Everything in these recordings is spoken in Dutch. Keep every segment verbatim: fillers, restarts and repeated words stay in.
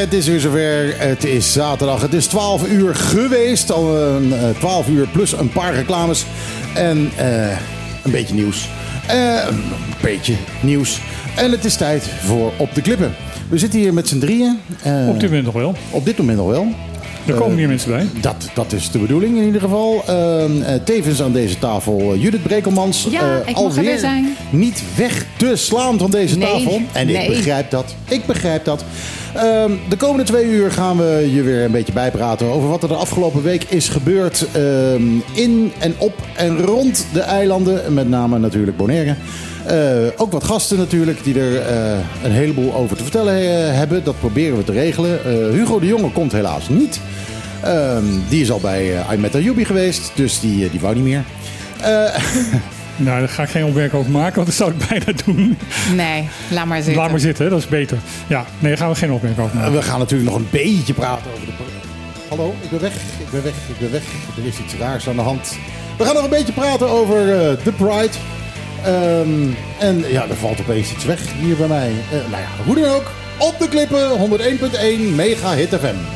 Het is weer zover. Het is zaterdag. Het is twaalf uur geweest. Al een uh, twaalf uur plus een paar reclames. En uh, een beetje nieuws. Uh, een beetje nieuws. En het is tijd voor Op de Klippen. We zitten hier met z'n drieën. Uh, op dit moment nog wel. Op dit moment nog wel. Er komen uh, meer mensen bij. Dat, dat is de bedoeling in ieder geval. Uh, uh, tevens aan deze tafel uh, Judith Brekelmans. Ja, uh, ik alweer mag er weer zijn. Niet weg te slaan van deze nee, tafel. En nee. ik begrijp dat. Ik begrijp dat. Uh, de komende twee uur gaan we je weer een beetje bijpraten over wat er de afgelopen week is gebeurd. Uh, in en op en rond de eilanden. Met name natuurlijk Bonaire. Uh, ook wat gasten natuurlijk die er uh, een heleboel over te vertellen uh, hebben. Dat proberen we te regelen. Uh, Hugo de Jonge komt helaas niet. Uh, die is al bij uh, I Met Ayubi geweest, dus die, uh, die wou niet meer. Uh, nou, daar ga ik geen opmerking over maken, want dat zou ik bijna doen. Nee, laat maar zitten. Laat maar zitten, dat is beter. Ja, nee, daar gaan we geen opmerking over maken. Uh, we gaan natuurlijk nog een beetje praten over de... Hallo, ik ben weg, ik ben weg, ik ben weg. Er is iets raars aan de hand. We gaan nog een beetje praten over uh, The Pride. Um, en ja, er valt opeens iets weg hier bij mij. Uh, nou ja, hoe dan ook. Op de Klippen, honderd één punt één, Mega Hit F M.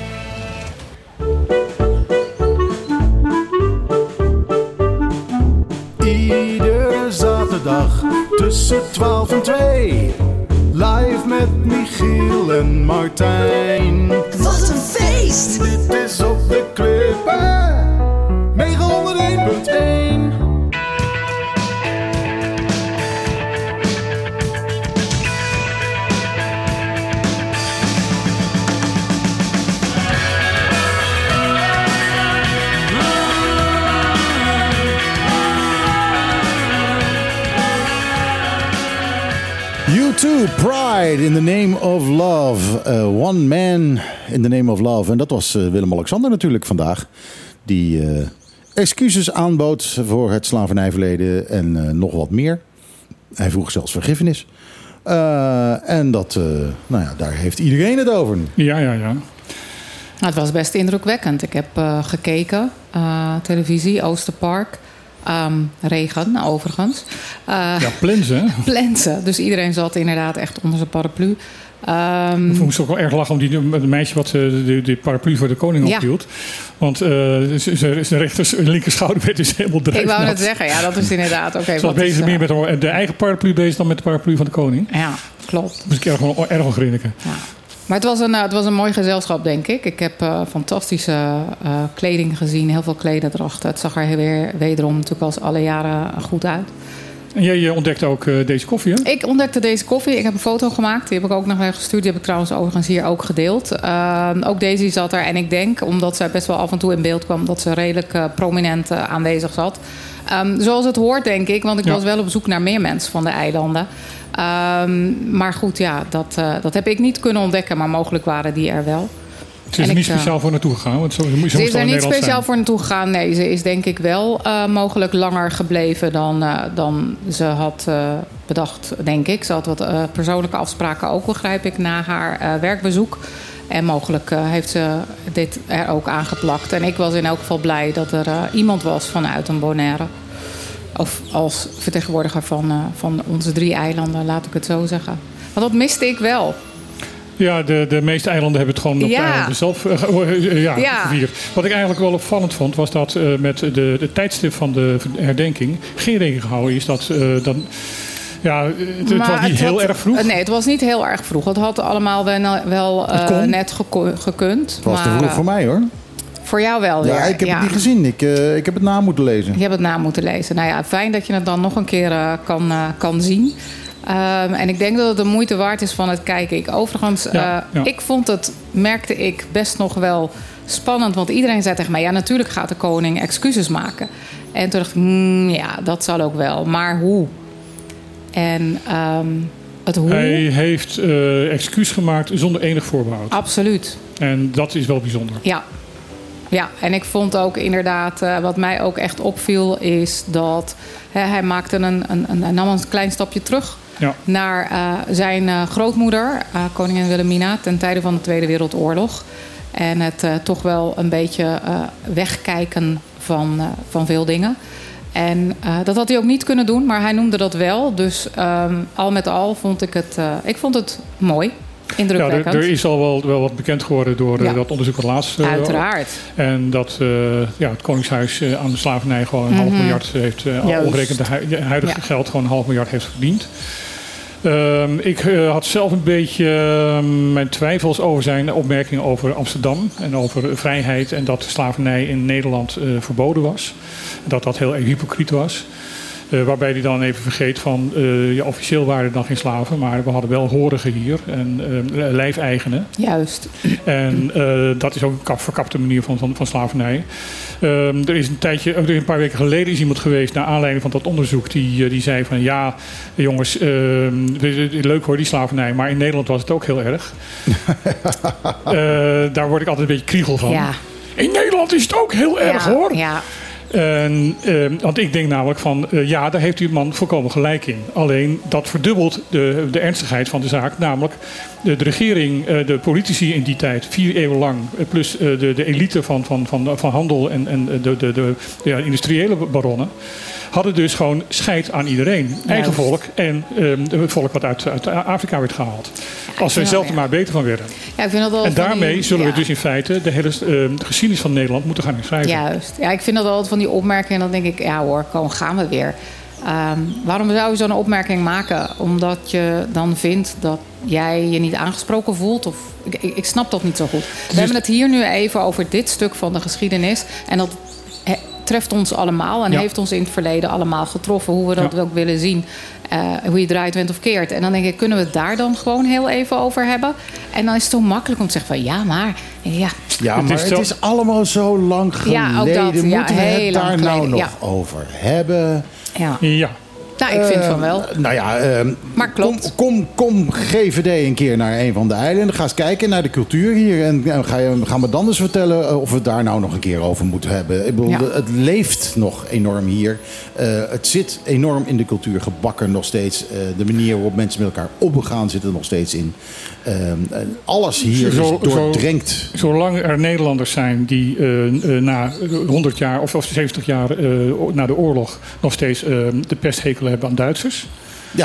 Iedere zaterdag tussen twaalf en twee. Live met Michiel en Martijn. Wat een feest! Dit is Op de Klippen. Mega honderd één punt één. U twee, Pride in the Name of Love. Uh, one Man in the Name of Love. En dat was uh, Willem-Alexander natuurlijk vandaag. Die uh, excuses aanbood voor het slavernijverleden en uh, nog wat meer. Hij vroeg zelfs vergiffenis. Uh, en dat, uh, nou ja, daar heeft iedereen het over. Ja, ja, ja. Nou, het was best indrukwekkend. Ik heb uh, gekeken, uh, televisie, Oosterpark. Um, regen, overigens. Uh, ja, plensen. Plensen. Dus iedereen zat inderdaad echt onder zijn paraplu. Um, ik moest ook wel erg lachen om die, het meisje wat de, de, de paraplu voor de koning ja. ophield. Want uh, zijn rechter linker schouderbed is helemaal drijfnat. Ik wou net zeggen, ja, dat is inderdaad oké. Okay, Ze was bezig is, meer met de eigen paraplu bezig dan met de paraplu van de koning. Ja, klopt. Dus ik erg wel erg wel grinniken. Ja. Maar het was, een, het was een mooi gezelschap, denk ik. Ik heb uh, fantastische uh, kleding gezien, heel veel klederdrachten. Het zag er weer wederom natuurlijk als alle jaren goed uit. En jij ontdekte ook uh, deze koffie, hè? Ik ontdekte deze koffie. Ik heb een foto gemaakt. Die heb ik ook nog even gestuurd. Die heb ik trouwens overigens hier ook gedeeld. Uh, ook Daisy zat er. En ik denk, omdat zij best wel af en toe in beeld kwam, dat ze redelijk uh, prominent uh, aanwezig zat. Um, zoals het hoort, denk ik. Want ik ja. was wel op zoek naar meer mensen van de eilanden. Um, maar goed, ja, dat, uh, dat heb ik niet kunnen ontdekken. Maar mogelijk waren die er wel. Ze is er niet speciaal voor naartoe gegaan? Want zo, zo ze is er niet speciaal zijn. voor naartoe gegaan. Nee, ze is denk ik wel uh, mogelijk langer gebleven dan, uh, dan ze had uh, bedacht, denk ik. Ze had wat uh, persoonlijke afspraken ook, begrijp ik, na haar uh, werkbezoek. En mogelijk uh, heeft ze dit er ook aangeplakt. En ik was in elk geval blij dat er uh, iemand was vanuit een Bonaire. Of als vertegenwoordiger van, uh, van onze drie eilanden, laat ik het zo zeggen. Want dat miste ik wel. Ja, de, de meeste eilanden hebben het gewoon op ja. de eilanden zelf uh, ja, ja. gevierd. Wat ik eigenlijk wel opvallend vond, was dat uh, met de, de tijdstip van de herdenking geen rekening gehouden is dat... Uh, dan, ja, het, het was niet het heel had, erg vroeg. Nee, het was niet heel erg vroeg. Het had allemaal wel, wel uh, net geko- gekund. Het was maar, te vroeg voor mij, hoor. Voor jou wel weer. Ja, ik heb ja. het niet gezien. Ik, uh, ik heb het na moeten lezen. Je hebt het na moeten lezen. Nou ja, fijn dat je het dan nog een keer uh, kan, uh, kan zien. Um, en ik denk dat het de moeite waard is van het kijken. Ik, overigens, uh, ja, ja. ik vond het, merkte ik, best nog wel spannend. Want iedereen zei tegen mij, ja, natuurlijk gaat de koning excuses maken. En toen dacht ik, hmm, ja, dat zal ook wel. Maar hoe? En um, het hoe... Hij heeft uh, excuus gemaakt zonder enig voorbehoud. Absoluut. En dat is wel bijzonder. Ja. Ja, en ik vond ook inderdaad, uh, wat mij ook echt opviel, is dat hè, hij maakte een, een, een, hij nam een klein stapje terug ja. naar uh, zijn uh, grootmoeder, uh, koningin Wilhelmina, ten tijde van de Tweede Wereldoorlog. En het uh, toch wel een beetje uh, wegkijken van, uh, van veel dingen. En uh, dat had hij ook niet kunnen doen, maar hij noemde dat wel. Dus um, al met al vond ik het, uh, ik vond het mooi. Indrukwekkend. Ja, er, er is al wel, wel wat bekend geworden door Ja. dat onderzoek wat laatst. Uh, Uiteraard. En dat uh, ja, het Koningshuis uh, aan de slavernij gewoon een Mm-hmm. half miljard heeft, uh, omgerekend de hu- huidige Ja. geld, gewoon een half miljard heeft verdiend. Um, ik uh, had zelf een beetje uh, mijn twijfels over zijn opmerkingen over Amsterdam en over vrijheid en dat slavernij in Nederland uh, verboden was. Dat dat heel erg hypocriet was. Uh, waarbij hij dan even vergeet van, uh, ja, officieel waren er dan geen slaven, maar we hadden wel horigen hier en uh, lijfeigenen. Juist. En uh, dat is ook een kap, verkapte manier van, van, van slavernij. Um, er is een tijdje, er is een paar weken geleden is iemand geweest naar aanleiding van dat onderzoek die, die zei van ja, jongens, uh, leuk hoor die slavernij, maar in Nederland was het ook heel erg. uh, daar word ik altijd een beetje kriegel van. Ja. In Nederland is het ook heel erg ja, hoor. Ja. En, uh, want ik denk namelijk van, uh, ja, daar heeft die man volkomen gelijk in. Alleen dat verdubbelt de, de ernstigheid van de zaak. Namelijk de, de regering, uh, de politici in die tijd, vier eeuwen lang, uh, plus uh, de, de elite van, van, van, van handel en, en de, de, de, de ja, industriële baronnen, hadden dus gewoon scheid aan iedereen. Eigen volk en um, het volk wat uit, uit Afrika werd gehaald. Ja, als ze zelf er maar beter van werden. Ja, ik vind dat wel en daarmee die, zullen ja. we dus in feite de hele uh, de geschiedenis van Nederland moeten gaan schrijven. Juist. Ja, ik vind dat altijd van die opmerkingen. Dan denk ik, ja hoor, gewoon gaan we weer. Um, waarom zou je zo'n opmerking maken? Omdat je dan vindt dat jij je niet aangesproken voelt? Of, ik, ik, ik snap dat niet zo goed. We dus hebben het hier nu even over dit stuk van de geschiedenis. En dat he, treft ons allemaal. En ja. heeft ons in het verleden allemaal getroffen. Hoe we dat ja. ook willen zien. Uh, hoe je draait, went of keert. En dan denk ik, kunnen we het daar dan gewoon heel even over hebben? En dan is het zo makkelijk om te zeggen van ja, maar... Ja, ja maar het is, het is allemaal zo lang geleden. Ja, ook dat. Moeten ja, we het daar geleden. nou nog ja. over hebben? Ja. ja. Nou, ik vind uh, van wel. Nou ja, uh, maar klopt. Kom, kom, kom G V D een keer naar een van de eilanden. Ga eens kijken naar de cultuur hier. En uh, ga, je, ga me dan eens vertellen uh, of we het daar nou nog een keer over moeten hebben. Ik bedoel, ja. Het leeft nog enorm hier. Uh, het zit enorm in de cultuur gebakken nog steeds. Uh, de manier waarop mensen met elkaar omgaan zit er nog steeds in. Uh, alles hier zo, is doordrenkt. Zo, zolang er Nederlanders zijn die uh, uh, na honderd jaar of, of zeventig jaar uh, na de oorlog nog steeds uh, de pesthekel hebben aan Duitsers. Ja.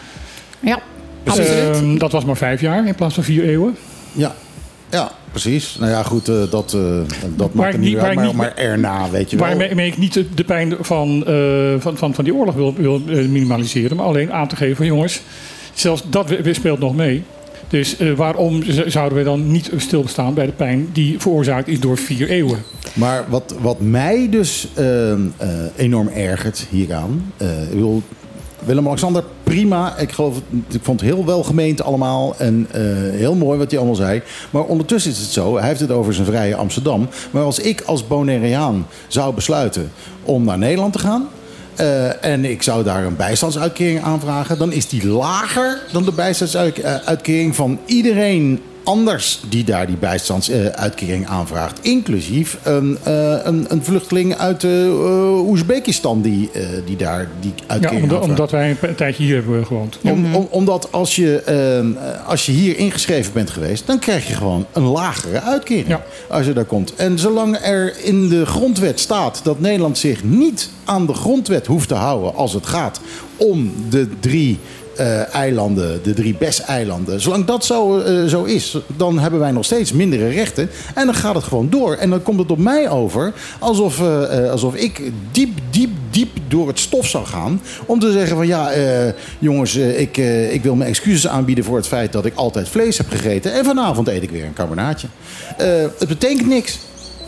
Ja, absoluut. Uh, dat was maar vijf jaar in plaats van vier eeuwen. Ja. Ja, precies. Nou ja, goed, uh, dat, uh, dat maakt er niet uit, maar, maar erna, weet je wel. Waarmee ik niet de pijn van, uh, van, van, van die oorlog wil, wil minimaliseren, maar alleen aan te geven van jongens, zelfs dat speelt nog mee. Dus uh, waarom zouden we dan niet stilstaan bij de pijn die veroorzaakt is door vier eeuwen? Maar wat, wat mij dus uh, uh, enorm ergert hieraan... Uh, ik wil, Willem-Alexander, prima. Ik, geloof, ik vond het heel welgemeend allemaal. En uh, heel mooi wat hij allemaal zei. Maar ondertussen is het zo, hij heeft het over zijn vrije Amsterdam. Maar als ik als Bonaireaan zou besluiten om naar Nederland te gaan... Uh, en ik zou daar een bijstandsuitkering aanvragen... dan is die lager dan de bijstandsuitkering van iedereen anders die daar die bijstandsuitkering aanvraagt. Inclusief een, uh, een, een vluchteling uit uh, Oezbekistan die, uh, die daar die uitkering ja, omdat, aanvraagt. Omdat wij een tijdje hier hebben gewoond. Om, om, omdat als je, uh, als je hier ingeschreven bent geweest... dan krijg je gewoon een lagere uitkering ja. als je daar komt. En zolang er in de grondwet staat dat Nederland zich niet aan de grondwet hoeft te houden... als het gaat om de drie... Uh, eilanden, de drie B E S-eilanden. Zolang dat zo, uh, zo is, dan hebben wij nog steeds mindere rechten. En dan gaat het gewoon door. En dan komt het op mij over alsof, uh, uh, alsof ik diep, diep, diep door het stof zou gaan. Om te zeggen van ja, uh, jongens, uh, ik, uh, ik wil mijn excuses aanbieden voor het feit dat ik altijd vlees heb gegeten. En vanavond eet ik weer een carbonaatje. Uh, het betekent niks.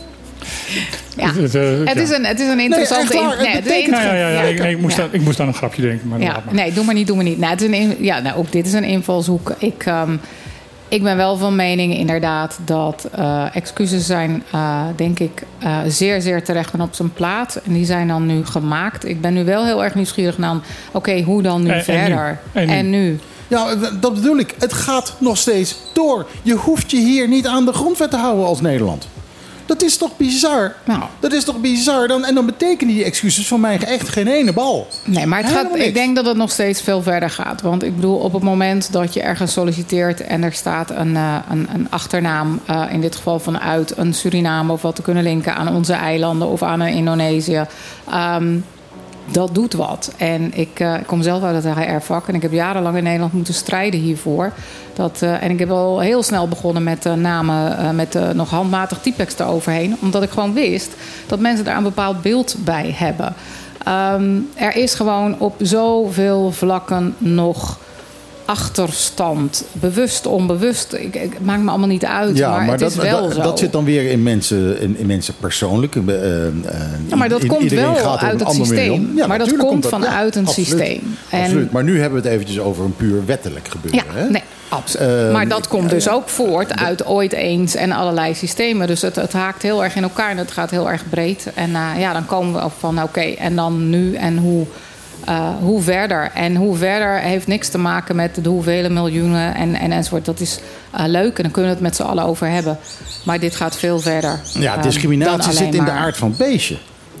Ja. Het, uh, het, is een, het is een interessante... Nee, nee, het betekent... Ja, ja, ja, ja, ik, ik, moest ja. aan, ik moest aan een grapje denken. Maar ja. maar. Nee, doe maar niet, doe maar niet. Nou, het is een, ja, nou, ook dit is een invalshoek. Ik, um, ik ben wel van mening inderdaad dat uh, excuses zijn, uh, denk ik, uh, zeer, zeer terecht en op zijn plaats. En die zijn dan nu gemaakt. Ik ben nu wel heel erg nieuwsgierig naar, oké, okay, hoe dan nu en, verder? En nu. En nu. En nu? Ja, dat bedoel ik. Het gaat nog steeds door. Je hoeft je hier niet aan de grondwet te houden als Nederland. Dat is toch bizar? Nou. Dat is toch bizar? Dan, en dan betekenen die excuses van mij echt geen ene bal. Nee, maar het gaat, ik denk dat het nog steeds veel verder gaat. Want ik bedoel, op het moment dat je ergens solliciteert... en er staat een, uh, een, een achternaam, uh, in dit geval vanuit een Suriname... of wat te kunnen linken aan onze eilanden of aan een Indonesië... Um, dat doet wat. En ik, uh, ik kom zelf uit het H R-vak en ik heb jarenlang in Nederland moeten strijden hiervoor. Dat, uh, en ik heb al heel snel begonnen met uh, namen, uh, met uh, nog handmatig typex eroverheen. Omdat ik gewoon wist dat mensen daar een bepaald beeld bij hebben. Um, er is gewoon op zoveel vlakken nog achterstand. Bewust, onbewust. Ik, ik, het maakt me allemaal niet uit, ja, maar, maar het dat, is wel dat, zo. Dat zit dan weer in mensen, in, in mensen persoonlijk. Uh, uh, ja, maar dat I- komt wel gaat uit het systeem. Ja, maar dat komt, komt dat, vanuit ja, een absoluut, systeem. En, absoluut. Maar nu hebben we het eventjes over een puur wettelijk gebeuren. Ja, hè? nee, absoluut. Uh, maar dat komt dus ook voort uit ooit eens en allerlei systemen. Dus het, het haakt heel erg in elkaar en het gaat heel erg breed. En uh, ja, dan komen we op van oké, okay, en dan nu en hoe... Uh, hoe verder? En hoe verder heeft niks te maken met de hoeveelste miljoenen en, en enzovoort. Dat is uh, leuk en dan kunnen we het met z'n allen over hebben. Maar dit gaat veel verder. Ja, discriminatie uh, zit in maar... de aard van het beestje.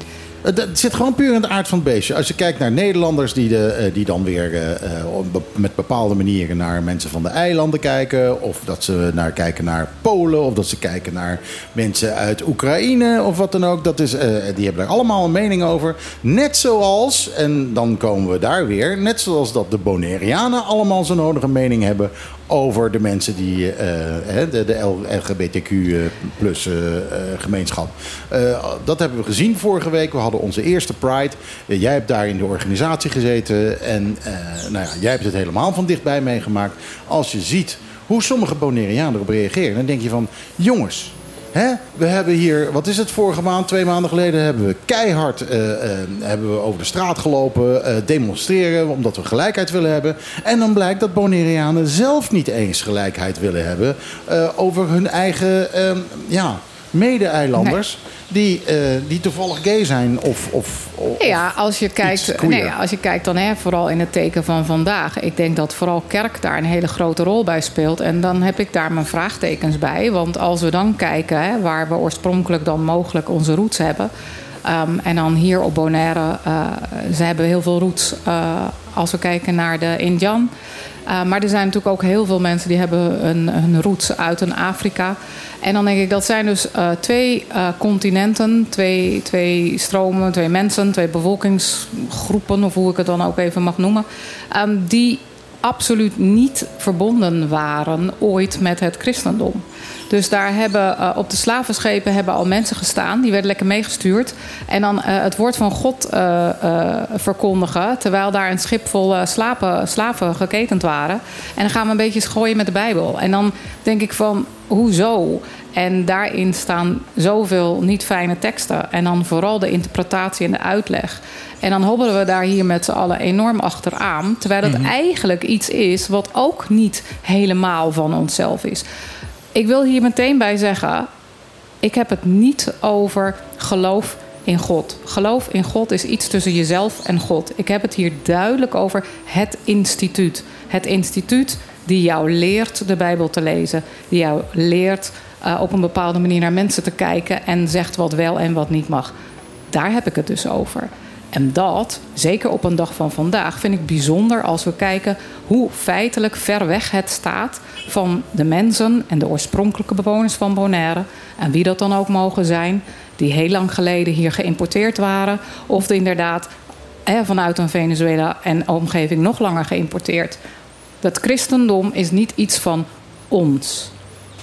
Het zit gewoon puur in de aard van het beestje. Als je kijkt naar Nederlanders die, de, die dan weer uh, met bepaalde manieren naar mensen van de eilanden kijken. Of dat ze naar kijken naar Polen. Of dat ze kijken naar mensen uit Oekraïne. Of wat dan ook. Dat is, uh, die hebben daar allemaal een mening over. Net zoals, en dan komen we daar weer. Net zoals dat de Bonaireanen allemaal zo'n nodige mening hebben over de mensen die uh, de, de L G B T Q plus uh, gemeenschap. Uh, dat hebben we gezien vorige week. We hadden onze eerste Pride. Uh, jij hebt daar in de organisatie gezeten. En uh, nou ja, jij hebt het helemaal van dichtbij meegemaakt. Als je ziet hoe sommige Bonaireanen erop reageren, dan denk je van, jongens, hè? We hebben hier, wat is het, vorige maand, twee maanden geleden, hebben we keihard uh, uh, hebben we over de straat gelopen, uh, demonstreren, omdat we gelijkheid willen hebben. En dan blijkt dat Bonaireanen zelf niet eens gelijkheid willen hebben uh, over hun eigen uh, ja, mede-eilanders. Nee. Die, uh, die toevallig gay zijn of, of, of ja, als je kijkt, nee, als je kijkt dan hè, vooral in het teken van vandaag. Ik denk dat vooral kerk daar een hele grote rol bij speelt. En dan heb ik daar mijn vraagtekens bij. Want als we dan kijken hè, waar we oorspronkelijk dan mogelijk onze roots hebben. Um, en dan hier op Bonaire, uh, ze hebben heel veel roots uh, als we kijken naar de Indian. Uh, maar er zijn natuurlijk ook heel veel mensen die hebben een, hun roots uit een Afrika. En dan denk ik, dat zijn dus uh, twee uh, continenten, twee, twee stromen, twee mensen, twee bevolkingsgroepen, of hoe ik het dan ook even mag noemen, um, die absoluut niet verbonden waren ooit met het christendom. Dus daar hebben uh, op de slavenschepen hebben al mensen gestaan. Die werden lekker meegestuurd. En dan uh, het woord van God uh, uh, verkondigen. Terwijl daar een schip vol uh, slapen, slaven geketend waren. En dan gaan we een beetje schooien met de Bijbel. En dan denk ik van, hoezo? En daarin staan zoveel niet fijne teksten. En dan vooral de interpretatie en de uitleg. En dan hobbelen we daar hier met z'n allen enorm achteraan. Terwijl het mm-hmm. eigenlijk iets is wat ook niet helemaal van onszelf is. Ik wil hier meteen bij zeggen, ik heb het niet over geloof in God. Geloof in God is iets tussen jezelf en God. Ik heb het hier duidelijk over het instituut. Het instituut die jou leert de Bijbel te lezen. Die jou leert uh, op een bepaalde manier naar mensen te kijken en zegt wat wel en wat niet mag. Daar heb ik het dus over. En dat, zeker op een dag van vandaag, vind ik bijzonder als we kijken hoe feitelijk ver weg het staat van de mensen en de oorspronkelijke bewoners van Bonaire. En wie dat dan ook mogen zijn, die heel lang geleden hier geïmporteerd waren. Of inderdaad eh, vanuit een Venezuela en omgeving nog langer geïmporteerd. Dat christendom is niet iets van ons.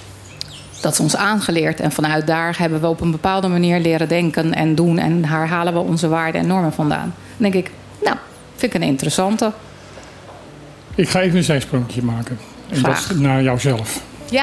Dat is ons aangeleerd en vanuit daar hebben we op een bepaalde manier leren denken en doen. En daar halen we onze waarden en normen vandaan. Dan denk ik, nou, vind ik een interessante. Ik ga even een zijsprongetje maken. En Graag. dat is naar jouzelf. Ja.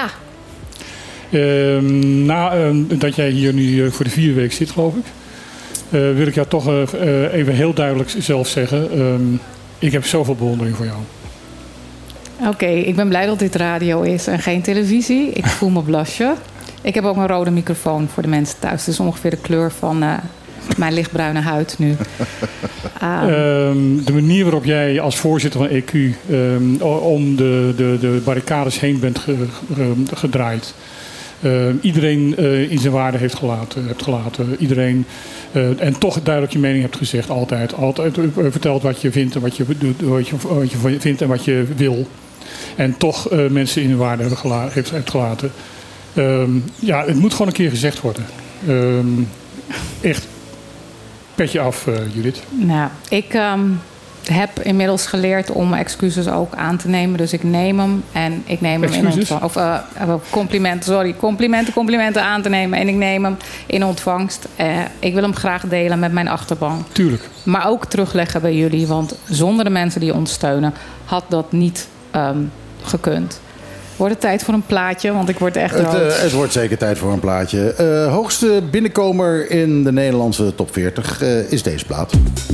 Uh, na uh, dat jij hier nu uh, voor de vierde week zit, geloof ik. Uh, wil ik jou toch uh, uh, even heel duidelijk zelf zeggen. Uh, ik heb zoveel bewondering voor jou. Oké, okay, ik ben blij dat dit radio is en geen televisie. Ik voel me blusje. Ik heb ook een rode microfoon voor de mensen thuis. Dat is ongeveer de kleur van uh, mijn lichtbruine huid nu. Um, um, de manier waarop jij als voorzitter van E Q um, om de, de, de barricades heen bent ge, ge, gedraaid. Uh, iedereen uh, in zijn waarde heeft gelaten. Hebt gelaten. Iedereen, uh, en toch duidelijk je mening hebt gezegd. Altijd. Altijd uh, vertelt wat je vindt en wat je, wat, je, wat je vindt en wat je wil. En toch uh, mensen in hun waarde hebben gela- heeft, heeft gelaten. Um, ja, het moet gewoon een keer gezegd worden. Um, echt. Petje af, uh, Judith. Nou, ik um, heb inmiddels geleerd om excuses ook aan te nemen. Dus ik neem hem en ik neem hem excuses? in ontvangst. Of uh, complimenten, sorry. Complimenten, complimenten aan te nemen. En ik neem hem in ontvangst. Uh, ik wil hem graag delen met mijn achterban. Tuurlijk. Maar ook terugleggen bij jullie. Want zonder de mensen die ons steunen had dat niet um, gekund. Wordt het tijd voor een plaatje? Want ik word echt Het, rood. uh, het wordt zeker tijd voor een plaatje. Uh, hoogste binnenkomer in de Nederlandse top veertig uh, is deze plaat.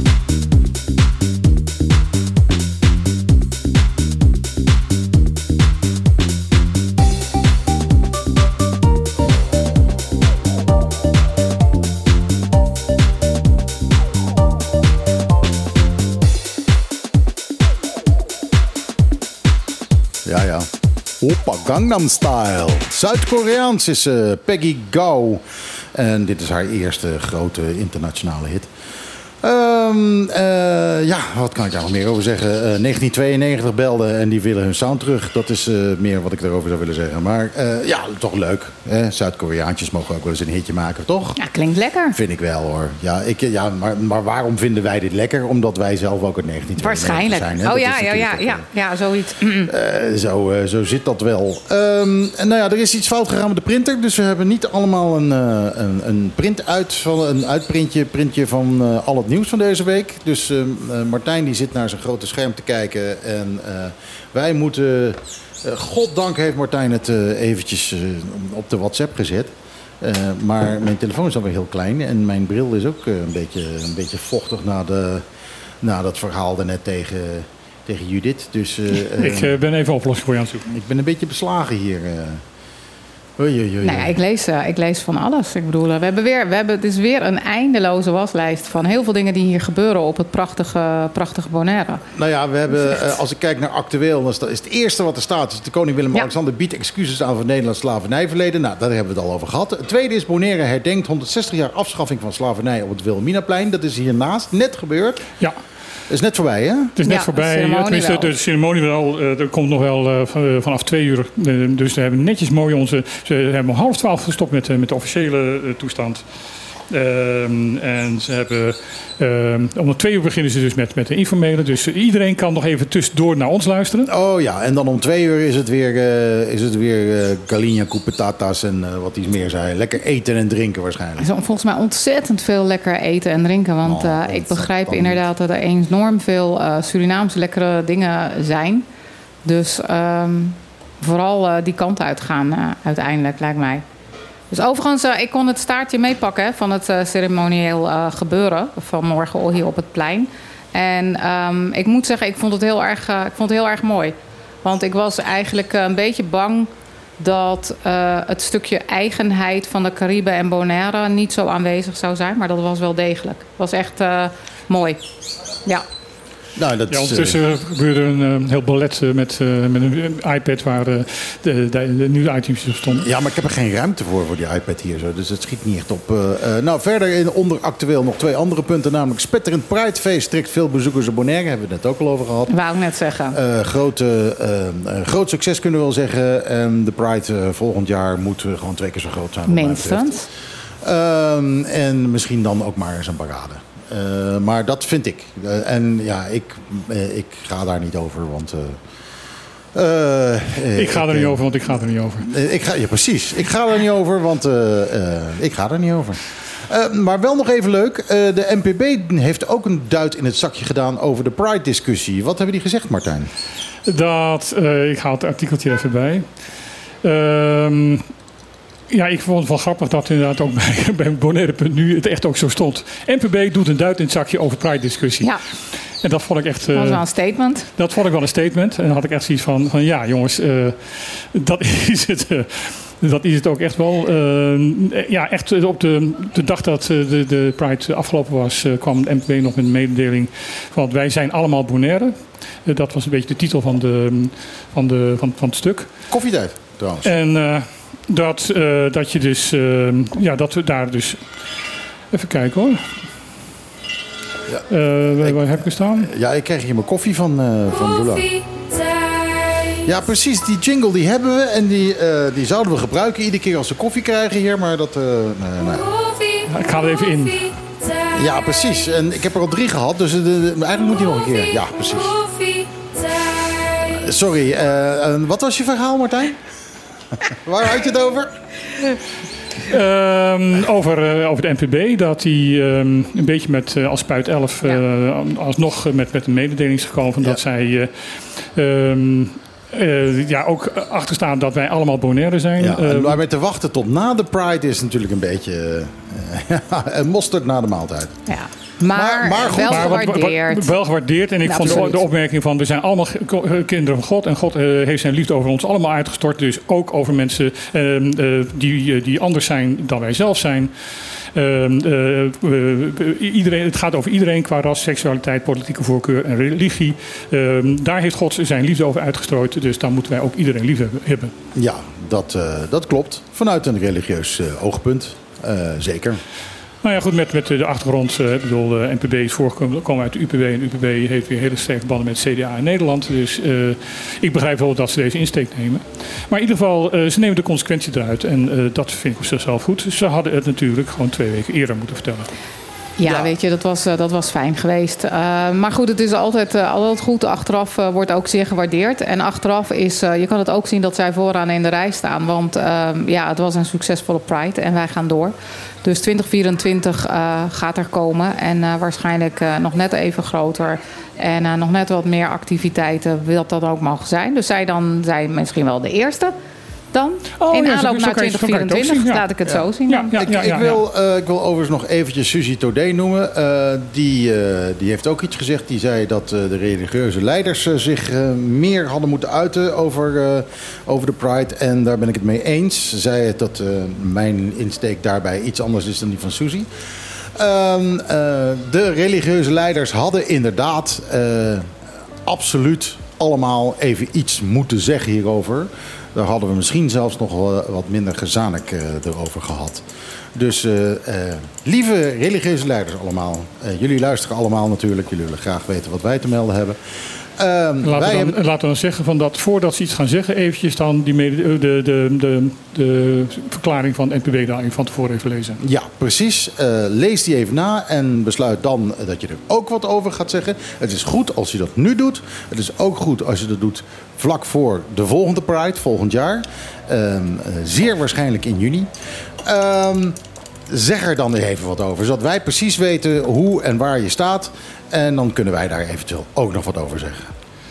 Ja, ja. Hoppa, Gangnam Style. Zuid-Koreaans is uh, Peggy Gou. En dit is haar eerste grote internationale hit. Um, uh, ja, wat kan ik daar nog meer over zeggen? Uh, negentien tweeënnegentig belde en die willen hun sound terug. Dat is uh, meer wat ik erover zou willen zeggen. Maar uh, ja, toch leuk. Hè? Zuid-Koreaantjes mogen ook wel eens een hitje maken, toch? Ja, klinkt lekker. Vind ik wel, hoor. Ja, ik, ja maar, maar waarom vinden wij dit lekker? Omdat wij zelf ook uit negentien tweeënnegentig Waarschijnlijk. zijn. Hè? Oh Dat ja, is ja, ja, ook, ja, ja, zoiets. Mm. Uh, zo, uh, zo zit dat wel. Um, en nou ja, er is iets fout gegaan met de printer. Dus we hebben niet allemaal een, uh, een, een print uit van een uitprintje printje van uh, al het nieuws van deze week. Dus uh, uh, Martijn die zit naar zijn grote scherm te kijken. En uh, wij moeten... Uh, goddank heeft Martijn het uh, eventjes uh, op de WhatsApp gezet. Uh, maar mijn telefoon is alweer heel klein. En mijn bril is ook uh, een, beetje, een beetje vochtig na, de, na dat verhaal daarnet tegen... Tegen Judith. Dus, uh, ik uh, ben even oplossing voor je aan het zoeken. Ik ben een beetje beslagen hier. Uh. Oei, oei, oei. Nou ja, ik lees, uh, ik lees van alles. Ik bedoel, uh, we hebben weer, we hebben, het is weer een eindeloze waslijst van heel veel dingen die hier gebeuren op het prachtige, prachtige Bonaire. Nou ja, we hebben, uh, als ik kijk naar actueel, dan is het eerste wat er staat. Is de koning Willem-Alexander ja. biedt excuses aan voor het Nederlands slavernijverleden. Nou, daar hebben we het al over gehad. Het tweede is Bonaire herdenkt honderdzestig jaar afschaffing van slavernij op het Wilhelminaplein. Dat is hiernaast net gebeurd. Ja. Het is net voorbij, hè? Het is net ja, voorbij. De Tenminste, de ceremonie wel. Uh, er komt nog wel uh, vanaf twee uur. Uh, dus we hebben netjes mooi onze... Ze hebben om half twaalf gestopt met, uh, met de officiële uh, toestand. Uh, en ze hebben... Uh, om twee uur beginnen ze dus met, met de informele. Dus uh, iedereen kan nog even tussendoor naar ons luisteren. Oh ja, en dan om twee uur is het weer, uh, is het weer uh, galinha, coupe-tatas en uh, wat iets meer zei. Lekker eten en drinken waarschijnlijk. Er is volgens mij ontzettend veel lekker eten en drinken. Want uh, oh, ik begrijp dan... inderdaad dat er enorm veel uh, Surinaamse lekkere dingen zijn. Dus um, vooral uh, die kant uitgaan uh, uiteindelijk, lijkt mij. Dus overigens, uh, ik kon het staartje meepakken hè, van het uh, ceremonieel uh, gebeuren van morgen hier op het plein. En um, ik moet zeggen, ik vond het heel erg, uh, ik vond het heel erg mooi. Want ik was eigenlijk uh, een beetje bang dat uh, het stukje eigenheid van de Cariben en Bonaire niet zo aanwezig zou zijn. Maar dat was wel degelijk. Het was echt uh, mooi. Ja. Nou, dat ja, ondertussen uh, gebeurde een uh, heel ballet uh, met, uh, met een iPad waar uh, de, de, de nieuwe items op stonden. Ja, maar ik heb er geen ruimte voor, voor die iPad hier. Zo, dus het schiet niet echt op. Uh, uh, nou, verder in onder actueel nog twee andere punten. Namelijk Spetterend Pridefeest trekt veel bezoekers op Bonaire. Hebben we het net ook al over gehad. Wou ik net zeggen. Uh, grote, uh, uh, groot succes kunnen we wel zeggen. En de Pride uh, volgend jaar moet uh, gewoon twee keer zo groot zijn. Minstens. Uh, en misschien dan ook maar eens een parade. Uh, maar dat vind ik. Uh, en ja, ik, uh, ik ga daar niet over, want... Uh, uh, ik ga ik, er niet uh, over, want ik ga er niet over. Uh, ik ga, ja, precies. Ik ga er niet over, want uh, uh, ik ga er niet over. Uh, maar wel nog even leuk. Uh, de N P B heeft ook een duit in het zakje gedaan over de Pride-discussie. Wat hebben die gezegd, Martijn? Dat, uh, ik haal het artikeltje even bij. Uh, Ja, ik vond het wel grappig dat inderdaad ook bij, bij Bonaire punt nu het echt ook zo stond. N P B doet een duit in het zakje over Pride-discussie. Ja. En dat vond ik echt... Uh, dat was wel een statement. Dat vond ik wel een statement. En dan had ik echt zoiets van, van ja jongens, uh, dat is het... Uh, Dat is het ook echt wel. Uh, ja, echt op de, de dag dat de, de Pride afgelopen was, uh, kwam de N P B nog met een mededeling van wij zijn allemaal Bonaire. Uh, dat was een beetje de titel van, de, van, de, van, van het stuk. Koffietijd trouwens. En uh, dat, uh, dat je dus, uh, ja, dat we daar dus, even kijken hoor. Ja. Uh, waar, waar heb ik er staan? Ja, ik krijg hier mijn koffie van, uh, van Lula. Ja, precies. Die jingle die hebben we en die, uh, die zouden we gebruiken iedere keer als we koffie krijgen hier. Maar dat... Uh, nee, nee. Ik ga er even in. Ja, precies. En ik heb er al drie gehad, dus uh, eigenlijk moet hij nog een keer. Ja, precies. Sorry, uh, uh, wat was je verhaal, Martijn? Waar had je het over? Um, over, uh, over de N P B, dat hij um, een beetje met, uh, als spuit elf uh, ja. alsnog met, met een mededeling is gekomen van ja. dat zij uh, um, uh, ja, ook achterstaan dat wij allemaal Bonaire zijn. Ja, uh, maar met te wachten tot na de Pride is natuurlijk een beetje uh, uh, mosterd na de maaltijd. Ja. Maar, maar, maar goed, wel gewaardeerd. Wat, wat, wel gewaardeerd. En ik ja, vond de, de opmerking van... we zijn allemaal kinderen van God. En God uh, heeft zijn liefde over ons allemaal uitgestort. Dus ook over mensen uh, uh, die, uh, die anders zijn dan wij zelf zijn. Uh, uh, uh, iedereen, het gaat over iedereen qua ras, seksualiteit, politieke voorkeur en religie. Uh, daar heeft God zijn liefde over uitgestrooid. Dus dan moeten wij ook iedereen lief hebben. Ja, dat, uh, dat klopt. Vanuit een religieus uh, oogpunt. Uh, zeker. Nou ja, goed, met, met de achtergrond. Uh, ik bedoel, de N P B is voorgekomen uit de U P B. En de U P B heeft weer hele sterke banden met het C D A in Nederland. Dus uh, ik begrijp wel dat ze deze insteek nemen. Maar in ieder geval, uh, ze nemen de consequentie eruit. En uh, dat vind ik op zichzelf goed. Ze hadden het natuurlijk gewoon twee weken eerder moeten vertellen. Ja, ja, weet je, dat was, uh, dat was fijn geweest. Uh, maar goed, het is altijd, uh, altijd goed. Achteraf uh, wordt ook zeer gewaardeerd. En achteraf is, uh, je kan het ook zien dat zij vooraan in de rij staan. Want uh, ja, het was een succesvolle Pride en wij gaan door. Dus twintig vierentwintig uh, gaat er komen. En uh, waarschijnlijk uh, nog net even groter. En uh, nog net wat meer activiteiten, wil dat ook mogen zijn. Dus zij dan zijn misschien wel de eerste. Dan, oh, in ja, aanloop naar twintig vierentwintig, ja. Laat ik het ja. zo zien. Ja, ja, ja, ja, ja, ik, wil, uh, ik wil overigens nog eventjes Suzy Taudet noemen. Uh, die, uh, die heeft ook iets gezegd. Die zei dat uh, de religieuze leiders uh, zich uh, meer hadden moeten uiten over, uh, over de Pride. En daar ben ik het mee eens. Ze zei dat uh, mijn insteek daarbij iets anders is dan die van Suzy. Uh, uh, de religieuze leiders hadden inderdaad uh, absoluut allemaal even iets moeten zeggen hierover. Daar hadden we misschien zelfs nog wat minder gezanik uh, erover gehad. Dus uh, uh, lieve religieuze leiders allemaal. Uh, jullie luisteren allemaal natuurlijk. Jullie willen graag weten wat wij te melden hebben. Uh, laten, wij we dan, hebben... laten we dan zeggen van dat voordat ze iets gaan zeggen... eventjes dan die mede, de, de, de, de verklaring van N P B daar van tevoren even lezen. Ja, precies. Uh, lees die even na en besluit dan dat je er ook wat over gaat zeggen. Het is goed als je dat nu doet. Het is ook goed als je dat doet vlak voor de volgende Pride, volgend jaar. Uh, uh, zeer waarschijnlijk in juni. Uh, zeg er dan even wat over, zodat wij precies weten hoe en waar je staat. En dan kunnen wij daar eventueel ook nog wat over zeggen.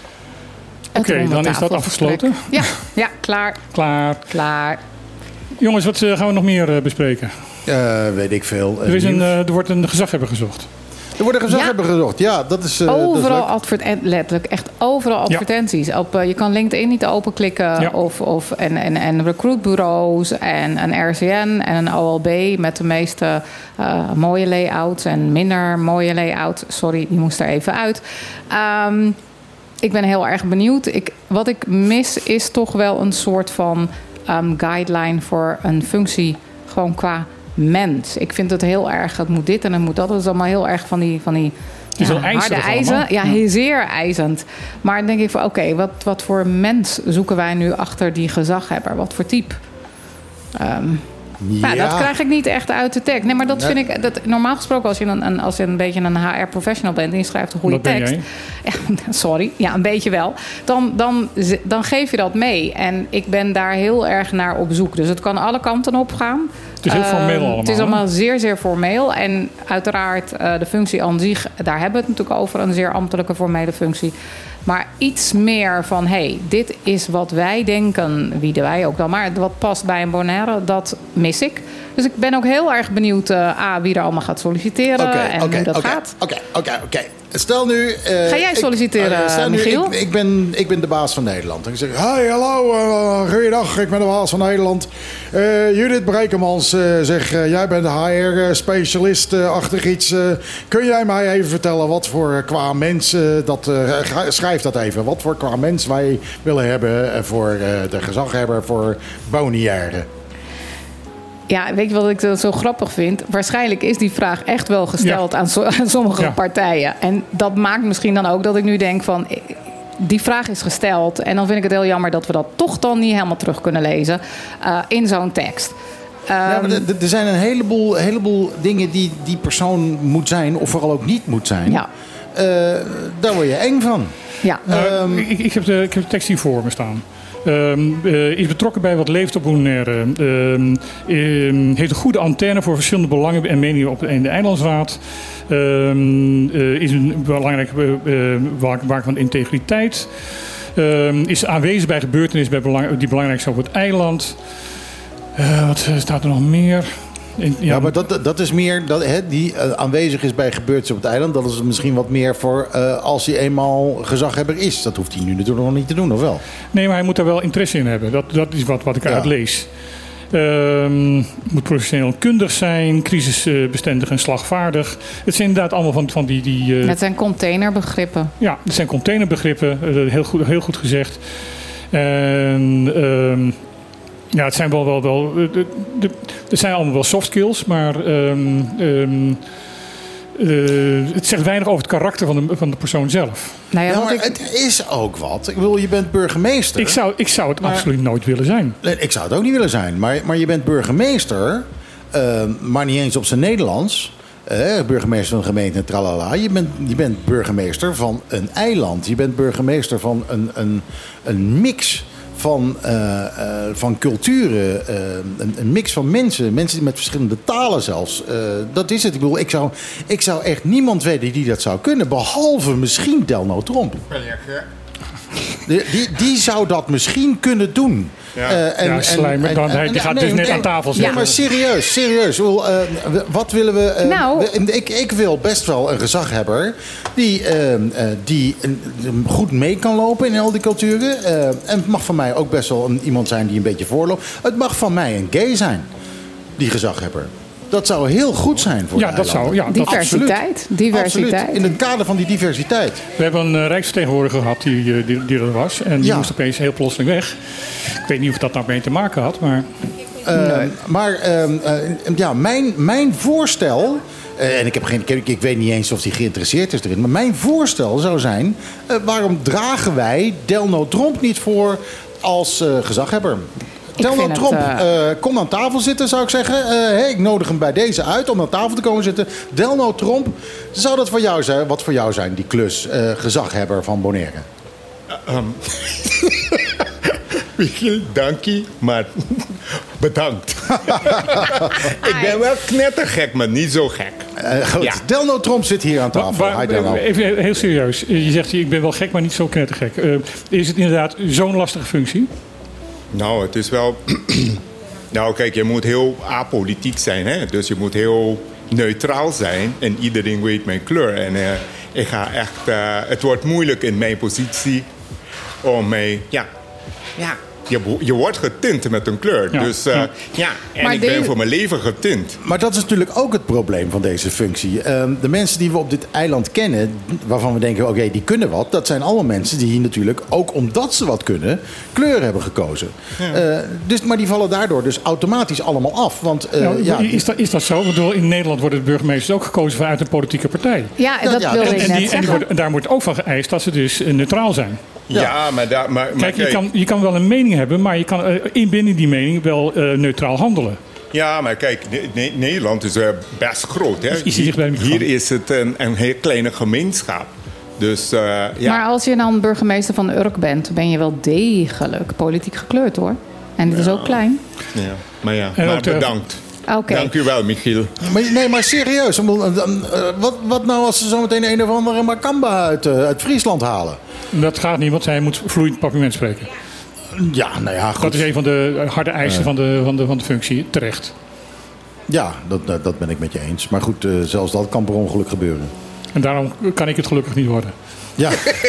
Oké, okay, dan is dat afgesloten. Ja, ja, klaar. Klaar. Klaar. Jongens, wat uh, gaan we nog meer uh, bespreken? Uh, weet ik veel. Er, is een, uh, er wordt een gezaghebber gezocht. Er wordt een gezaghebber ja. gezocht, ja. Dat is, uh, overal advertenties, letterlijk, echt overal advertenties. Ja. Op, uh, je kan LinkedIn niet openklikken. Ja. Of, of, en, en, en recruitbureaus en een R C N en een O L B met de meeste uh, mooie layouts en minder mooie layouts. Sorry, die moest er even uit. Um, ik ben heel erg benieuwd. Ik, wat ik mis is toch wel een soort van um, guideline voor een functie, gewoon qua mens. Ik vind het heel erg, het moet dit en het moet dat. Het is allemaal heel erg van die, van die ja, harde eisen. Ja, ja, zeer eisend. Maar dan denk ik van, oké, okay, wat, wat voor mens zoeken wij nu achter die gezaghebber? Wat voor type? Um, ja. Nou, dat krijg ik niet echt uit de tekst. Nee, maar dat vind ik... Dat, normaal gesproken, als je een, een, als je een beetje een H R-professional bent en je schrijft een goede dat tekst... Ja, sorry, ja, een beetje wel. Dan, dan, dan geef je dat mee. En ik ben daar heel erg naar op zoek. Dus het kan alle kanten op gaan. Het is heel formeel uh, allemaal. Het is allemaal zeer, zeer formeel. En uiteraard uh, de functie aan zich, daar hebben we het natuurlijk over. Een zeer ambtelijke formele functie. Maar iets meer van, hé, hey, dit is wat wij denken, wie de wij ook dan, maar wat past bij een Bonaire, dat mis ik. Dus ik ben ook heel erg benieuwd, uh, A, wie er allemaal gaat solliciteren okay, en okay, hoe dat okay, gaat. Oké, oké, oké. Stel nu... Uh, Ga jij solliciteren, ik, uh, stel nu, Michiel? Ik, ik, ben, ik ben de baas van Nederland. En ik zeg, hey, hallo, uh, goeiedag, ik ben de baas van Nederland. Uh, Judith Brekemans, uh, zeg, uh, jij bent de H R-specialist uh, achter iets. Uh, kun jij mij even vertellen wat voor uh, qua mens, uh, dat, uh, schrijf dat even, wat voor qua mens wij willen hebben uh, voor uh, de gezaghebber voor Bonaire? Ja, weet je wat ik zo grappig vind? Waarschijnlijk is die vraag echt wel gesteld ja. aan, so- aan sommige ja. partijen. En dat maakt misschien dan ook dat ik nu denk van... Die vraag is gesteld. En dan vind ik het heel jammer dat we dat toch dan niet helemaal terug kunnen lezen uh, in zo'n tekst. Ja, maar er, er zijn een heleboel, heleboel dingen die die persoon moet zijn, of vooral ook niet moet zijn. Ja. Uh, daar word je eng van. Ja. Uh, um, ik, ik, heb de, ik heb de tekst hier voor me staan. Um, uh, is betrokken bij wat leeft op Bonaire. Um, um, heeft een goede antenne voor verschillende belangen en meningen op in de Eilandsraad. Um, uh, is een belangrijke uh, waak van integriteit. Um, is aanwezig bij gebeurtenissen bij belang, die belangrijk zijn op het eiland. Uh, wat staat er nog meer? In, ja, ja, maar dat, dat is meer dat, hè, die uh, aanwezig is bij gebeurtenissen op het eiland. Dat is misschien wat meer voor uh, als hij eenmaal gezaghebber is. Dat hoeft hij nu natuurlijk nog niet te doen, of wel? Nee, maar hij moet daar wel interesse in hebben. Dat, dat is wat, wat ik eruit ja. lees. Um, moet professioneel kundig zijn, crisisbestendig en slagvaardig. Het zijn inderdaad allemaal van, van die... die uh, het zijn containerbegrippen. Ja, het zijn containerbegrippen. Uh, heel, goed, heel goed gezegd. En... Um, Ja, het zijn wel wel wel. De, de, het zijn allemaal wel soft skills, maar um, um, uh, het zegt weinig over het karakter van de, van de persoon zelf. Nou ja, ja, maar ik... het is ook wat. Ik bedoel, je bent burgemeester. Ik zou, ik zou het maar, absoluut nooit willen zijn. Nee, ik zou het ook niet willen zijn. Maar, maar je bent burgemeester, uh, maar niet eens op zijn Nederlands. Uh, burgemeester van een gemeente, tralala. Je bent, je bent burgemeester van een eiland. Je bent burgemeester van een, een, een mix. Van, uh, uh, van culturen, uh, een, een mix van mensen. Mensen met verschillende talen zelfs. Uh, dat is het. Ik bedoel, ik zou, ik zou echt niemand weten die dat zou kunnen. Behalve misschien Delno Tromp. Die, die, die zou dat misschien kunnen doen. Ja, uh, en, ja slijmer. En, en, en, die gaat nee, dus net nee, aan tafel zitten. Ja, maar serieus, serieus. Uh, wat willen we... Uh, nou. we ik, ik wil best wel een gezaghebber... die, uh, uh, die uh, goed mee kan lopen in al die culturen. Uh, en het mag van mij ook best wel een, iemand zijn die een beetje voorloopt. Het mag van mij een gay zijn, die gezaghebber. Dat zou heel goed zijn voor ja, de dat zou, ja, diversiteit. Dat, diversiteit. Absoluut. In het kader van die diversiteit. We hebben een uh, rijksvertegenwoordiger gehad die, die, die er was. En die ja. moest opeens heel plotseling weg. Ik weet niet of dat nou mee te maken had, maar... Uh, nee. Maar uh, uh, ja, mijn, mijn voorstel... Uh, en ik, heb geen, ik, ik weet niet eens of hij geïnteresseerd is erin... maar mijn voorstel zou zijn... Uh, waarom dragen wij Delno Tromp niet voor als uh, gezaghebber? Delno Tromp, uh... uh, kom aan tafel zitten, zou ik zeggen. Uh, hey, ik nodig hem bij deze uit om aan tafel te komen zitten. Delno Tromp, zou dat voor jou zijn? Wat voor jou zijn, die klus, uh, gezaghebber van Bonaire? Uh, um. Michiel, dank je, maar bedankt. Ik ben wel knettergek, maar niet zo gek. Uh, goed, ja. Delno Tromp zit hier aan tafel. Maar, maar, even heel serieus. Je zegt, ik ben wel gek, maar niet zo knettergek. Uh, is het inderdaad zo'n lastige functie? Nou, het is wel... nou, kijk, je moet heel apolitiek zijn, hè? Dus je moet heel neutraal zijn. En iedereen weet mijn kleur. En uh, ik ga echt... Uh, het wordt moeilijk in mijn positie om mij... Ja, ja. Je, je wordt getint met een kleur. Ja. Dus uh, ja, en maar ik ben de... voor mijn leven getint. Maar dat is natuurlijk ook het probleem van deze functie. Uh, de mensen die we op dit eiland kennen, waarvan we denken, oké, okay, die kunnen wat. Dat zijn allemaal mensen die hier natuurlijk, ook omdat ze wat kunnen, kleur hebben gekozen. Ja. Uh, dus, maar die vallen daardoor dus automatisch allemaal af. Want, uh, nou, ja, is, dat, is dat zo? Want in Nederland worden de burgemeesters ook gekozen vanuit een politieke partij. Ja, en dat ja, wilde en, ik en, net die, zeggen. En, die worden, en daar wordt ook van geëist dat ze dus neutraal zijn. Ja, ja maar, daar, maar, maar kijk, kijk, je kan, je kan wel een mening hebben, maar je kan uh, in binnen die mening wel uh, neutraal handelen. Ja, maar kijk, ne- Nederland is uh, best groot. Hè? Is, is hier, hier is het een, een heel kleine gemeenschap. Dus, uh, ja. Maar als je dan burgemeester van Urk bent, ben je wel degelijk politiek gekleurd, hoor. En het ja. is ook klein. Ja, maar ja, en maar bedankt. Okay. Dank u wel, Michiel. Maar, nee, maar serieus. Wat, wat nou als ze zometeen een of andere Makamba uit, uh, uit Friesland halen? Dat gaat niet, want hij moet vloeiend Papiament spreken. Ja, nou ja, goed. Dat is een van de harde eisen uh. van, de, van, de, van de functie, terecht. Ja, dat, dat ben ik met je eens. Maar goed, uh, zelfs dat kan per ongeluk gebeuren. En daarom kan ik het gelukkig niet worden. Ja.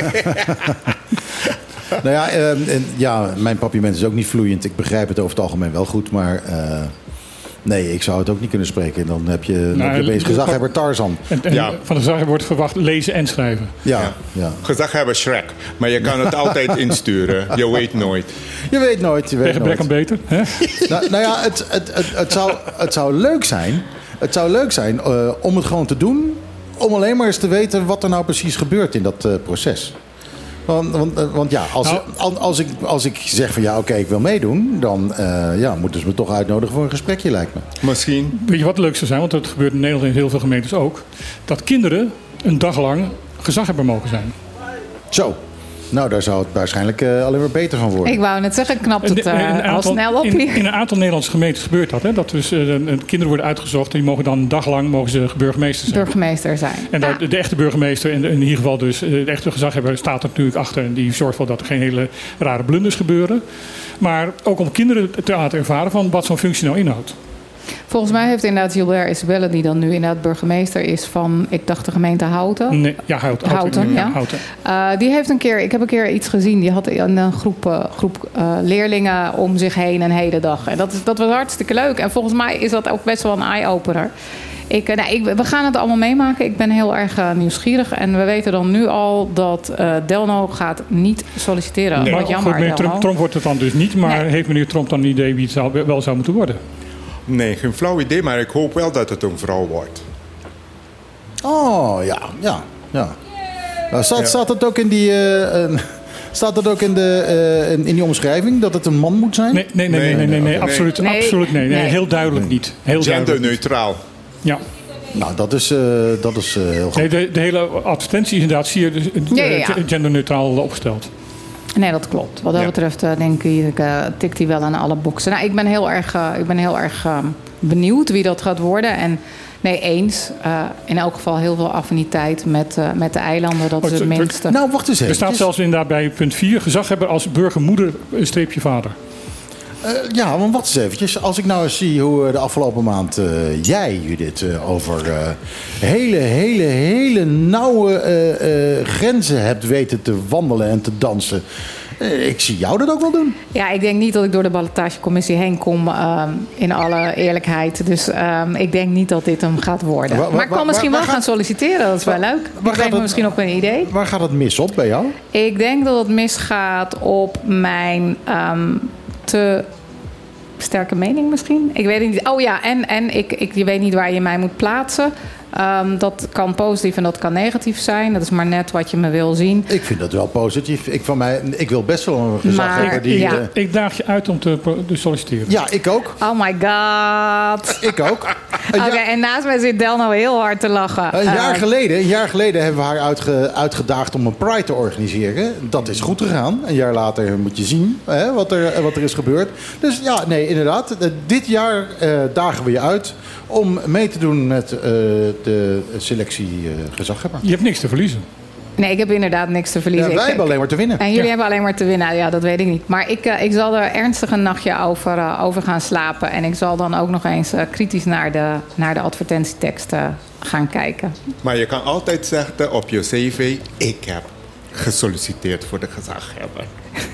nou ja, uh, ja, mijn Papiament is ook niet vloeiend. Ik begrijp het over het algemeen wel goed, maar... Uh, nee, ik zou het ook niet kunnen spreken. Dan heb je, nou, dan heb je opeens gezaghebber Tarzan. En, en ja. Van de gezaghebber wordt verwacht lezen en schrijven. Ja, ja. ja. Gezaghebber Shrek. Maar je kan het altijd insturen. Je weet nooit. Je weet nooit. Je weet Tegen Brek en beter. Hè? nou, nou ja, het, het, het, het, zou, het zou leuk zijn... Het zou leuk zijn uh, om het gewoon te doen... om alleen maar eens te weten wat er nou precies gebeurt in dat uh, proces. Want, want, want ja, als, Nou. als, ik, als ik zeg van ja, oké, okay, ik wil meedoen... dan uh, ja, moeten ze me toch uitnodigen voor een gesprekje, lijkt me. Misschien. Weet je wat het leukste zou zijn? Want dat gebeurt in Nederland in heel veel gemeentes ook. Dat kinderen een dag lang gezaghebber mogen zijn. Zo. Nou, daar zou het waarschijnlijk uh, alleen maar beter van worden. Ik wou net zeggen, knapt het uh, in, in al snel op in, hier. in een aantal Nederlandse gemeentes gebeurt dat. Hè? Dat dus, uh, kinderen worden uitgezocht en die mogen dan een dag lang mogen ze burgemeester zijn. Burgemeester zijn. En ja. daar, de, de echte burgemeester, en in ieder geval dus de echte gezaghebber, staat er natuurlijk achter. En die zorgt wel dat er geen hele rare blunders gebeuren. Maar ook om kinderen te laten ervaren van wat zo'n functie nou inhoudt. Volgens mij heeft inderdaad Gilbert Isabelle, die dan nu inderdaad burgemeester is van, ik dacht de gemeente Houten. Nee, ja, Houten. Houten, Houten, ja. ja. Houten. Uh, die heeft een keer, ik heb een keer iets gezien, die had een, een groep, uh, groep uh, leerlingen om zich heen een hele dag. En dat, dat was hartstikke leuk. En volgens mij is dat ook best wel een eye-opener. Ik, uh, nou, ik, we gaan het allemaal meemaken. Ik ben heel erg uh, nieuwsgierig. En we weten dan nu al dat uh, Delno gaat niet solliciteren. Nee, Wat jammer, meneer Trump, Trump wordt het dan dus niet. Maar nee. Heeft meneer Trump dan een idee wie het zou, wel zou moeten worden? Nee, geen flauw idee, maar ik hoop wel dat het een vrouw wordt. Oh, ja, ja, ja. Nou, staat, ja. staat het ook in die... Uh, uh, Staat dat ook in, de, uh, in, in die omschrijving, dat het een man moet zijn? Nee, nee, nee, nee, nee, nee, nee, nee. Absoluut, nee. absoluut nee. nee. nee. Heel duidelijk niet. Heel genderneutraal. Ja. Nou, dat is, uh, dat is uh, heel goed. Nee, de, de hele advertentie is inderdaad zie je dus, ja, ja, ja. genderneutraal opgesteld. Nee, dat klopt. Wat dat ja. betreft uh, denk ik, uh, tikt hij wel aan alle boxen. Nou, ik ben heel erg, uh, ik ben heel erg uh, benieuwd wie dat gaat worden. En nee, eens. Uh, in elk geval heel veel affiniteit met, uh, met de eilanden. Dat is het minste. Nou, wacht eens even. Er staat zelfs inderdaad bij punt vier... gezaghebber als burgermoeder streepje vader. Uh, ja, maar wacht eens eventjes. Als ik nou eens zie hoe de afgelopen maand uh, jij, Judith, uh, over uh, hele, hele, hele nauwe uh, uh, grenzen hebt weten te wandelen en te dansen. Uh, ik zie jou dat ook wel doen. Ja, ik denk niet dat ik door de ballotagecommissie heen kom, uh, in alle eerlijkheid. Dus uh, ik denk niet dat dit hem gaat worden. Wa, wa, maar ik kan misschien waar, waar wel gaat, gaan solliciteren, dat is waar, wel leuk. Dat brengt me misschien op een idee. Waar gaat het mis op bij jou? Ik denk dat het misgaat op mijn um, te sterke mening misschien. Ik weet het niet. Oh ja, en, en ik, ik je weet niet waar je mij moet plaatsen. Um, dat kan positief en dat kan negatief zijn. Dat is maar net wat je me wil zien. Ik vind dat wel positief. Ik, van mij, ik wil best wel een gezaghebber die... Ja. Uh... Ik daag je uit om te, te solliciteren. Ja, ik ook. Oh my god. Ik ook. Oké, okay, en naast mij zit Delno heel hard te lachen. Een jaar, uh, geleden, een jaar geleden hebben we haar uitge, uitgedaagd om een Pride te organiseren. Dat is goed gegaan. Een jaar later moet je zien hè, wat, er, wat er is gebeurd. Dus ja, nee, inderdaad. Dit jaar uh, dagen we je uit om mee te doen met uh, de selectie uh, gezaghebber. Je hebt niks te verliezen. Nee, ik heb inderdaad niks te verliezen. Ja, wij ik, hebben alleen maar te winnen. En jullie ja. hebben alleen maar te winnen. Ja, dat weet ik niet. Maar ik, uh, ik zal er ernstig een nachtje over, uh, over gaan slapen. En ik zal dan ook nog eens uh, kritisch naar de, naar de advertentietekst uh, gaan kijken. Maar je kan altijd zeggen op je cv... ik heb gesolliciteerd voor de gezaghebber.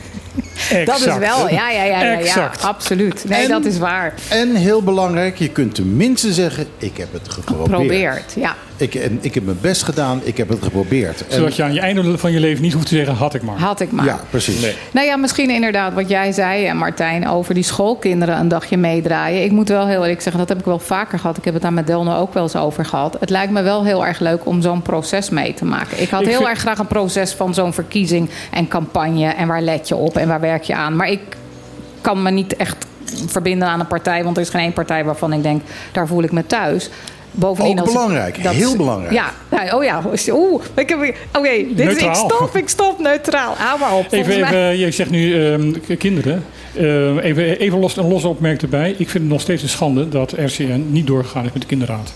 Exact. Dat is wel, ja, ja, ja, ja, ja absoluut. Nee, en, dat is waar. En heel belangrijk, je kunt tenminste zeggen... ik heb het geprobeerd. Geprobeerd, ja. Ik, en, ik heb mijn best gedaan, ik heb het geprobeerd. Zodat je aan je einde van je leven niet hoeft te zeggen... had ik maar. Had ik maar. Ja, precies. Nee. Nou ja, misschien inderdaad wat jij zei, Martijn... over die schoolkinderen een dagje meedraaien. Ik moet wel heel eerlijk zeggen, dat heb ik wel vaker gehad. Ik heb het daar met Delno ook wel eens over gehad. Het lijkt me wel heel erg leuk om zo'n proces mee te maken. Ik had ik heel vind... erg graag een proces van zo'n verkiezing en campagne... en waar let je op en waar werk je aan. Maar ik kan me niet echt verbinden aan een partij... want er is geen één partij waarvan ik denk, daar voel ik me thuis... Bovendien ook als belangrijk, ik, dat, heel belangrijk. Ja, nou, oh ja. Oeh, ik heb... Oké, okay, dit is, ik stop, ik stop, neutraal. Hou maar op. Even, even, je zegt nu uh, kinderen. Uh, even even los, een losse opmerking erbij. Ik vind het nog steeds een schande dat R C N niet doorgegaan is met de kinderraad.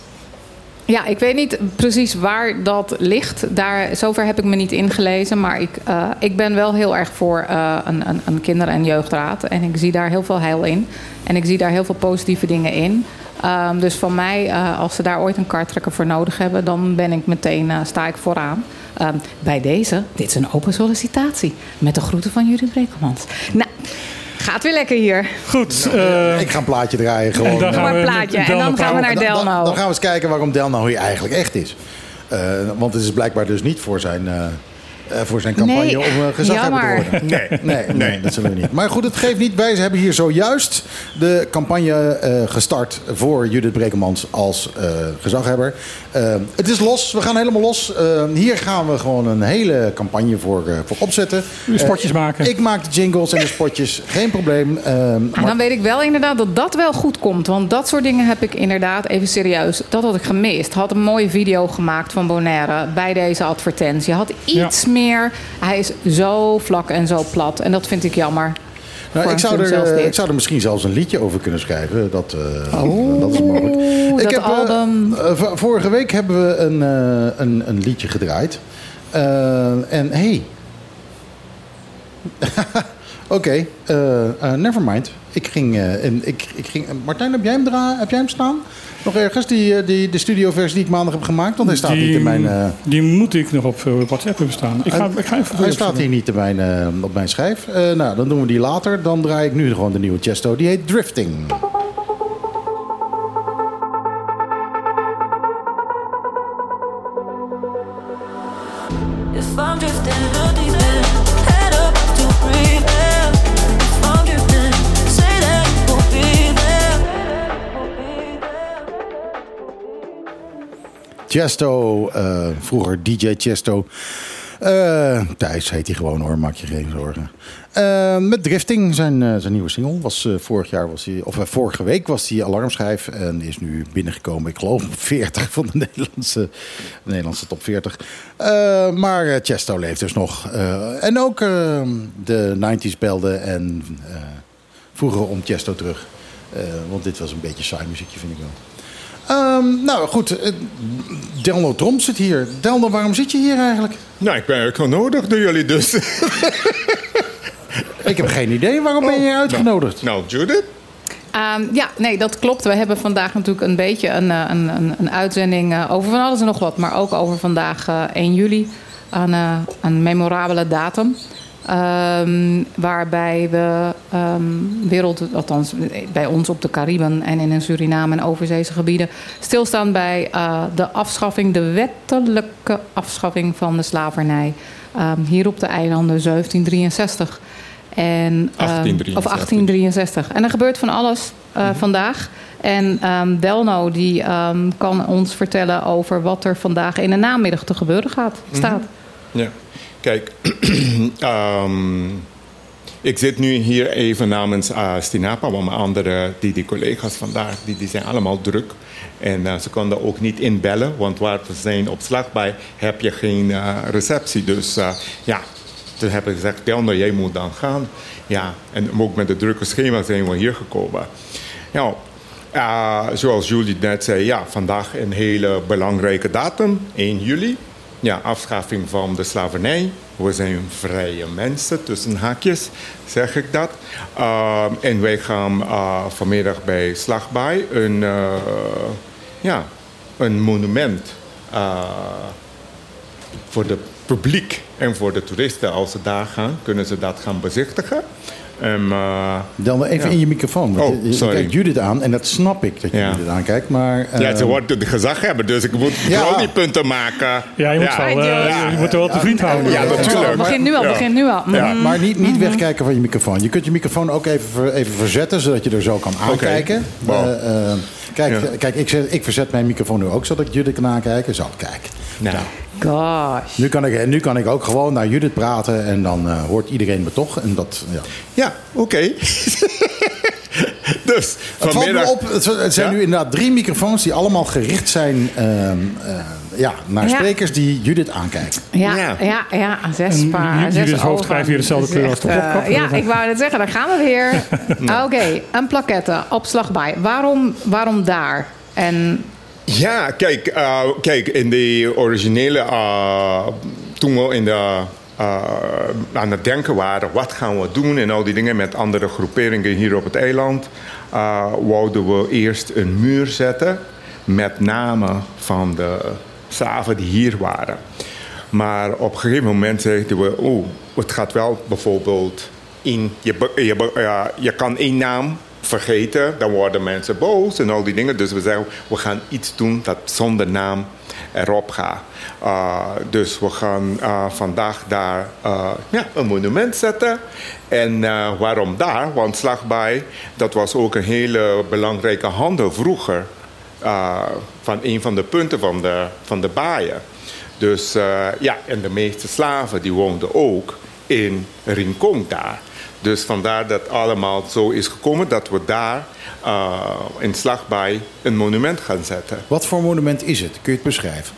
Ja, ik weet niet precies waar dat ligt. Daar, zover heb ik me niet ingelezen. Maar ik, uh, ik ben wel heel erg voor uh, een, een, een kinder- en jeugdraad. En ik zie daar heel veel heil in. En ik zie daar heel veel positieve dingen in. Um, dus van mij, uh, als ze daar ooit een karttrekker voor nodig hebben... dan ben ik meteen, uh, sta ik vooraan. Um, bij deze, dit is een open sollicitatie. Met de groeten van Judith Brekelmans. Nou, gaat weer lekker hier. Goed. Uh, ik ga een plaatje draaien. Gewoon. En dan gaan we, een plaatje. En dan gaan we naar Delno. Dan, dan, dan gaan we eens kijken waarom Delno hier eigenlijk echt is. Uh, want het is blijkbaar dus niet voor zijn... Uh, uh, voor zijn campagne Nee, om uh, gezaghebber te worden. Nee. Nee, nee, dat zullen we niet. Maar goed, het geeft niet. Wij hebben hier zojuist de campagne uh, gestart voor Judith Brekemans als uh, gezaghebber. Uh, het is los, we gaan helemaal los. Uh, hier gaan we gewoon een hele campagne voor, uh, voor opzetten. De spotjes uh, maken. Ik maak de jingles en de spotjes, geen probleem. Uh, En maar... dan weet ik wel inderdaad dat dat wel goed komt. Want dat soort dingen heb ik inderdaad, even serieus, dat had ik gemist. Had een mooie video gemaakt van Bonaire bij deze advertentie. Had iets ja. meer. Hij is zo vlak en zo plat. En dat vind ik jammer. Nou, ik, zou er, uh, ik zou er misschien zelfs een liedje over kunnen schrijven. Dat, uh, oh, dat is mogelijk. Ik dat heb, album. Uh, uh, vorige week hebben we een, uh, een, een liedje gedraaid. Uh, en hey. Oké, okay, uh, uh, never mind. Ik ging, uh, en ik, ik ging. Martijn, heb jij hem, dra- heb jij hem staan? Nog ergens, die, die, de studioversie die ik maandag heb gemaakt? Want hij staat die, niet in mijn... Uh... Die moet ik nog op WhatsApp hebben staan. Ik ga, hij, ik ga even hij staat hier niet in mijn, uh, op mijn schijf. Uh, nou, dan doen we die later. Dan draai ik nu gewoon de nieuwe Chesto. Die heet Drifting. If I'm drifting, looking head up to breathe. If I'm drifting, say that we'll be there. Chesto, uh, vroeger D J Chesto. Uh, Thijs heet hij gewoon hoor, maak je geen zorgen. Uh, met Drifting, zijn, uh, zijn nieuwe single. Was, uh, vorig jaar was hij, of uh, vorige week was hij alarmschijf. En is nu binnengekomen, ik geloof op veertig van de Nederlandse, de Nederlandse top veertig. Uh, maar uh, Chesto leeft dus nog. Uh, en ook uh, de nineties belden en uh, vroegen om Chesto terug. Uh, want dit was een beetje saai muziekje, vind ik wel. Um, nou goed, uh, Delno Tromp zit hier. Delno, waarom zit je hier eigenlijk? Nou, ik ben uitgenodigd door jullie dus. Ik heb geen idee, waarom ben je hier uitgenodigd? Nou, nou Judith? Um, ja, nee, dat klopt. We hebben vandaag natuurlijk een beetje een, een, een, een uitzending uh, over van alles en nog wat. Maar ook over vandaag uh, één juli, een, uh, een memorabele datum. Um, waarbij we um, wereld, althans bij ons op de Cariben en in Suriname en overzeese gebieden stilstaan bij uh, de afschaffing, de wettelijke afschaffing van de slavernij. Um, hier op de eilanden zeventien drieënzestig. En, um, achttien drieënzestig. Of achttien drieënzestig. En er gebeurt van alles uh, mm-hmm. vandaag. En um, Delno die um, kan ons vertellen over wat er vandaag in de namiddag te gebeuren gaat, staat. Mm-hmm. Ja. Kijk, um, ik zit nu hier even namens uh, Stinapa, want mijn andere die, die collega's vandaag, die, die zijn allemaal druk. En uh, ze konden ook niet inbellen, want waar we zijn op Slagbij heb je geen uh, receptie. Dus uh, ja, toen heb ik gezegd, Delno, jij moet dan gaan. Ja, en ook met het drukke schema zijn we hier gekomen. Nou, uh, zoals Julie net zei, ja, vandaag een hele belangrijke datum, één juli. Ja, afschaffing van de slavernij. We zijn vrije mensen, tussen haakjes zeg ik dat. Uh, en wij gaan uh, vanmiddag bij Slagbij een, uh, ja, een monument uh, voor het publiek en voor de toeristen. Als ze daar gaan, kunnen ze dat gaan bezichtigen. Um, uh, Dan even ja. in je microfoon. Want oh, sorry. Je kijkt Judith aan en dat snap ik dat je ja. Judith aankijkt. Maar, uh, ja, ze wordt de gezag hebben, dus ik moet ja. wel die punten maken. Ja, je moet, ja. Wel, uh, ja. je moet er wel te vriend houden. Ja, natuurlijk. Begin nu al, ja. begin nu al. Mm-hmm. Ja, maar niet, niet wegkijken van je microfoon. Je kunt je microfoon ook even, even verzetten, zodat je er zo kan aankijken. Okay. Wow. Uh, uh, kijk, ja. kijk ik, zet, ik verzet mijn microfoon nu ook, zodat ik Judith kan aankijken. Zo, kijk. Nou. Gosh. Nu kan, ik, nu kan ik ook gewoon naar Judith praten en dan uh, hoort iedereen me toch. En dat, ja, ja oké. Okay. Dus vanmiddag... Het, op, het zijn ja? nu inderdaad drie microfoons die allemaal gericht zijn uh, uh, ja, naar ja. sprekers die Judith aankijken. Ja, ja, ja, ja zes paar. Judith's hoofd krijgt weer dezelfde kleur als de popkap. Uh, ja, ik wou net zeggen, daar gaan we weer. nou. Oké, okay, een plaquette op Slagbij. Waarom, waarom daar? En... Ja, kijk, uh, kijk, in de originele, uh, toen we in de, uh, aan het denken waren, wat gaan we doen en al die dingen met andere groeperingen hier op het eiland, uh, wouden we eerst een muur zetten met namen van de slaven die hier waren. Maar op een gegeven moment zeiden we, oh, het gaat wel bijvoorbeeld in, je, je, uh, je kan één naam vergeten, dan worden mensen boos en al die dingen. Dus we zeggen, we gaan iets doen dat zonder naam erop gaat. Uh, dus we gaan uh, vandaag daar uh, ja, een monument zetten. En uh, waarom daar? Want Slagbaai, dat was ook een hele belangrijke handel vroeger. Uh, van een van de punten van de, van de baaien. Dus uh, ja, en de meeste slaven die woonden ook in Rincon daar. Dus vandaar dat allemaal zo is gekomen dat we daar uh, in Slagbaai een monument gaan zetten. Wat voor monument is het? Kun je het beschrijven?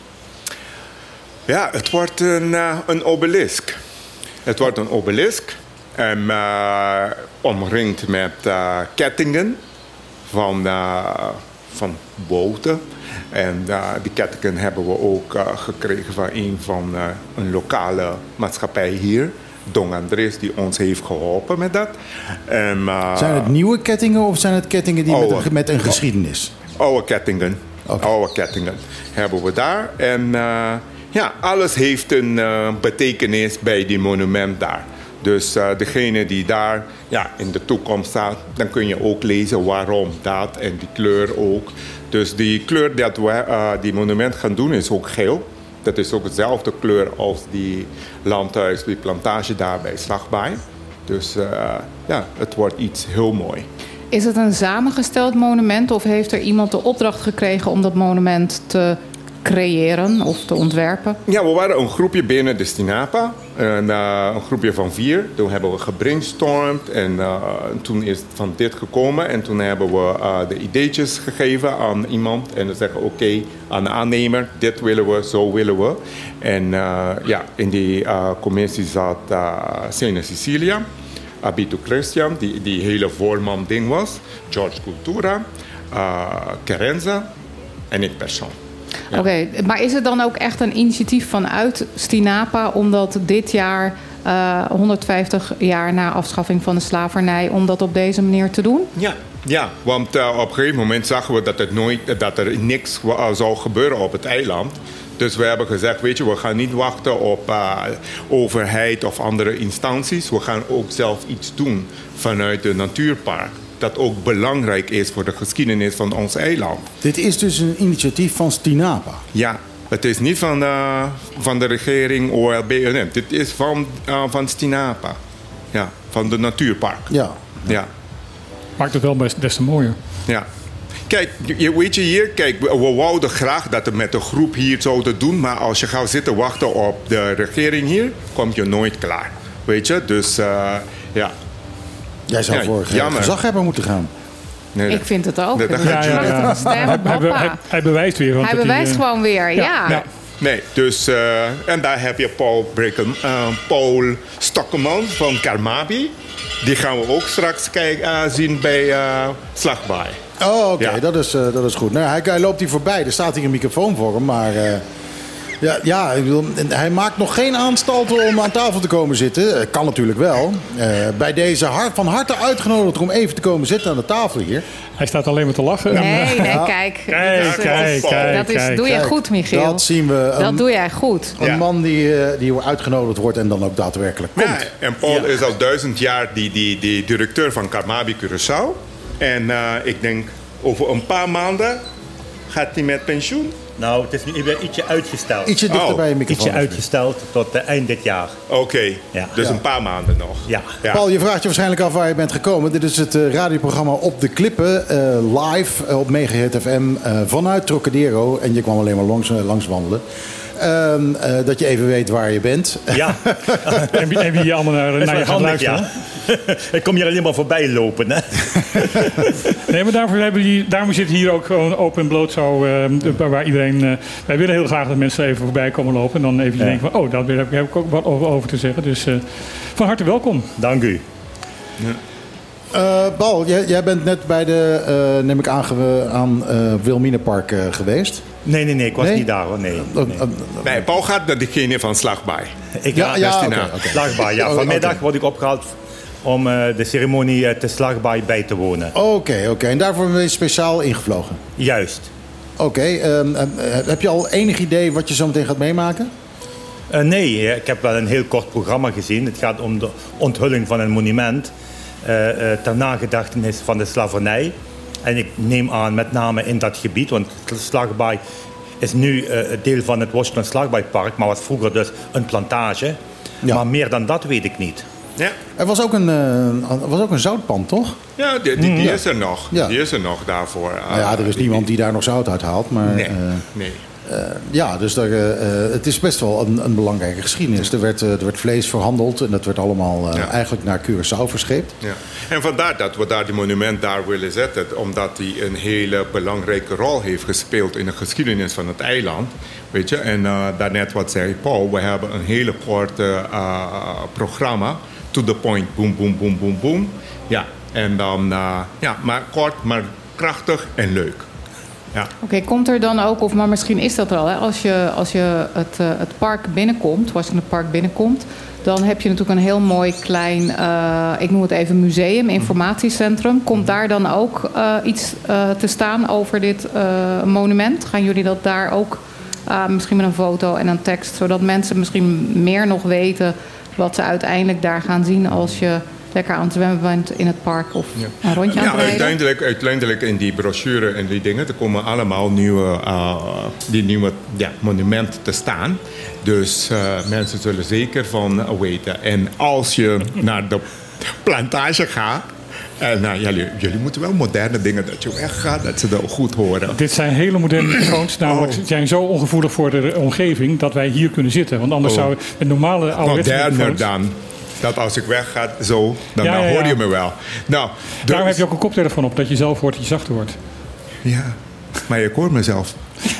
Ja, het wordt een, uh, een obelisk. Het wordt een obelisk. En, uh, omringd met uh, kettingen van, uh, van boten. En uh, die kettingen hebben we ook uh, gekregen van een van uh, een lokale maatschappij hier. Don Andres, die ons heeft geholpen met dat. En, uh, zijn het nieuwe kettingen of zijn het kettingen die oude, met, een, met een geschiedenis? Oude kettingen. Okay. Oude kettingen hebben we daar. En uh, ja, alles heeft een uh, betekenis bij die monument daar. Dus uh, degene die daar ja, in de toekomst staat, dan kun je ook lezen waarom dat en die kleur ook. Dus die kleur dat we uh, die monument gaan doen is ook geel. Dat is ook dezelfde kleur als die landhuis, die plantage daar bij Slagbaai. Dus uh, ja, het wordt iets heel mooi. Is het een samengesteld monument of heeft er iemand de opdracht gekregen om dat monument te creëren of te ontwerpen? Ja, we waren een groepje binnen de Stinapa. Een, uh, een groepje van vier. Toen hebben we gebrainstormd en uh, toen is het van dit gekomen. En toen hebben we uh, de ideetjes gegeven aan iemand. En dan zeggen we oké, okay, aan de aannemer, dit willen we, zo willen we. En uh, ja, in die uh, commissie zat uh, Sena Cecilia, Abito Christian, die, die hele voorman ding was. George Cultura, uh, Kerenza en ik persoon. Ja. Oké, okay, maar is het dan ook echt een initiatief vanuit Stinapa om dat dit jaar, uh, honderdvijftig jaar na afschaffing van de slavernij, om dat op deze manier te doen? Ja, ja, want uh, op een gegeven moment zagen we dat, het nooit, dat er niks uh, zou gebeuren op het eiland. Dus we hebben gezegd, weet je, we gaan niet wachten op uh, overheid of andere instanties. We gaan ook zelf iets doen vanuit de natuurpark. Dat ook belangrijk is voor de geschiedenis van ons eiland. Dit is dus een initiatief van Stinapa? Ja, het is niet van, uh, van de regering O L B N M. Dit is van, uh, van Stinapa. Ja, van de natuurpark. Ja. Ja. Maakt het wel best des te mooier. Ja. Kijk, je, weet je hier, kijk, we wouden graag dat we met de groep hier zouden doen. Maar als je gaat zitten wachten op de regering hier, kom je nooit klaar. Weet je, dus uh, ja. Jij zou ja, voor jammer. Gezaghebber moeten gaan. Nee, ik vind het ook. Dat, dat ja, ja, ja. Stem, hij, hij, hij bewijst weer. Want hij bewijst die, gewoon weer, ja. ja. ja. Nee, dus... Uh, en daar heb je Paul, Bricken, uh, Paul Stokkeman van Karmabi. Die gaan we ook straks kijk, uh, zien bij uh, Slagbaai. Oh, oké. Okay. Ja. Dat, is, uh, dat is goed. Nou, hij, hij loopt hier voorbij. Er staat hier een microfoon voor hem, maar... Uh, Ja, ja, ik bedoel, hij maakt nog geen aanstalten om aan tafel te komen zitten. Kan natuurlijk wel. Uh, bij deze hart, van harte uitgenodigd om even te komen zitten aan de tafel hier. Hij staat alleen maar te lachen. Nee, nee, ja. kijk. Kijk, dat is, kijk, dat kijk. Dat is, kijk, doe je kijk, goed, Michiel. Dat zien we. Een, dat doe jij goed. Een ja. man die, uh, die uitgenodigd wordt en dan ook daadwerkelijk komt. Ja, en Paul ja. is al duizend jaar die, die, die directeur van Karmabi Curaçao. En uh, ik denk over een paar maanden gaat hij met pensioen. Nou, het is nu ietsje uitgesteld. Ietsje dichter oh, bij je microfoon. Ietsje uitgesteld tot uh, eind dit jaar. Oké, okay. ja. dus ja. een paar maanden nog. Ja. ja. Paul, je vraagt je waarschijnlijk af waar je bent gekomen. Dit is het uh, radioprogramma Op de Klippen, uh, live uh, op Megahit F M uh, vanuit Trocadero. En je kwam alleen maar langs, uh, langs wandelen. Uh, uh, dat je even weet waar je bent. Ja. en, wie, en wie je allemaal naar, naar je gaat luisteren. Ja. Ik kom hier alleen maar voorbij lopen. Hè? Nee, maar daarvoor hebben die, daarom zit hier ook gewoon open en bloot zo. Uh, waar iedereen. Uh, wij willen heel graag dat mensen even voorbij komen lopen. En dan even ja. denken van, oh, daar heb, heb ik ook wat over, over te zeggen. Dus uh, van harte welkom. Dank u. Ja. Uh, Paul, jij, jij bent net bij de, uh, neem ik aan, aan uh, Wilhelminapark uh, geweest. Nee, nee, nee, ik was nee? niet daar hoor. Nee, nee. nee, Paul gaat naar degene van Slagbaai. Ik ja, ga ja, naar okay, okay. Slagbaai, ja. Vanmiddag okay. word ik opgehaald om uh, de ceremonie uh, te Slagbaai bij te wonen. Oké, okay, oké. Okay. En daarvoor ben je speciaal ingevlogen? Juist. Oké. Okay, um, uh, heb je al enig idee wat je zo meteen gaat meemaken? Uh, nee, ik heb wel een heel kort programma gezien. Het gaat om de onthulling van een monument. uh, uh, ter nagedachtenis van de slavernij. En ik neem aan met name in dat gebied, want Slagbaai is nu uh, deel van het Washington Slagbaaippark, maar was vroeger dus een plantage. Ja. Maar meer dan dat weet ik niet. Ja. Er was ook een, uh, er was ook een zoutpan, toch? Ja, die, die, die is er nog. Ja. Die is er nog daarvoor. Uh, nou ja, er is niemand die daar nog zout uit haalt. Maar, nee, uh, nee. Uh, ja, dus daar, uh, het is best wel een, een belangrijke geschiedenis. Er werd, uh, er werd vlees verhandeld en dat werd allemaal uh, ja. eigenlijk naar Curaçao verscheept. Ja. En vandaar dat we daar die monument daar willen zetten. Omdat hij een hele belangrijke rol heeft gespeeld in de geschiedenis van het eiland. Weet je? En uh, daarnet wat zei Paul, we hebben een hele korte uh, programma. To the point, boom, boom, boom, boom, boom. Ja, en dan, uh, ja, maar kort, maar krachtig en leuk. Ja. Oké, okay, komt er dan ook, of maar misschien is dat al, hè, als je, als je het, uh, het park binnenkomt, Washington Park binnenkomt, dan heb je natuurlijk een heel mooi klein, uh, ik noem het even museum, informatiecentrum. Komt daar dan ook uh, iets uh, te staan over dit uh, monument? Gaan jullie dat daar ook, uh, misschien met een foto en een tekst, zodat mensen misschien meer nog weten wat ze uiteindelijk daar gaan zien als je lekker aan het zwemmen bent in het park of ja. een rondje aan het ja, rijden? Uiteindelijk, uiteindelijk in die brochure en die dingen, er komen allemaal nieuwe, uh, die nieuwe ja, monumenten te staan. Dus uh, mensen zullen zeker van weten. En als je naar de plantage gaat, en nou, jullie, jullie moeten wel moderne dingen dat je weggaat, dat ze dat goed horen. Dit zijn hele moderne microfoons, namelijk oh. zijn zo ongevoelig voor de omgeving dat wij hier kunnen zitten. Want anders oh. zou het normale ouderwetse moderner dan. Dat als ik wegga, zo, dan, ja, dan hoor ja, ja. je me wel. Nou, dus... Daarom heb je ook een koptelefoon op, dat je zelf hoort dat je zachter wordt. Ja, maar ik hoor mezelf.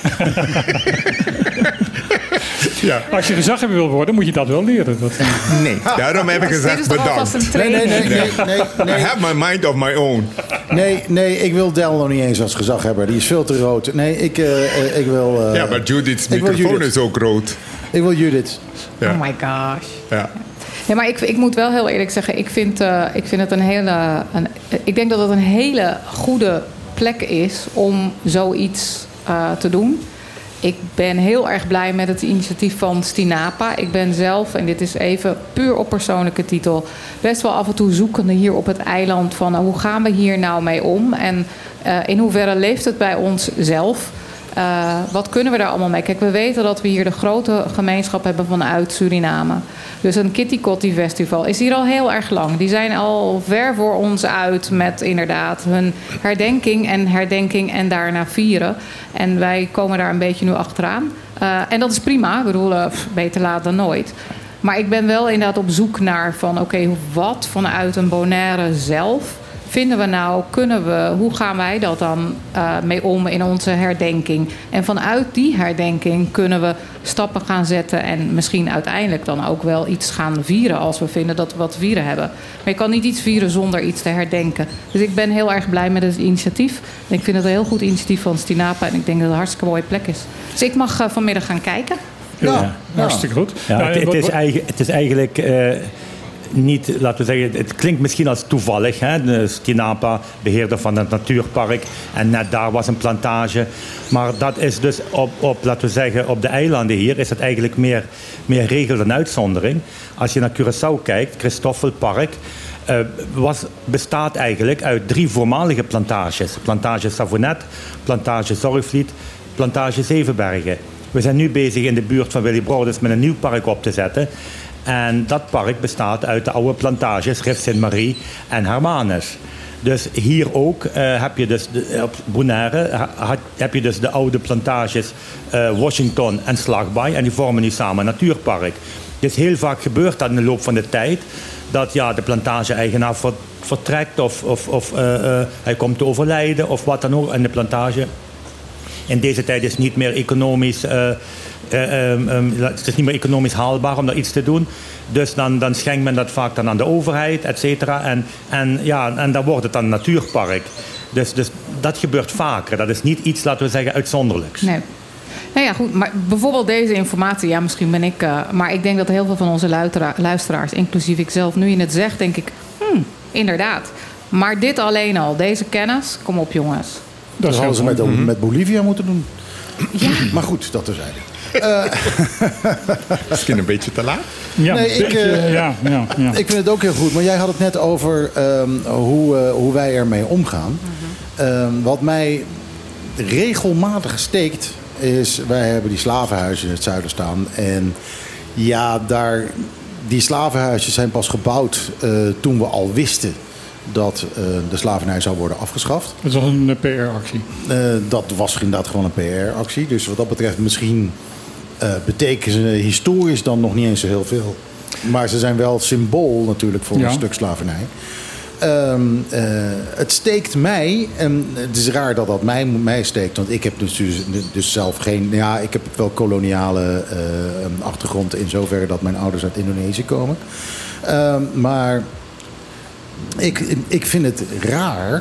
Ja. Als je gezag hebben wil worden, moet je dat wel leren. Dat... Nee, daarom heb ik gezegd bedankt. Nee, nee, nee, nee, nee, nee. I have my mind of my own. Nee, nee, ik wil Del nog niet eens als gezaghebber. Die is veel te rood. Nee, ik, uh, ik wil... Uh, ja, maar Judith's microfoon Judith. is ook rood. Ik wil Judith. Ja. Oh my gosh. Ja. Ja, maar ik, ik moet wel heel eerlijk zeggen, ik vind, uh, ik vind het een hele... Een, ik denk dat het een hele goede plek is om zoiets uh, te doen. Ik ben heel erg blij met het initiatief van Stinapa. Ik ben zelf, en dit is even puur op persoonlijke titel, best wel af en toe zoekende hier op het eiland van uh, hoe gaan we hier nou mee om? En uh, in hoeverre leeft het bij ons zelf? Uh, wat kunnen we daar allemaal mee? Kijk, we weten dat we hier de grote gemeenschap hebben vanuit Suriname. Dus een Kitty Kotti Festival is hier al heel erg lang. Die zijn al ver voor ons uit met inderdaad hun herdenking en herdenking en daarna vieren. En wij komen daar een beetje nu achteraan. Uh, en dat is prima. Ik bedoel, uh, beter laat dan nooit. Maar ik ben wel inderdaad op zoek naar van oké, okay, wat vanuit een Bonaire zelf vinden we nou, kunnen we, hoe gaan wij dat dan uh, mee om in onze herdenking? En vanuit die herdenking kunnen we stappen gaan zetten en misschien uiteindelijk dan ook wel iets gaan vieren als we vinden dat we wat te vieren hebben. Maar je kan niet iets vieren zonder iets te herdenken. Dus ik ben heel erg blij met het initiatief. En ik vind het een heel goed initiatief van Stinapa en ik denk dat het een hartstikke mooie plek is. Dus ik mag uh, vanmiddag gaan kijken. Ja, ja. hartstikke goed. Ja, het, het, is eigenlijk, het is eigenlijk uh, niet, laten we zeggen, het klinkt misschien als toevallig. Hè? De Stinapa, beheerder van het natuurpark. En net daar was een plantage. Maar dat is dus op, op, laten we zeggen, op de eilanden hier is het eigenlijk meer, meer regel dan uitzondering. Als je naar Curaçao kijkt, Christoffelpark, uh, was, bestaat eigenlijk uit drie voormalige plantages. Plantage Savonnet, plantage Zorgvliet, plantage Zevenbergen. We zijn nu bezig in de buurt van Willy Broders met een nieuw park op te zetten. En dat park bestaat uit de oude plantages Rift Sint-Marie en Hermanus. Dus hier ook uh, heb je dus de, op Bonaire ha, heb je dus de oude plantages uh, Washington en Slagbaai. En die vormen nu samen een natuurpark. Dus heel vaak gebeurt dat in de loop van de tijd. Dat ja, de plantage-eigenaar vertrekt of, of, of uh, uh, hij komt te overlijden of wat dan ook. En de plantage in deze tijd is niet meer economisch, uh, uh, um, um, het is niet meer economisch haalbaar om daar iets te doen. Dus dan, dan schenkt men dat vaak dan aan de overheid, et cetera. En, en, ja, en dan wordt het dan een natuurpark. Dus, dus dat gebeurt vaker. Dat is niet iets, laten we zeggen, uitzonderlijks. Nee. Nou ja, goed. Maar bijvoorbeeld deze informatie, ja, misschien ben ik... Uh, maar ik denk dat heel veel van onze luistera- luisteraars, inclusief ik zelf, nu je het zegt, denk ik, hmm, inderdaad. Maar dit alleen al, deze kennis, kom op jongens. Dat hadden ze met, met Bolivia moeten doen. Ja. Maar goed, dat terzijde. Uh, Misschien een beetje te laat. Ja, Nee, ik, beetje, eh, ja, ja, ja. Ik vind het ook heel goed, maar jij had het net over um, hoe, uh, hoe wij ermee omgaan. Um, wat mij regelmatig steekt, is wij hebben die slavenhuizen in het zuiden staan. En ja, daar, die slavenhuizen zijn pas gebouwd uh, toen we al wisten dat uh, de slavernij zou worden afgeschaft. Dat was een uh, P R-actie. Uh, dat was inderdaad gewoon een P R-actie. Dus wat dat betreft misschien uh, betekenen ze historisch dan nog niet eens zo heel veel. Maar ze zijn wel symbool natuurlijk voor Ja. een stuk slavernij. Um, uh, het steekt mij, en het is raar dat dat mij, mij steekt, want ik heb dus, dus zelf geen, ja, ik heb wel koloniale uh, achtergrond in zoverre dat mijn ouders uit Indonesië komen. Um, maar ik, ik vind het raar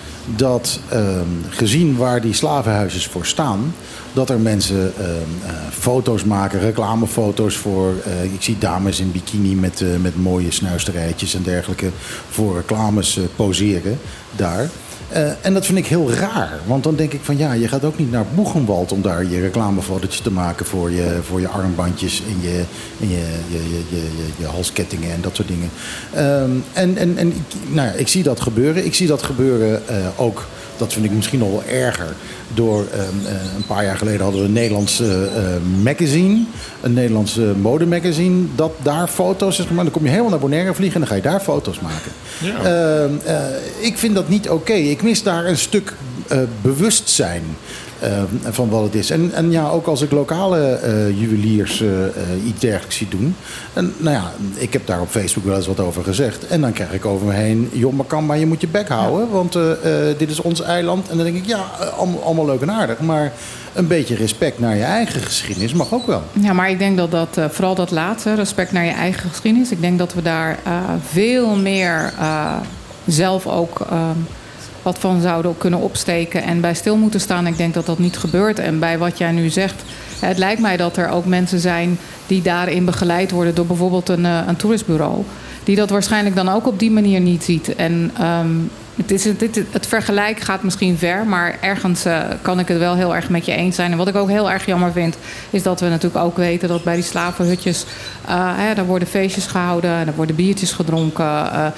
dat um, gezien waar die slavenhuisjes voor staan, dat er mensen um, uh, foto's maken, reclamefoto's voor, uh, ik zie dames in bikini met, uh, met mooie snuisterijtjes en dergelijke voor reclames uh, poseren daar. Uh, en dat vind ik heel raar, want dan denk ik van ja, je gaat ook niet naar Boegenwald om daar je reclamefotootjes te maken voor je, voor je armbandjes en je, en je, je, je, je, je, je halskettingen en dat soort dingen. Um, en en, en ik, nou ja, ik zie dat gebeuren. Ik zie dat gebeuren uh, ook, dat vind ik misschien nog wel erger, door um, uh, een paar jaar geleden hadden we een Nederlands uh, uh, magazine, een Nederlands uh, modemagazine, dat daar foto's is gemaakt. Dan kom je helemaal naar Bonaire vliegen en dan ga je daar foto's maken. Ja. Uh, uh, ik vind dat niet oké. Okay. Ik mis daar een stuk uh, bewustzijn uh, van wat het is. En, en ja, ook als ik lokale uh, juweliers uh, uh, iets dergelijks zie doen. En, nou ja, ik heb daar op Facebook wel eens wat over gezegd. En dan krijg ik over me heen, joh, maar kan maar je moet je bek houden. Want uh, uh, dit is ons eiland. En dan denk ik, ja, allemaal, allemaal leuk en aardig. Maar een beetje respect naar je eigen geschiedenis mag ook wel. Ja, maar ik denk dat dat, uh, vooral dat laatste, respect naar je eigen geschiedenis. Ik denk dat we daar uh, veel meer uh, zelf ook uh, wat van zouden kunnen opsteken en bij stil moeten staan. Ik denk dat dat niet gebeurt. En bij wat jij nu zegt, het lijkt mij dat er ook mensen zijn die daarin begeleid worden door bijvoorbeeld een, uh, een toeristbureau. Die dat waarschijnlijk dan ook op die manier niet ziet. En um, het, is, het, het, het vergelijk gaat misschien ver, maar ergens uh, kan ik het wel heel erg met je eens zijn. En wat ik ook heel erg jammer vind, is dat we natuurlijk ook weten dat bij die slavenhutjes, uh, hè, daar worden feestjes gehouden en er worden biertjes gedronken. Uh,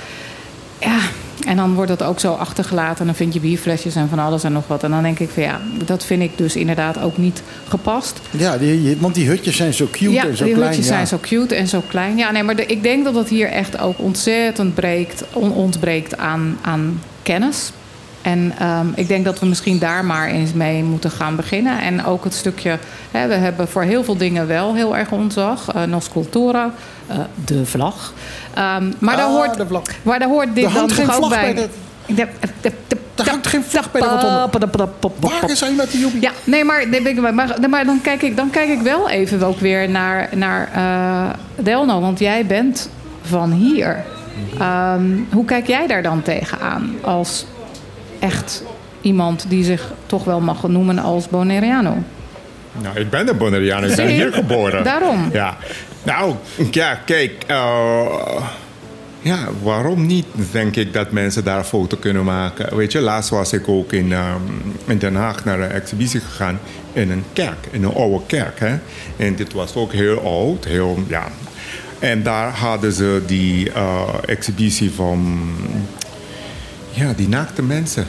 ja, en dan wordt dat ook zo achtergelaten en dan vind je bierflesjes en van alles en nog wat. En dan denk ik van ja, dat vind ik dus inderdaad ook niet gepast. Ja, die, want die hutjes zijn zo cute ja, en zo die klein. hutjes ja. zijn zo cute en zo klein. Ja, nee, maar de, ik denk dat het hier echt ook ontzettend breekt, on, ontbreekt aan, aan kennis. En um, ik denk dat we misschien daar maar eens mee moeten gaan beginnen. En ook het stukje, hè, we hebben voor heel veel dingen wel heel erg ontzag. Uh, Nos Cultura, uh, de vlag. Um, maar, Ah, daar hoort, de vlag. maar daar hoort dit Er dan hangt geen toch ook vlag bij. bij de- De- de- de- Er hangt geen vlag bij de rotonde. Waar zijn met die joepie? Ja, nee, maar, nee, maar, maar, maar dan, kijk ik, dan kijk ik wel even ook weer naar, naar uh, Delno. Want jij bent van hier. Um, hoe kijk jij daar dan tegenaan? Als echt iemand die zich toch wel mag noemen als Bonaireano. Nou, ik ben een Bonaireano. Ik ben Zie je? hier geboren. Daarom. Ja. Nou, ja, kijk. Uh, ja, waarom niet, denk ik, dat mensen daar een foto kunnen maken. Weet je, laatst was ik ook in, um, in Den Haag naar een exhibitie gegaan. In een kerk, in een oude kerk. Hè? En dit was ook heel oud. Heel, ja. En daar hadden ze die uh, exhibitie van... Ja, die naakte mensen.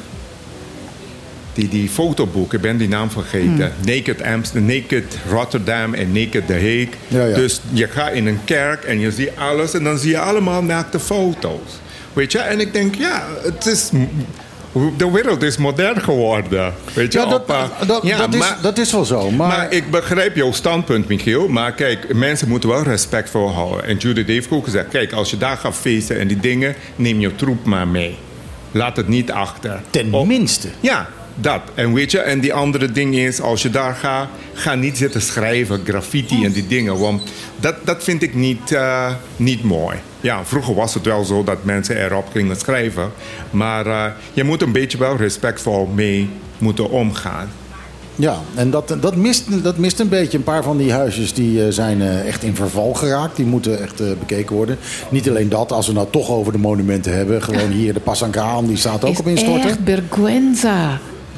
Die, die fotoboeken, ik ben die naam vergeten. Hmm. Naked Amsterdam, Naked Rotterdam en Naked The Hague. Ja, ja. Dus je gaat in een kerk en je ziet alles en dan zie je allemaal naakte foto's. Weet je, en ik denk, ja, het is... De wereld is modern geworden. Weet je, Ja, dat, op, uh, dat, ja, dat, is, maar, dat is wel zo. Maar, maar ik begrijp jouw standpunt, Michiel. Maar kijk, mensen moeten wel respect voor houden. En Judith heeft ook gezegd, kijk, als je daar gaat feesten en die dingen, neem je troep maar mee. Laat het niet achter. ten Op- minste. Ja, dat. En weet je, en die andere ding is, als je daar gaat, ga niet zitten schrijven, graffiti en die dingen. Want dat, dat vind ik niet, uh, niet mooi. Ja, vroeger was het wel zo dat mensen erop gingen schrijven. Maar uh, je moet een beetje wel respectvol mee moeten omgaan. Ja, en dat, dat, mist, dat mist een beetje. Een paar van die huisjes die uh, zijn uh, echt in verval geraakt. Die moeten echt uh, bekeken worden. Niet alleen dat, als we nou toch over de monumenten hebben. Gewoon hier de Pasangraan, die staat ook is op instorten. echt vergüenza.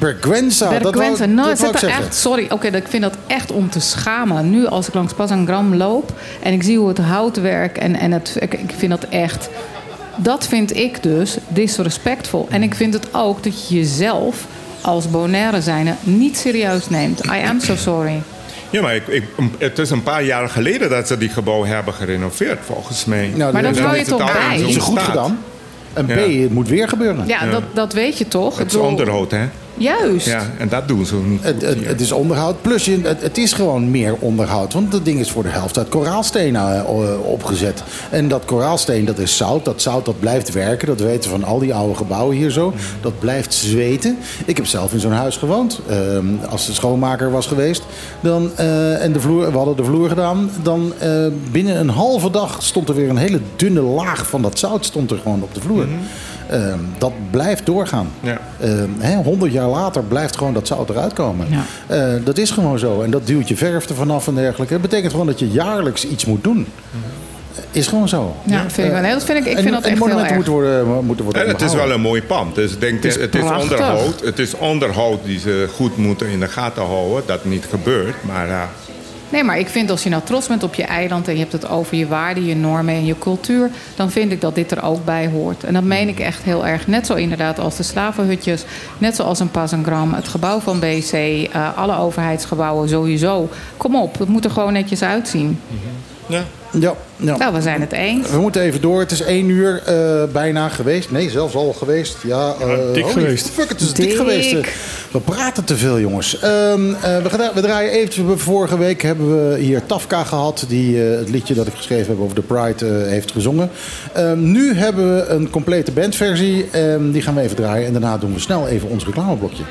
Bergwenza. dat wou- Bergwenza. Nou, dat het wou zit ik er zeggen. echt, sorry, oké, ik vind dat echt om te schamen. Nu als ik langs Pasangram loop en ik zie hoe het houtwerk en, en het, ik, ik vind dat echt, dat vind ik dus disrespectvol. En ik vind het ook dat je jezelf als Bonaire zijnde niet serieus neemt. I am so sorry. Ja, maar ik, ik, het is een paar jaar geleden dat ze die gebouw hebben gerenoveerd, volgens mij. Nou, Maar dan dat hou je is het toch al in bij? zo'n is het goed staat. gedaan. En B, Ja. het moet weer gebeuren. Ja, Dat, dat weet je toch? Het is onderhoud, hè? Juist. Ja, en dat doen ze niet. Het, het, het is onderhoud, plus je, het, het is gewoon meer onderhoud. Want dat ding is voor de helft uit koraalstenen uh, opgezet. En dat koraalsteen, dat is zout. Dat zout, dat blijft werken. Dat weten we van al die oude gebouwen hier zo. Dat blijft zweten. Ik heb zelf in zo'n huis gewoond. Uh, als de schoonmaker was geweest. Dan, uh, en de vloer, we hadden de vloer gedaan. Dan uh, binnen een halve dag stond er weer een hele dunne laag van dat zout stond er gewoon op de vloer. Mm-hmm. Uh, dat blijft doorgaan. Ja. Uh, hè, honderd jaar later blijft gewoon dat zout eruit komen. Ja. Uh, dat is gewoon zo. En dat duwt je verf er vanaf en dergelijke. Dat betekent gewoon dat je jaarlijks iets moet doen. Is gewoon zo. Ja, vind ik wel. Nee, dat vind ik, ik en, vind dat en echt heel monumenten erg. moeten worden, moeten worden En het is onderhouden. wel een mooi pand. Dus ik denk, Het is het is prachtig. onderhoud. Het is onderhoud die ze goed moeten in de gaten houden. Dat niet gebeurt. Maar uh, Nee, maar ik vind als je nou trots bent op je eiland en je hebt het over je waarden, je normen en je cultuur, dan vind ik dat dit er ook bij hoort. En dat meen ik echt heel erg. Net zo inderdaad als de slavenhutjes, net zoals een Pasangram, het gebouw van B C, uh, alle overheidsgebouwen sowieso. Kom op, het moet er gewoon netjes uitzien. ja. Ja, ja. Nou, we zijn het eens. We moeten even door. Het is één uur uh, bijna geweest. Nee, zelfs al geweest. Ja, uh, dik holy geweest. Fuck, het is dik, Dik. geweest. Uh, we praten te veel, jongens. Um, uh, we, gaan, we draaien eventjes. Vorige week hebben we hier Tafka gehad. Die uh, het liedje dat ik geschreven heb over de Pride uh, heeft gezongen. Um, nu hebben we een complete bandversie. Um, die gaan we even draaien. En daarna doen we snel even ons reclameblokje.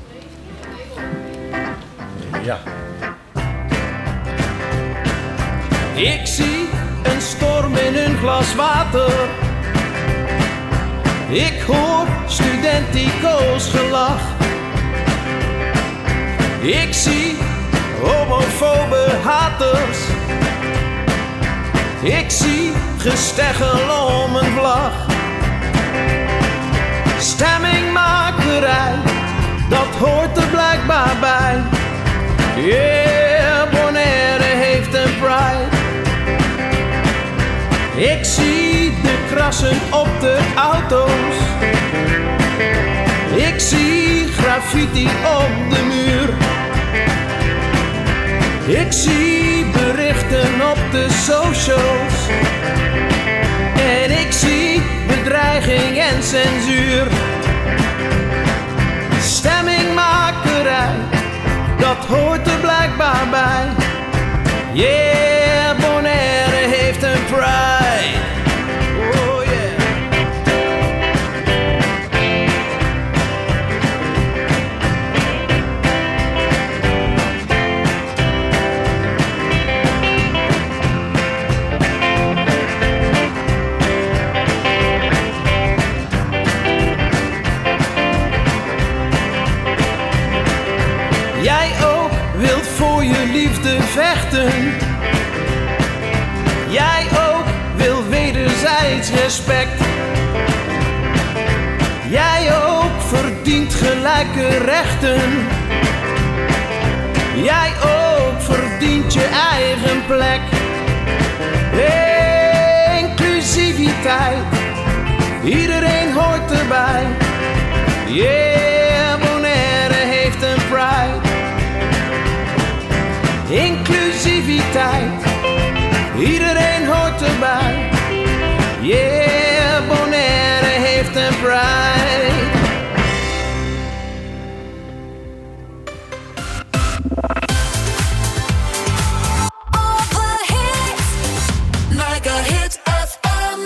Ja. Ik zie een storm in een glas water. Ik hoor studentico's gelach. Ik zie homofobe haters. Ik zie gesteggel om een vlag. Stemmingmakerij, dat hoort er blijkbaar bij. Yeah, Bonaire heeft een pride. Ik zie de krassen op de auto's. Ik zie graffiti op de muur. Ik zie berichten op de socials. En ik zie bedreiging en censuur. Stemmingmakerij, dat hoort er blijkbaar bij. Yeah, Bonaire heeft een pride. Oh yeah. Jij ook wilt voor je liefde vechten. Jij ook wil wederzijds respect. Jij ook verdient gelijke rechten. Jij ook verdient je eigen plek. Inclusiviteit, iedereen hoort erbij. Yeah, Bonaire heeft een pride. Inclusiviteit, iedereen hoort erbij. Yeah, Bonaire heeft een pride. All the hits, Mega Hit F M.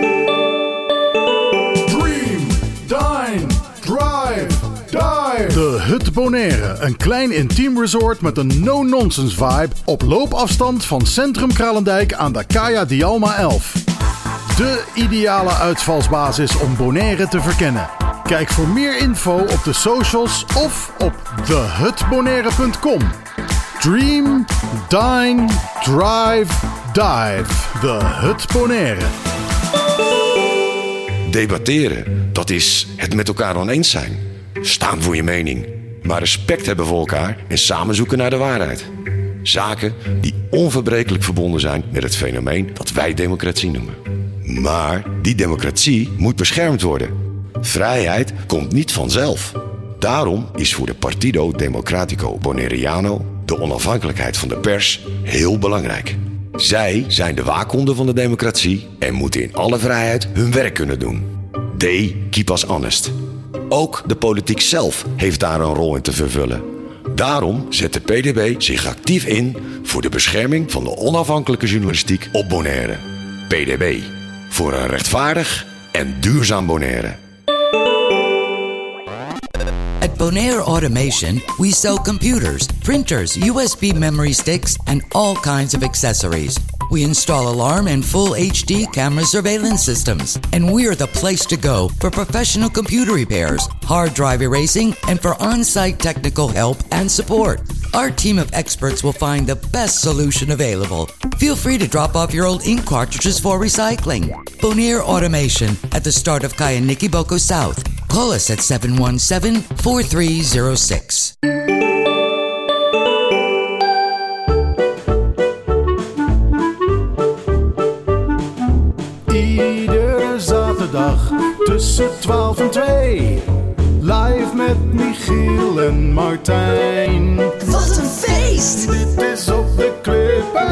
Dream, dine, drive, dive. De Hut Bonaire. Een klein intiem resort met een no-nonsense vibe op loopafstand van Centrum Kralendijk aan de Kaya Dialma elf. De ideale uitvalsbasis om Bonaire te verkennen. Kijk voor meer info op de socials of op the hut bonaire punt com. Dream, dine, drive, dive. The Hut Bonaire. Debatteren, dat is het met elkaar oneens zijn. Staan voor je mening. Maar respect hebben voor elkaar en samen zoeken naar de waarheid. Zaken die onverbrekelijk verbonden zijn met het fenomeen dat wij democratie noemen. Maar die democratie moet beschermd worden. Vrijheid komt niet vanzelf. Daarom is voor de Partido Democrático Bonaireano de onafhankelijkheid van de pers heel belangrijk. Zij zijn de waakhonden van de democratie en moeten in alle vrijheid hun werk kunnen doen. They keep us honest. Ook de politiek zelf heeft daar een rol in te vervullen. Daarom zet de P D B zich actief in voor de bescherming van de onafhankelijke journalistiek op Bonaire. P D B, voor een rechtvaardig en duurzaam Bonaire. At Bonaire Automation, we sell computers, printers, U S B memory sticks, and all kinds of accessories. We install alarm and full H D camera surveillance systems. And we're the place to go for professional computer repairs, hard drive erasing, and for on-site technical help and support. Our team of experts will find the best solution available. Feel free to drop off your old ink cartridges for recycling. Bonaire Automation at the start of Kayaniki Boko South. Call us at seven one seven, four three zero six. Iedere zaterdag tussen twaalf en twee. Live met Michiel en Martijn. Wat een feest! Dit is op de Club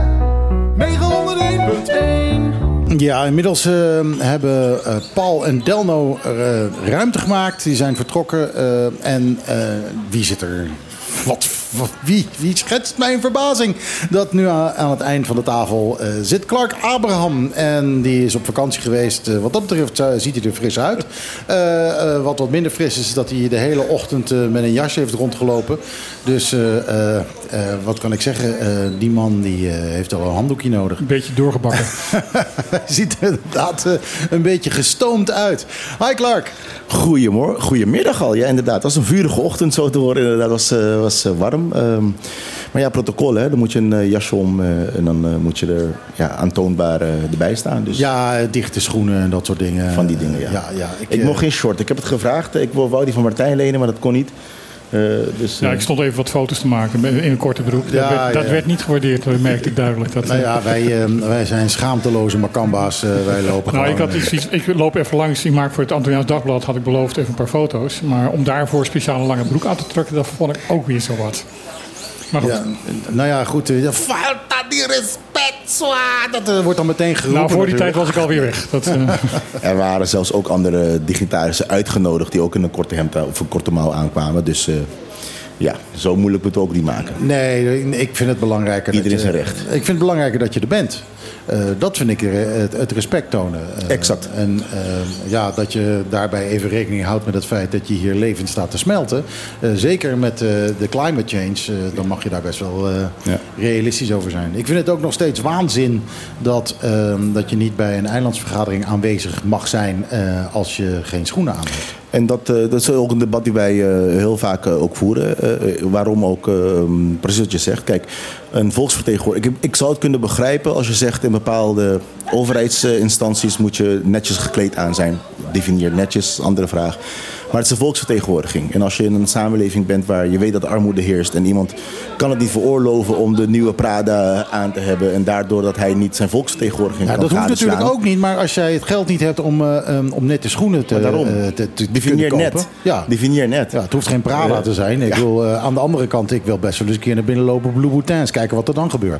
negenhonderdéén punt één. Ja, inmiddels uh, hebben uh, Paul en Delno uh, ruimte gemaakt. Die zijn vertrokken. Uh, en uh, wie zit er? Wat, wat, wie, wie schetst mijn verbazing? Dat nu aan, aan het eind van de tafel uh, zit Clark Abraham. En die is op vakantie geweest. Uh, wat dat betreft uh, ziet hij er fris uit. Uh, uh, wat wat minder fris is dat hij de hele ochtend uh, met een jasje heeft rondgelopen. Dus uh, uh, uh, wat kan ik zeggen? Uh, die man die, uh, heeft al een handdoekje nodig. Een beetje doorgebakken. Hij ziet er inderdaad uh, een beetje gestoomd uit. Hi Clark. Goedemorgen, goedemiddag al. Ja, inderdaad. Het was een vurige ochtend zo te horen. Inderdaad, was, uh, was uh, warm. Um, maar ja, protocol, hè. Dan moet je een uh, jasje om uh, en dan uh, moet je er ja, aantoonbaar uh, erbij staan. Dus ja, dichte schoenen en dat soort dingen. Van die dingen, ja. ja, ja ik ik uh, mocht geen short. Ik heb het gevraagd. Ik wou die van Martijn lenen, maar dat kon niet. Uh, dus, uh... ja, ik stond even wat foto's te maken in een korte broek. Ja, dat werd, dat ja. werd niet gewaardeerd, dat merkte ik duidelijk. Dat, nou ja, wij, uh, wij zijn schaamteloze makamba's. Uh, wij lopen nou, gewoon, ik, had iets, iets, ik loop even langs. Ik maak voor het Antilliaans Dagblad, had ik beloofd, even een paar foto's. Maar om daarvoor speciaal een lange broek aan te trekken, dat vond ik ook weer zo wat. Maar goed. Ja, nou ja, goed. Uh, falta di respect. Dat uh, wordt dan meteen geroepen. Nou, voor die natuurlijk. tijd was ik alweer weg. Dat, uh... Er waren zelfs ook andere digitalissen uitgenodigd die ook in een korte hemd of een korte mouw aankwamen. Dus... Uh, ja, zo moeilijk moet het ook niet maken. Nee, ik vind het belangrijker. Iedereen dat je, zijn recht. Ik vind het belangrijker dat je er bent. Uh, dat vind ik het, het respect tonen. Uh, exact. En uh, ja, dat je daarbij even rekening houdt met het feit dat je hier levend staat te smelten. Uh, zeker met uh, de climate change, uh, dan mag je daar best wel uh, ja. realistisch over zijn. Ik vind het ook nog steeds waanzin dat, uh, dat je niet bij een eilandsvergadering aanwezig mag zijn uh, als je geen schoenen aan hebt. En dat, uh, dat is ook een debat die wij uh, heel vaak uh, ook voeren. Uh, waarom ook, uh, precies wat je zegt. Kijk, een volksvertegenwoordiger... Ik, ik zou het kunnen begrijpen als je zegt... in bepaalde overheidsinstanties moet je netjes gekleed aan zijn. Definieer netjes, andere vraag. Maar het is een volksvertegenwoordiging. En als je in een samenleving bent waar je weet dat armoede heerst... en iemand kan het niet veroorloven om de nieuwe Prada aan te hebben... en daardoor dat hij niet zijn volksvertegenwoordiging ja, kan dat hoeft natuurlijk slaan. ook niet. Maar als jij het geld niet hebt om, uh, um, om nette schoenen te, daarom. uh, te, te Definieer kunnen kopen... net. Ja. Definieer net. Ja, het hoeft geen Prada Ja. te zijn. Ik Ja. wil, uh, aan de andere kant, ik wil best wel eens een keer naar binnen lopen op Louboutins. Kijken wat er dan gebeurt.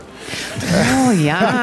Oh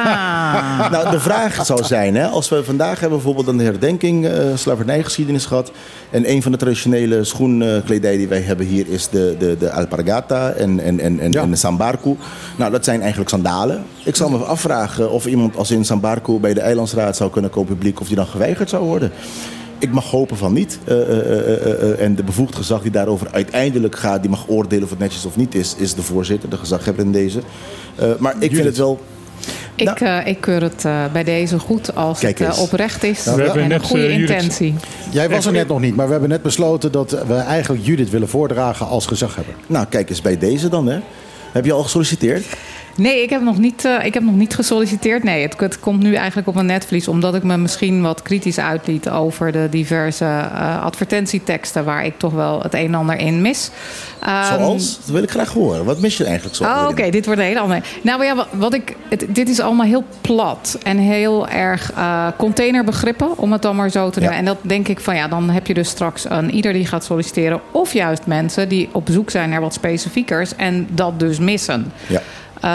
ja. Nou, de vraag zou zijn, hè, als we vandaag hebben bijvoorbeeld een herdenking, uh, slavernijgeschiedenis gehad. En een van de traditionele schoenkledij die wij hebben hier is de, de, de alpargata en, en, en, en, Ja. en de sambarku. Nou, dat zijn eigenlijk sandalen. Ik zal me afvragen of iemand als in sambarku bij de eilandsraad zou kunnen komen publiek, of die dan geweigerd zou worden. Ik mag hopen van niet. Uh, uh, uh, uh, en de bevoegd gezag die daarover uiteindelijk gaat, die mag oordelen of het netjes of niet is, is de voorzitter, de gezaghebber in deze. Uh, maar ik Judith. vind het wel... Ik, Nou, uh, ik keur het uh, bij deze goed als Kijk het uh, eens. oprecht is We hebben en net, een goede uh, Judith- intentie. Jij was er net nog niet, maar we hebben net besloten dat we eigenlijk Judith willen voordragen als gezaghebber. Nou, kijk eens bij deze dan, hè. Heb je al gesolliciteerd? Nee, ik heb nog niet, uh, ik heb nog niet gesolliciteerd. Nee, het, het komt nu eigenlijk op mijn netvlies. Omdat ik me misschien wat kritisch uitliet over de diverse uh, advertentieteksten. Waar ik toch wel het een en ander in mis. Um, Zoals? Dat wil ik graag horen. Wat mis je eigenlijk zo? Oh, oké. Okay, dit wordt een hele andere. Nou ja, wat, wat ik, het, dit is allemaal heel plat. En heel erg uh, containerbegrippen. Om het dan maar zo te doen. Ja. En dat denk ik van ja, dan heb je dus straks een ieder die gaat solliciteren. Of juist mensen die op zoek zijn naar wat specifiekers. En dat dus missen. Ja.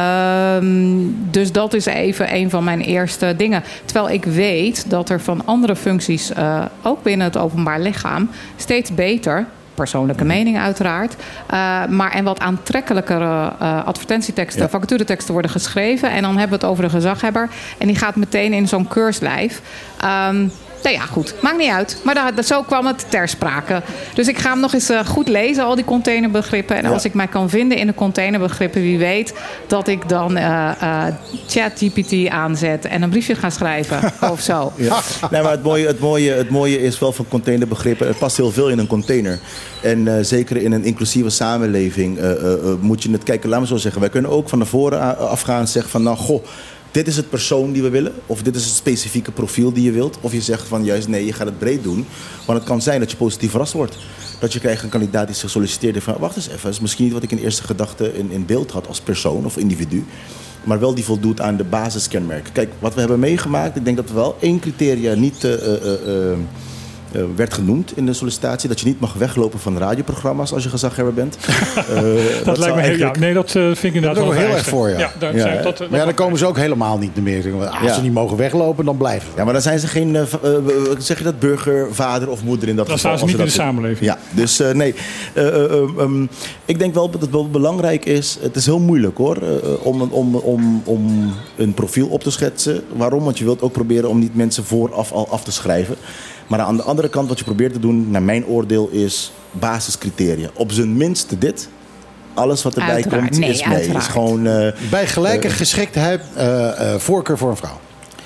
Um, dus dat is even een van mijn eerste dingen. Terwijl ik weet dat er van andere functies, uh, ook binnen het openbaar lichaam, steeds beter, persoonlijke mening uiteraard, uh, maar en wat aantrekkelijkere uh, advertentieteksten, ja. vacatureteksten worden geschreven. En dan hebben we het over de gezaghebber. En die gaat meteen in zo'n keurslijf. Um, Nou ja, goed. Maakt niet uit. Maar dat, zo kwam het ter sprake. Dus ik ga hem nog eens uh, goed lezen, al die containerbegrippen. En ja. als ik mij kan vinden in de containerbegrippen, wie weet dat ik dan uh, uh, ChatGPT aanzet en een briefje ga schrijven of zo. Ja. Nee, maar het mooie, het, mooie, het mooie is wel van containerbegrippen. Het past heel veel in een container. En uh, zeker in een inclusieve samenleving uh, uh, uh, moet je het kijken. Laat me zo zeggen. Wij kunnen ook van tevoren afgaan en zeggen van nou, goh. Dit is het persoon die we willen. Of dit is het specifieke profiel die je wilt. Of je zegt van juist nee, je gaat het breed doen. Want het kan zijn dat je positief verrast wordt. Dat je krijgt een kandidaat die zich solliciteert. En van wacht eens even. Dat is misschien niet wat ik in eerste gedachte in, in beeld had als persoon of individu. Maar wel die voldoet aan de basiskenmerken. Kijk, wat we hebben meegemaakt. Ik denk dat er wel één criteria niet uh, uh, uh, Uh, werd genoemd in de sollicitatie. Dat je niet mag weglopen van radioprogramma's als je gezaghebber bent. Uh, dat, dat lijkt me heel, ja, nee, dat uh, vind ik inderdaad wel heel erg voor, ja. ja, daar ja, zijn, dat, maar ja, dan komen ze ook helemaal niet meer. Als ja. ze niet mogen weglopen, dan blijven ze. Ja, maar dan zijn ze geen, uh, uh, zeg je dat, burger, vader of moeder in dat dan geval. Dan staan ze niet in de dat samenleving. Ja, dus uh, nee. Uh, uh, um, ik denk wel dat het wel belangrijk is. Het is heel moeilijk hoor, uh, om, om, om, om een profiel op te schetsen. Waarom? Want je wilt ook proberen om niet mensen vooraf al af te schrijven. Maar aan de andere kant, wat je probeert te doen, naar mijn oordeel, is basiscriteria. Op zijn minst dit. Alles wat erbij uiteraard. komt, nee, is mee. Is gewoon, uh, Bij gelijke uh, geschiktheid, uh, uh, voorkeur voor een vrouw.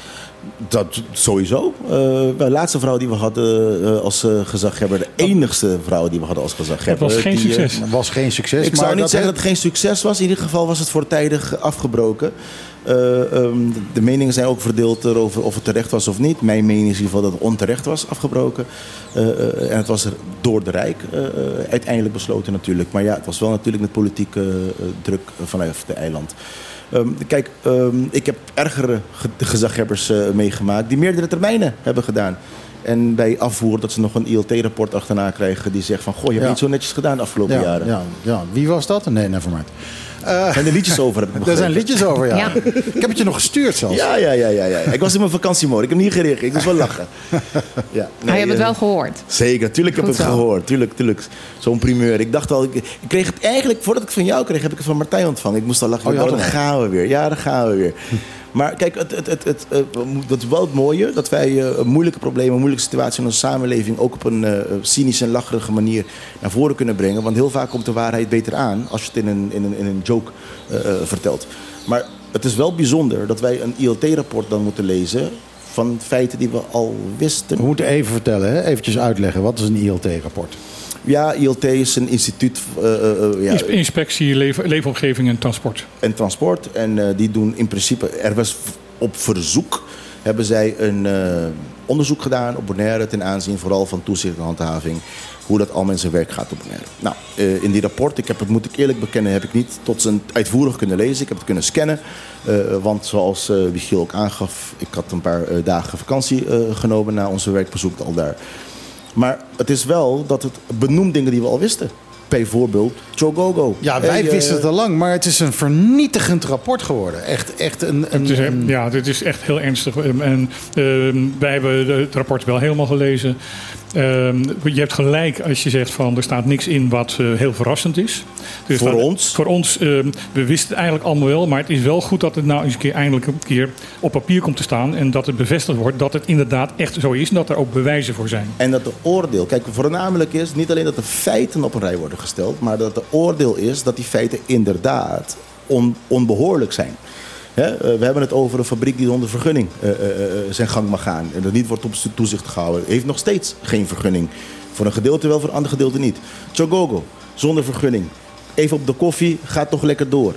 Dat sowieso. Uh, de laatste vrouw die we hadden uh, als uh, gezaghebber, de enigste vrouw die we hadden als gezaghebber. Dat was geen die, succes. Dat was geen succes. Ik maar zou niet dat zeggen dat het geen succes was. In ieder geval was het voortijdig afgebroken. Uh, um, de meningen zijn ook verdeeld over of het terecht was of niet. Mijn mening is in ieder geval dat het onterecht was afgebroken. Uh, uh, en het was er door de Rijk uh, uiteindelijk besloten natuurlijk. Maar ja, het was wel natuurlijk met politieke uh, druk vanuit de eiland. Um, kijk, um, ik heb ergere ge- gezaghebbers uh, meegemaakt die meerdere termijnen hebben gedaan. En bij afvoer dat ze nog een I L T-rapport achterna krijgen die zegt van goh, je hebt ja. niet zo netjes gedaan de afgelopen ja, jaren. Ja, ja. Wie was dat? Nee, nevermind. Uh, zijn er liedjes over? Er zijn liedjes over, ja. ja. Ik heb het je nog gestuurd zelfs. Ja, ja, ja, ja, ja. Ik was in mijn vakantiemode. Ik heb niet gereageerd. Ik moest wel lachen. Ja, nee, maar je hebt het wel gehoord. Zeker, tuurlijk heb ik het zo. gehoord. Tuurlijk, tuurlijk. Zo'n primeur. Ik dacht al, ik, ik kreeg het eigenlijk, voordat ik het van jou kreeg, heb ik het van Martijn ontvangen. Ik moest al lachen. Oh, oh, dan gaan we weer. Ja, dan gaan we weer. Maar kijk, het, het, het, het, het, dat is wel het mooie. Dat wij uh, moeilijke problemen, moeilijke situaties in onze samenleving ook op een uh, cynische en lacherige manier naar voren kunnen brengen. Want heel vaak komt de waarheid beter aan als je het in een, in een, in een joke uh, uh, vertelt. Maar het is wel bijzonder dat wij een I L T-rapport dan moeten lezen van feiten die we al wisten. We moeten even vertellen, hè? Eventjes uitleggen. Wat is een I L T-rapport? Ja, I L T is een instituut... Uh, uh, ja, Inspectie, leef, leefomgeving en transport. En transport. En uh, die doen in principe... Er was op verzoek... hebben zij een uh, onderzoek gedaan op Bonaire... ten aanzien vooral van toezicht en handhaving... hoe dat al met zijn werk gaat op Bonaire. Nou, uh, in die rapport, ik heb het, moet ik eerlijk bekennen... heb ik niet tot zijn uitvoerig kunnen lezen. Ik heb het kunnen scannen. Uh, want zoals uh, Michiel ook aangaf... ik had een paar uh, dagen vakantie uh, genomen... na onze werkbezoek al daar... Maar het is wel dat het benoemt dingen die we al wisten. Bijvoorbeeld Chogogo. Ja, wij hey, wisten uh, het al lang, maar het is een vernietigend rapport geworden. Echt, echt een, een, het is, een... Ja, dit is echt heel ernstig. En uh, wij hebben het rapport wel helemaal gelezen. Uh, je hebt gelijk als je zegt van er staat niks in wat uh, heel verrassend is. Dus voor dat, ons? Voor ons, uh, we wisten het eigenlijk allemaal wel. Maar het is wel goed dat het nou eens een keer eindelijk een keer op papier komt te staan. En dat het bevestigd wordt dat het inderdaad echt zo is. En dat er ook bewijzen voor zijn. En dat de oordeel, kijk, voornamelijk is niet alleen dat de feiten op een rij worden gesteld. Maar dat de oordeel is dat die feiten inderdaad on, onbehoorlijk zijn. He, we hebben het over een fabriek die zonder vergunning uh, uh, zijn gang mag gaan. En dat niet wordt op toezicht gehouden. Heeft nog steeds geen vergunning. Voor een gedeelte wel, voor een ander gedeelte niet. Chogogo, zonder vergunning. Even op de koffie, gaat toch lekker door.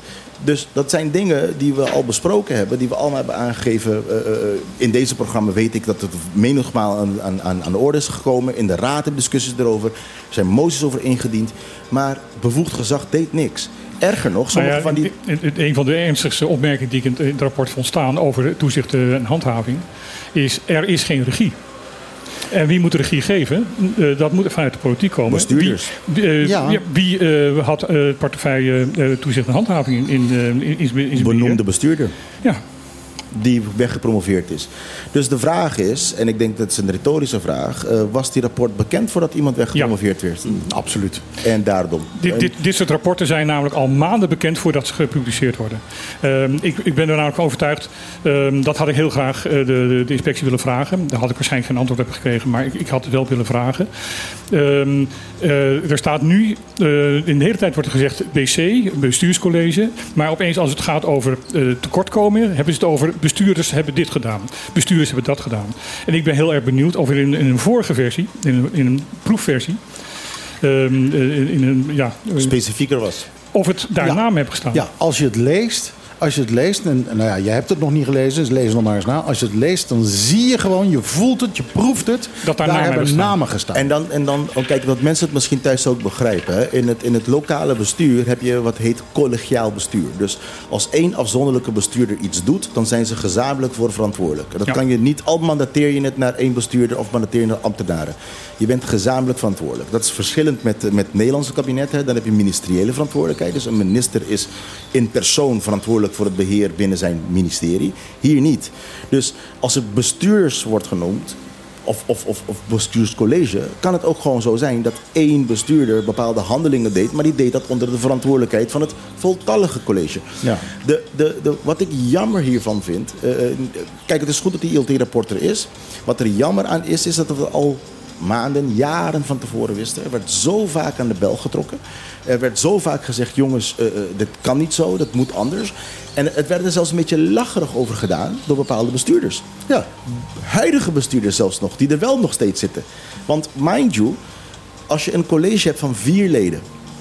Dus dat zijn dingen die we al besproken hebben, die we allemaal hebben aangegeven. Uh, uh, in deze programma weet ik dat het menigmaal aan, aan, aan de orde is gekomen. In de raad hebben discussies erover. Er zijn moties over ingediend. Maar bevoegd gezag deed niks. Erger nog, sommige nou ja, van die... Een van de ernstigste opmerkingen die ik in het rapport vond staan over toezicht en handhaving is: er is geen regie. En wie moet de regie geven? Uh, dat moet vanuit de politiek komen. Bestuurders. Wie, uh, ja. Ja, wie uh, had uh, portefeuille uh, toezicht en handhaving in, uh, in, in, in Benoemde bestuurder. Ja. Die weggepromoveerd is. Dus de vraag is, en ik denk dat het een retorische vraag, uh, was die rapport bekend voordat iemand weggepromoveerd ja. werd? Mm, absoluut. En daarom. Dit, dit, dit soort rapporten zijn namelijk al maanden bekend voordat ze gepubliceerd worden. Uh, ik, ik ben er namelijk van overtuigd, uh, dat had ik heel graag uh, de, de, de inspectie willen vragen. Daar had ik waarschijnlijk geen antwoord op gekregen, maar ik, ik had het wel willen vragen. Uh, uh, er staat nu, uh, in de hele tijd wordt er gezegd B C, bestuurscollege, maar opeens als het gaat over uh, tekortkomingen, hebben ze het over bestuurders hebben dit gedaan. Bestuurders hebben dat gedaan. En ik ben heel erg benieuwd of er in, in een vorige versie, in een, in een proefversie, um, in, in een, ja, specifieker was. Of het daar ja. naam heeft gestaan. Ja, als je het leest, als je het leest, en nou ja, jij hebt het nog niet gelezen, dus lees het nog maar eens na. Als je het leest, dan zie je gewoon, je voelt het, je proeft het. Dat daar, daar namen hebben gestaan. namen gestaan. En dan, en dan oh, kijk, dat mensen het misschien thuis ook begrijpen. Hè. In, het, in het lokale bestuur heb je wat heet collegiaal bestuur. Dus als één afzonderlijke bestuurder iets doet, dan zijn ze gezamenlijk voor verantwoordelijk. En dat ja. kan je niet, al mandateer je het naar één bestuurder of mandateer je naar ambtenaren. Je bent gezamenlijk verantwoordelijk. Dat is verschillend met, met het Nederlandse kabinet. Hè. Dan heb je ministeriële verantwoordelijkheid. Dus een minister is in persoon verantwoordelijk voor het beheer binnen zijn ministerie. Hier niet. Dus als het bestuurs wordt genoemd, of, of, of, of bestuurscollege, kan het ook gewoon zo zijn dat één bestuurder bepaalde handelingen deed, maar die deed dat onder de verantwoordelijkheid van het voltallige college. Ja. De, de, de, wat ik jammer hiervan vind, uh, kijk, het is goed dat die I L T-rapport er is. Wat er jammer aan is, is dat we al maanden, jaren van tevoren wisten. Er werd zo vaak aan de bel getrokken. Er werd zo vaak gezegd, jongens, uh, uh, dit kan niet zo, dat moet anders. En het werd er zelfs een beetje lacherig over gedaan door bepaalde bestuurders. Ja, huidige bestuurders zelfs nog, die er wel nog steeds zitten. Want mind you, als je een college hebt van vier leden,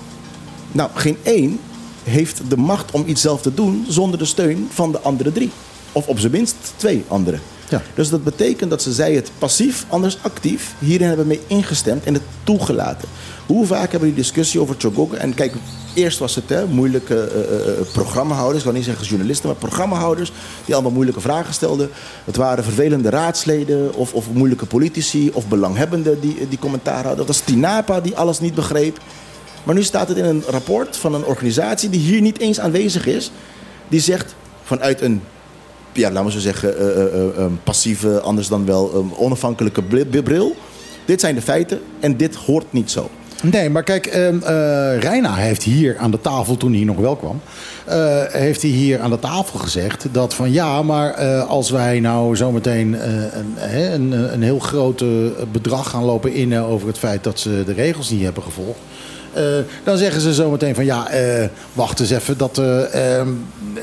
nou, geen één heeft de macht om iets zelf te doen zonder de steun van de andere drie. Of op zijn minst twee anderen. Ja. Dus dat betekent dat ze zij het passief, anders actief, hierin hebben mee ingestemd en het toegelaten. Hoe vaak hebben we die discussie over Tjogogo? En kijk, eerst was het hè, moeilijke uh, uh, programmahouders, ik wil niet zeggen journalisten, maar programmahouders die allemaal moeilijke vragen stelden. Het waren vervelende raadsleden of, of moeilijke politici of belanghebbenden die, die commentaar hadden. Dat was Tinapa die alles niet begreep. Maar nu staat het in een rapport van een organisatie die hier niet eens aanwezig is. Die zegt vanuit een, ja, laten we zo zeggen, uh, uh, uh, passieve, anders dan wel um, onafhankelijke bril. Dit zijn de feiten en dit hoort niet zo. Nee, maar kijk, uh, uh, Reina heeft hier aan de tafel, toen hij nog wel kwam, uh, heeft hij hier aan de tafel gezegd dat van ja, maar uh, als wij nou zometeen uh, een, een, een heel groot uh, bedrag gaan lopen innen over het feit dat ze de regels niet hebben gevolgd, uh, dan zeggen ze zometeen van ja, uh, wacht eens even, dat uh, uh, uh,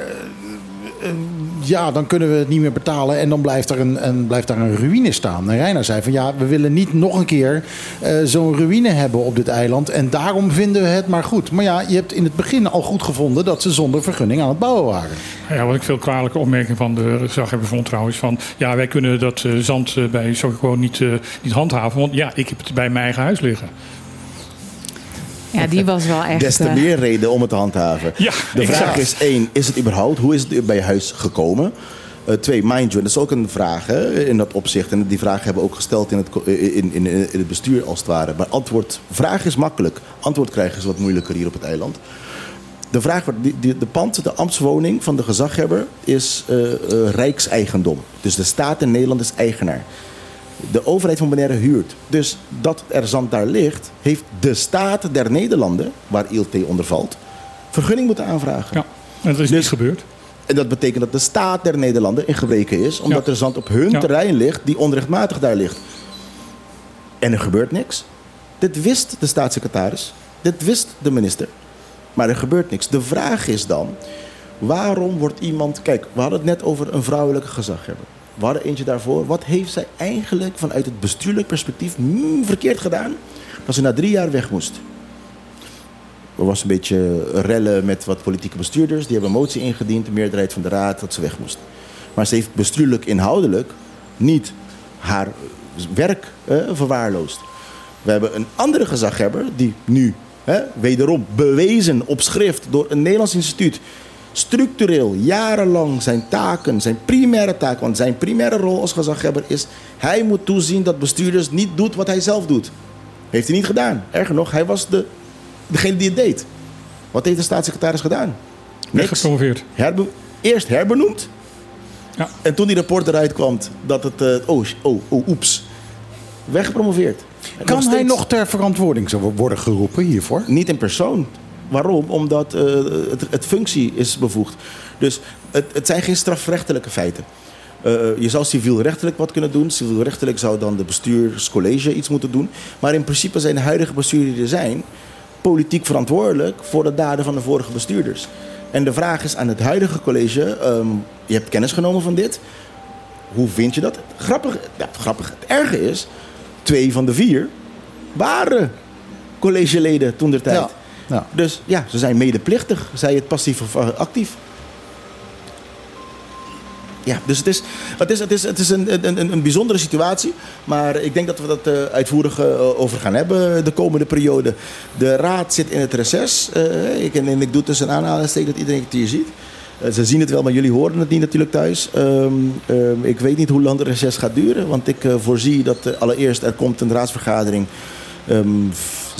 uh, ja, dan kunnen we het niet meer betalen en dan blijft er een, een, blijft daar een ruïne staan. En Reina zei van ja, we willen niet nog een keer uh, zo'n ruïne hebben op dit eiland en daarom vinden we het maar goed. Maar ja, je hebt in het begin al goed gevonden dat ze zonder vergunning aan het bouwen waren. Ja, wat ik veel kwalijke opmerking van de gezaghebber vond trouwens, van ja, wij kunnen dat uh, zand uh, bij Sogego niet, uh, niet handhaven, want ja, ik heb het bij mijn eigen huis liggen. Ja, die was wel echt... Des te meer reden om het te handhaven. Ja, de vraag exact. is één, is het überhaupt? Hoe is het bij je huis gekomen? Uh, twee, mind you, dat is ook een vraag hè, in dat opzicht. En die vraag hebben we ook gesteld in het, in, in, in het bestuur als het ware. Maar antwoord, vraag is makkelijk. Antwoord krijgen is wat moeilijker hier op het eiland. De vraag, de, de, de pand, de ambtswoning van de gezaghebber is uh, uh, rijkseigendom. Dus de staat in Nederland is eigenaar. De overheid van Bonaire huurt. Dus dat er zand daar ligt, heeft de staat der Nederlanden, waar I L T onder valt, vergunning moeten aanvragen. Ja, en dat is dus, niet gebeurd. En dat betekent dat de staat der Nederlanden in gebreken is, omdat ja. er zand op hun ja. terrein ligt, die onrechtmatig daar ligt. En er gebeurt niks. Dit wist de staatssecretaris. Dit wist de minister. Maar er gebeurt niks. De vraag is dan, waarom wordt iemand... Kijk, we hadden het net over een vrouwelijke gezaghebber. We hadden eentje daarvoor. Wat heeft zij eigenlijk vanuit het bestuurlijk perspectief mm, verkeerd gedaan? Dat ze na drie jaar weg moest. er was een beetje rellen met wat politieke bestuurders. Die hebben een motie ingediend, de meerderheid van de raad, dat ze weg moest. Maar ze heeft bestuurlijk inhoudelijk niet haar werk eh, verwaarloosd. We hebben een andere gezaghebber die nu, hè, wederom bewezen op schrift door een Nederlands instituut, structureel jarenlang zijn taken, zijn primaire taak, want zijn primaire rol als gezaghebber is, hij moet toezien dat bestuurders niet doet wat hij zelf doet. Heeft hij niet gedaan. Erger nog, hij was de, degene die het deed. Wat heeft de staatssecretaris gedaan? Weggepromoveerd. Herbe, eerst herbenoemd. Ja. En toen die rapport eruit kwam dat het, uh, oh, oh, oh, oeps, weggepromoveerd. En Kan nog hij steeds nog ter verantwoording worden geroepen hiervoor? Niet in persoon. Waarom? Omdat uh, het, het functie is bevoegd. Dus het, het zijn geen strafrechtelijke feiten. Uh, je zou civielrechtelijk wat kunnen doen. Civielrechtelijk zou dan de bestuurscollege iets moeten doen. Maar in principe zijn de huidige bestuurders die er zijn politiek verantwoordelijk voor de daden van de vorige bestuurders. En de vraag is aan het huidige college, um, je hebt kennis genomen van dit. Hoe vind je dat? Grappig, ja, grappig. Het erge is, twee van de vier waren collegeleden toen der tijd. Ja. Ja. Dus ja, ze zijn medeplichtig, zij het passief of uh, actief. Ja, dus het is, het is, het is, het is een, een, een bijzondere situatie. Maar ik denk dat we dat uh, uitvoerig uh, over gaan hebben de komende periode. De raad zit in het reces. Uh, ik, en, en ik doe tussen een aanhalingstekens dat iedereen het hier ziet. Uh, ze zien het wel, maar jullie horen het niet natuurlijk thuis. Um, um, ik weet niet hoe lang de reces gaat duren. Want ik uh, voorzie dat uh, allereerst er komt een raadsvergadering um,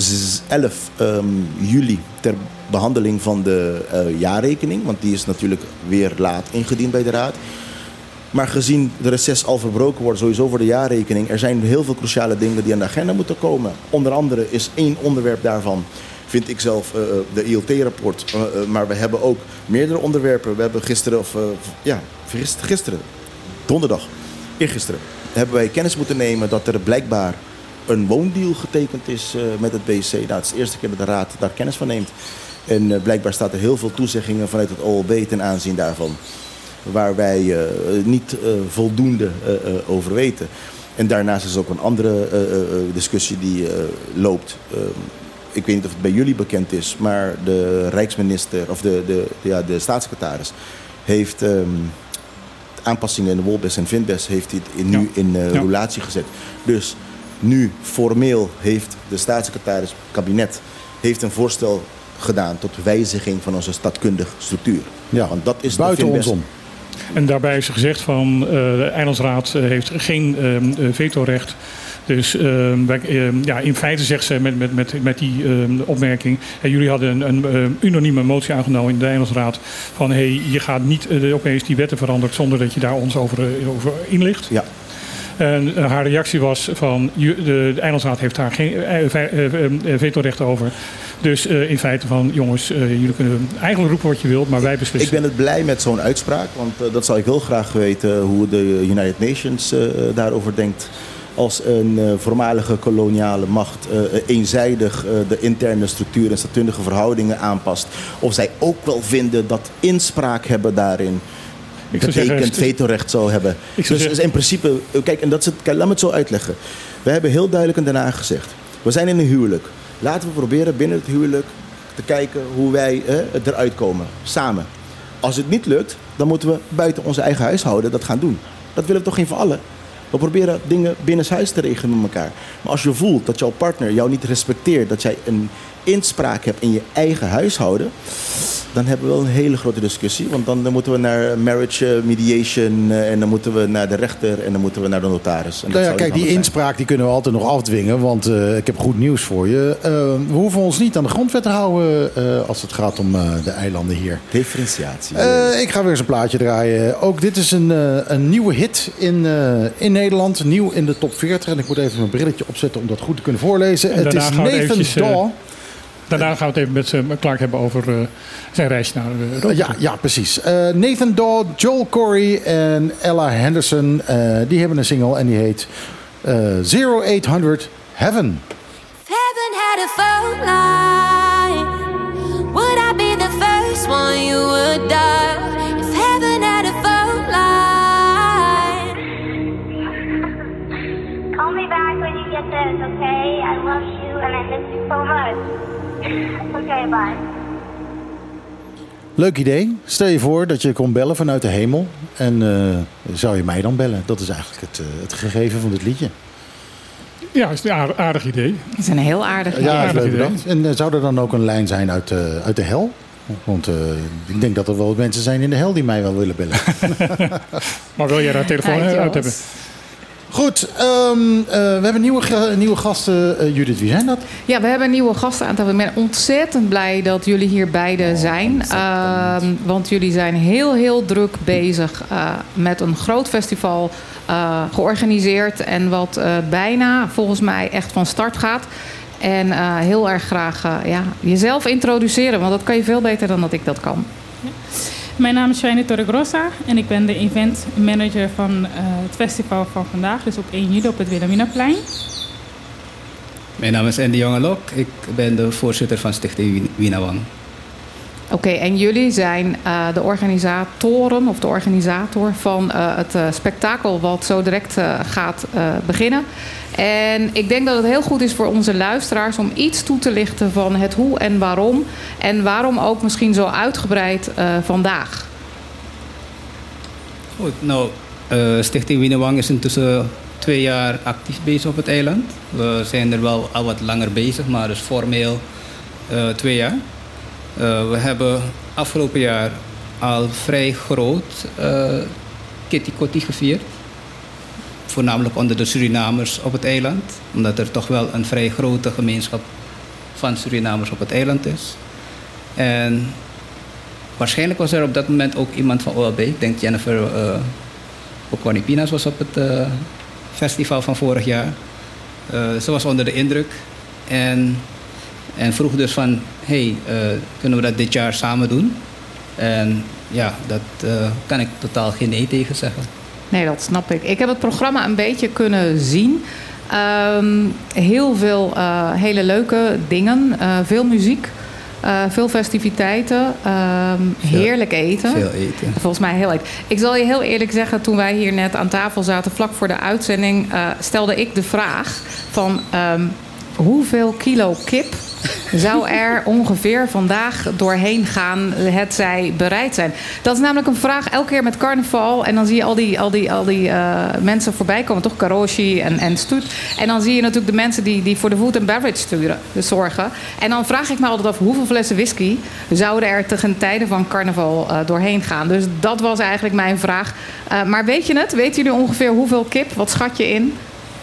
elf um, juli ter behandeling van de uh, jaarrekening. Want die is natuurlijk weer laat ingediend bij de raad. Maar gezien de reces al verbroken wordt, sowieso voor de jaarrekening, er zijn heel veel cruciale dingen die aan de agenda moeten komen. Onder andere is één onderwerp daarvan, vind ik zelf, uh, de I L T-rapport. Uh, uh, maar we hebben ook meerdere onderwerpen. We hebben gisteren, of uh, ja, gisteren, donderdag, eergisteren, hebben wij kennis moeten nemen dat er blijkbaar een woondeal getekend is uh, met het B C. Nou, het is de eerste keer dat de raad daar kennis van neemt. En uh, blijkbaar staat er heel veel toezeggingen vanuit het O L B ten aanzien daarvan, waar wij uh, niet uh, voldoende uh, uh, over weten. En daarnaast is ook een andere uh, uh, discussie die uh, loopt. Uh, ik weet niet of het bij jullie bekend is, maar de Rijksminister, of de, de, ja, de staatssecretaris, heeft um, aanpassingen in de Wolbes en Vinbes heeft hij in, nu ja. in uh, ja. roulatie gezet. Dus nu formeel heeft de staatssecretaris, kabinet, heeft een voorstel gedaan tot wijziging van onze staatkundige structuur. Ja, want dat is buiten de ons om. En daarbij is er gezegd van uh, de Eilandsraad uh, heeft geen uh, vetorecht. Dus uh, wij, uh, ja, in feite zegt ze met, met, met, met die uh, opmerking, uh, jullie hadden een, een uh, unanieme motie aangenomen in de Eilandsraad van hey, je gaat niet uh, opeens die wetten veranderen zonder dat je daar ons over, uh, over inlicht. Ja. En uh, haar reactie was van de, de Eilandsraad heeft daar geen uh, uh, uh, vetorecht over. Dus uh, in feite van jongens, uh, jullie kunnen eigenlijk roepen wat je wilt, maar wij beslissen. Ik ben het blij met zo'n uitspraak, want uh, dat zou ik heel graag weten hoe de United Nations uh, daarover denkt. Als een uh, voormalige koloniale macht uh, eenzijdig uh, de interne structuur en staatkundige verhoudingen aanpast. Of zij ook wel vinden dat inspraak hebben daarin betekend vetorecht zou hebben. Dus zeggen, is in principe, kijk, en dat is het, kijk, laat me het zo uitleggen. We hebben heel duidelijk in Den Haag gezegd, we zijn in een huwelijk. Laten we proberen binnen het huwelijk te kijken hoe wij eh, eruit komen, samen. Als het niet lukt, dan moeten we buiten onze eigen huishouden dat gaan doen. Dat willen we toch geen van allen? We proberen dingen binnenshuis te regelen met elkaar. Maar als je voelt dat jouw partner jou niet respecteert, dat jij een inspraak hebt in je eigen huishouden, dan hebben we wel een hele grote discussie. Want dan, dan moeten we naar marriage mediation uh, en dan moeten we naar de rechter en dan moeten we naar de notaris. En nou ja, kijk, die inspraak die kunnen we altijd nog afdwingen, want uh, ik heb goed nieuws voor je. Uh, we hoeven ons niet aan de grondwet te houden uh, als het gaat om uh, de eilanden hier. Differentiatie. Uh, ik ga weer eens een plaatje draaien. Ook dit is een, uh, een nieuwe hit in, uh, in Nederland, nieuw in de top veertig. En ik moet even mijn brilletje opzetten om dat goed te kunnen voorlezen. Het is Nathan Dawe. Daarna gaan we het even met Clark hebben over uh, zijn reis naar uh, Rome. Ja, ja, precies. Uh, Nathan Dawe, Joel Corey en Ella Henderson, uh, die hebben een single en die heet uh, zero eight hundred Heaven. If heaven had a phone line, would I be the first one you would dial? If heaven had a phone line. Call me back when you get this, okay? I love you and I miss you so much. Oké, okay, bye. Leuk idee. Stel je voor dat je kon bellen vanuit de hemel. En uh, zou je mij dan bellen? Dat is eigenlijk het, uh, het gegeven van dit liedje. Ja, dat is een aardig, aardig idee. Het is een heel aardig idee. Ja, aardig leuk idee. bedacht. En uh, zou er dan ook een lijn zijn uit, uh, uit de hel? Want uh, ik denk dat er wel wat mensen zijn in de hel die mij wel willen bellen. Maar wil jij daar telefoon Hey, uit hebben? Goed, um, uh, we hebben nieuwe, nieuwe gasten. Uh, Judith, wie zijn dat? Ja, we hebben nieuwe gasten aan tafel. Ik ben ontzettend blij dat jullie hier beide zijn. Uh, want jullie zijn heel, heel druk bezig uh, met een groot festival uh, georganiseerd. En wat uh, bijna volgens mij echt van start gaat. En uh, heel erg graag uh, ja, jezelf introduceren. Want dat kan je veel beter dan dat ik dat kan. Ja. Mijn naam is Shiny Torregrossa en ik ben de event manager van uh, het festival van vandaag. Dus op één juli op het Wilhelminaplein. Mijn naam is Andy Jongelok. Ik ben de voorzitter van Stichting Winawang. Oké, okay, en jullie zijn uh, de organisatoren of de organisator van uh, het uh, spektakel wat zo direct uh, gaat uh, beginnen. En ik denk dat het heel goed is voor onze luisteraars om iets toe te lichten van het hoe en waarom. En waarom ook misschien zo uitgebreid uh, vandaag. Goed, nou, uh, Stichting Winawang is intussen twee jaar actief bezig op het eiland. We zijn er wel al wat langer bezig, maar dus formeel uh, twee jaar. Uh, we hebben afgelopen jaar al vrij groot uh, Kitty Kotti gevierd. Voornamelijk onder de Surinamers op het eiland. Omdat er toch wel een vrij grote gemeenschap van Surinamers op het eiland is. En waarschijnlijk was er op dat moment ook iemand van O L B. Ik denk Jennifer uh, Okwanipinas was op het uh, festival van vorig jaar. Uh, ze was onder de indruk. En, en vroeg dus van, hey, uh, kunnen we dat dit jaar samen doen? En ja, dat uh, kan ik totaal geen nee tegen zeggen. Nee, dat snap ik. Ik heb het programma een beetje kunnen zien. Um, heel veel uh, hele leuke dingen. Uh, veel muziek. Uh, veel festiviteiten. Um, Veel, heerlijk eten. Veel eten. Volgens mij heel leuk. Ik zal je heel eerlijk zeggen, toen wij hier net aan tafel zaten, vlak voor de uitzending, uh, stelde ik de vraag van um, hoeveel kilo kip zou er ongeveer vandaag doorheen gaan, het zij bereid zijn? Dat is namelijk een vraag elke keer met carnaval. En dan zie je al die, al die, al die uh, mensen voorbij komen, toch? Karoshi en, en Stoet. En dan zie je natuurlijk de mensen die, die voor de food and beverage sturen, dus zorgen. En dan vraag ik me altijd af, hoeveel flessen whisky zouden er tegen tijden van carnaval uh, doorheen gaan? Dus dat was eigenlijk mijn vraag. Uh, maar weet je het? Weten jullie ongeveer hoeveel kip? Wat schat je in?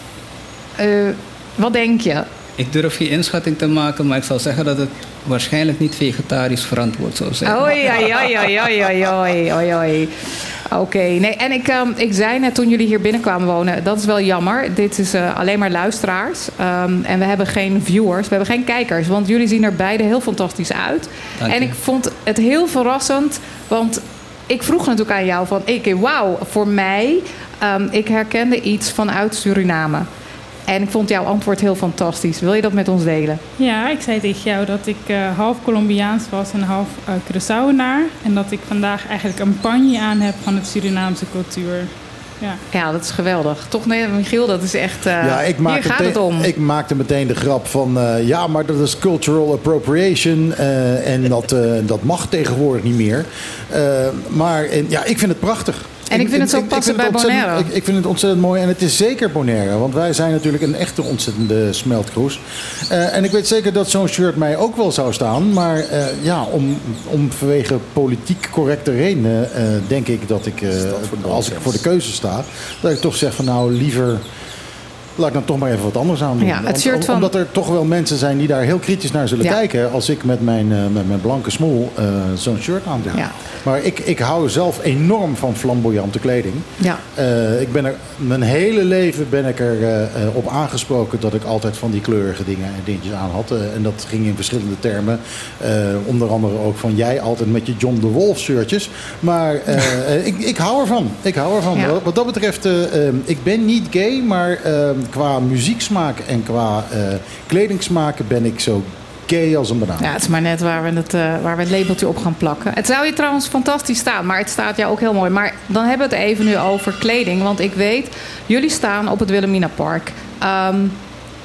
Uh, wat denk je? Ik durf geen inschatting te maken, maar ik zal zeggen dat het waarschijnlijk niet vegetarisch verantwoord zou zijn. Oei, oei, oei, oei, oei, oei, oei, oei. Oké, okay. Nee, en ik, um, ik zei net toen jullie hier binnenkwamen wonen, dat is wel jammer. Dit is uh, alleen maar luisteraars. Um, en we hebben geen viewers, we hebben geen kijkers. Want jullie zien er beide heel fantastisch uit. Dank en je. ik vond het heel verrassend, want ik vroeg natuurlijk aan jou van, ik, wauw, voor mij, um, ik herkende iets vanuit Suriname. En ik vond jouw antwoord heel fantastisch. Wil je dat met ons delen? Ja, ik zei tegen jou dat ik uh, half Colombiaans was en half uh, Curaçaoenaar. En dat ik vandaag eigenlijk een panje aan heb van het Surinaamse cultuur. Ja, ja, dat is geweldig. Toch, nee, Michiel, dat is echt... Uh, ja, ik hier gaat meteen, het om. Ik maakte meteen de grap van... Uh, ja, maar dat is cultural appropriation. Uh, en dat, uh, dat mag tegenwoordig niet meer. Uh, maar en, ja, ik vind het prachtig. En ik vind het zo passen bij Bonaire. Ik, ik vind het ontzettend mooi. En het is zeker Bonaire. Want wij zijn natuurlijk een echte ontzettende smeltkroes. Uh, en ik weet zeker dat zo'n shirt mij ook wel zou staan. Maar uh, ja, om, om vanwege politiek correcte redenen... Uh, denk ik dat ik, uh, als ik voor de keuze sta... dat ik toch zeg van nou liever... Laat ik dan toch maar even wat anders aan doen. Ja, het shirt van... Omdat er toch wel mensen zijn die daar heel kritisch naar zullen ja. kijken... als ik met mijn, uh, met mijn blanke smoel uh, zo'n shirt aandoe. Ja. Maar ik, ik hou zelf enorm van flamboyante kleding. Ja. Uh, ik ben er, mijn hele leven ben ik er uh, op aangesproken... dat ik altijd van die kleurige dingen en dingetjes aan had. Uh, en dat ging in verschillende termen. Uh, onder andere ook van jij altijd met je John de Wolf shirtjes. Maar uh, uh, ik, ik hou ervan. Ik hou ervan. Ja. Wat dat betreft, uh, uh, ik ben niet gay, maar... Uh, qua muzieksmaak en qua uh, kledingsmaak ben ik zo gay als een banaan. Ja, het is maar net waar we het, uh, waar we het labeltje op gaan plakken. Het zou je trouwens fantastisch staan, maar het staat jou ook heel mooi. Maar dan hebben we het even nu over kleding. Want ik weet, jullie staan op het Wilhelminapark. Um,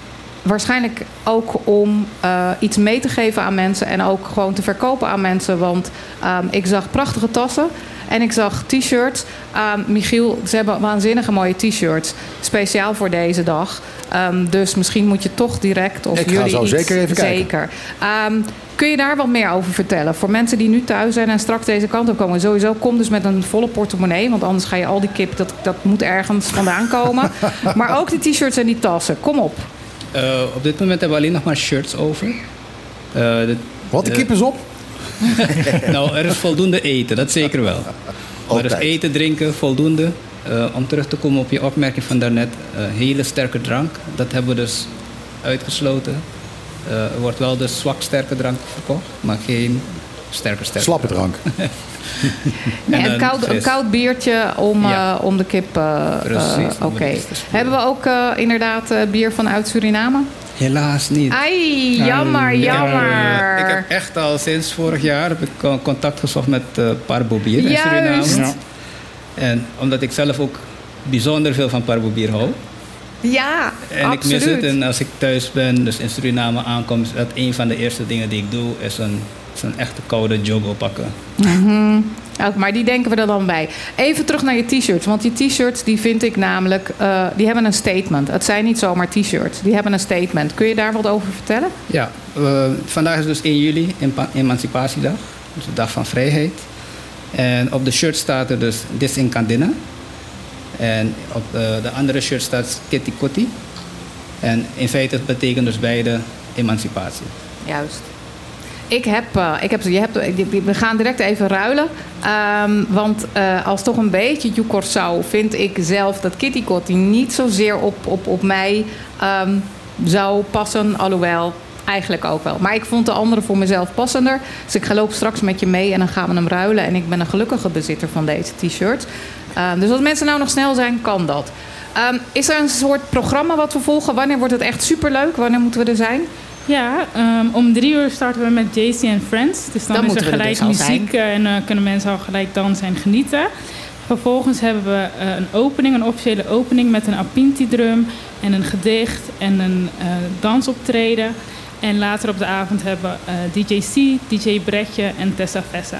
waarschijnlijk ook om uh, iets mee te geven aan mensen en ook gewoon te verkopen aan mensen. Want um, ik zag prachtige tassen en ik zag t-shirts. Um, Michiel, ze hebben waanzinnige mooie t-shirts, speciaal voor deze dag. Um, dus misschien moet je toch direct of ik jullie ga zo iets, zeker even kijken. Zeker. Um, kun je daar wat meer over vertellen? Voor mensen die nu thuis zijn en straks deze kant op komen. Sowieso kom dus met een volle portemonnee. Want anders ga je al die kip, dat, dat moet ergens vandaan komen. Maar ook die t-shirts en die tassen. Kom op. Uh, op dit moment hebben we alleen nog maar shirts over. Uh, de, wat, de kip is op? Nou, er is voldoende eten, dat zeker wel. Maar er is eten, drinken, voldoende. Uh, om terug te komen op je opmerking van daarnet. Uh, hele sterke drank, dat hebben we dus uitgesloten. Uh, er wordt wel de zwak sterke drank verkocht, maar geen sterke sterke slappe drank. Nee, een, koud, een koud biertje om, ja. uh, om de kip. Uh, Precies. Uh, Oké. Okay. Hebben we ook uh, inderdaad uh, bier vanuit Suriname? Helaas niet. Ai, jammer, jammer. Uh, ik heb echt al sinds vorig jaar heb ik contact gezocht met uh, Parbo Bier in Suriname. Ja. En omdat ik zelf ook bijzonder veel van Parbo Bier hou. Ja, en absoluut. ik mis het. En als ik thuis ben, dus in Suriname aankom, is dat een van de eerste dingen die ik doe, is een, is een echte koude jog oppakken. Mm-hmm. Ook, maar die denken we er dan bij. Even terug naar je t-shirts. Want die t-shirts, die vind ik namelijk, uh, die hebben een statement. Het zijn niet zomaar t-shirts. Die hebben een statement. Kun je daar wat over vertellen? Ja, uh, vandaag is dus één juli, Emancipatiedag. Dus de dag van vrijheid. En op de shirt staat er dus Dis in Kandina. En op uh, de andere shirt staat Kitty Kotti. En in feite betekent dus beide emancipatie. Juist. Ik heb, uh, ik heb, je hebt, we gaan direct even ruilen. Um, want uh, als toch een beetje Jucorsau vind ik zelf dat Kitty Kotti niet zozeer op, op, op mij um, zou passen. Alhoewel, eigenlijk ook wel. Maar ik vond de andere voor mezelf passender. Dus ik ga lopen straks met je mee en dan gaan we hem ruilen. En ik ben een gelukkige bezitter van deze t-shirt. Um, dus als mensen nou nog snel zijn, kan dat. Um, is er een soort programma wat we volgen? Wanneer wordt het echt superleuk? Wanneer moeten we er zijn? Ja, um, om drie uur starten we met J C and Friends. Dus dan, dan is er gelijk er dus muziek en uh, kunnen mensen al gelijk dansen en genieten. Vervolgens hebben we uh, een opening, een officiële opening met een Apinti-drum en een gedicht en een uh, dansoptreden. En later op de avond hebben we uh, D J C, D J Bretje en Tessa Vessa.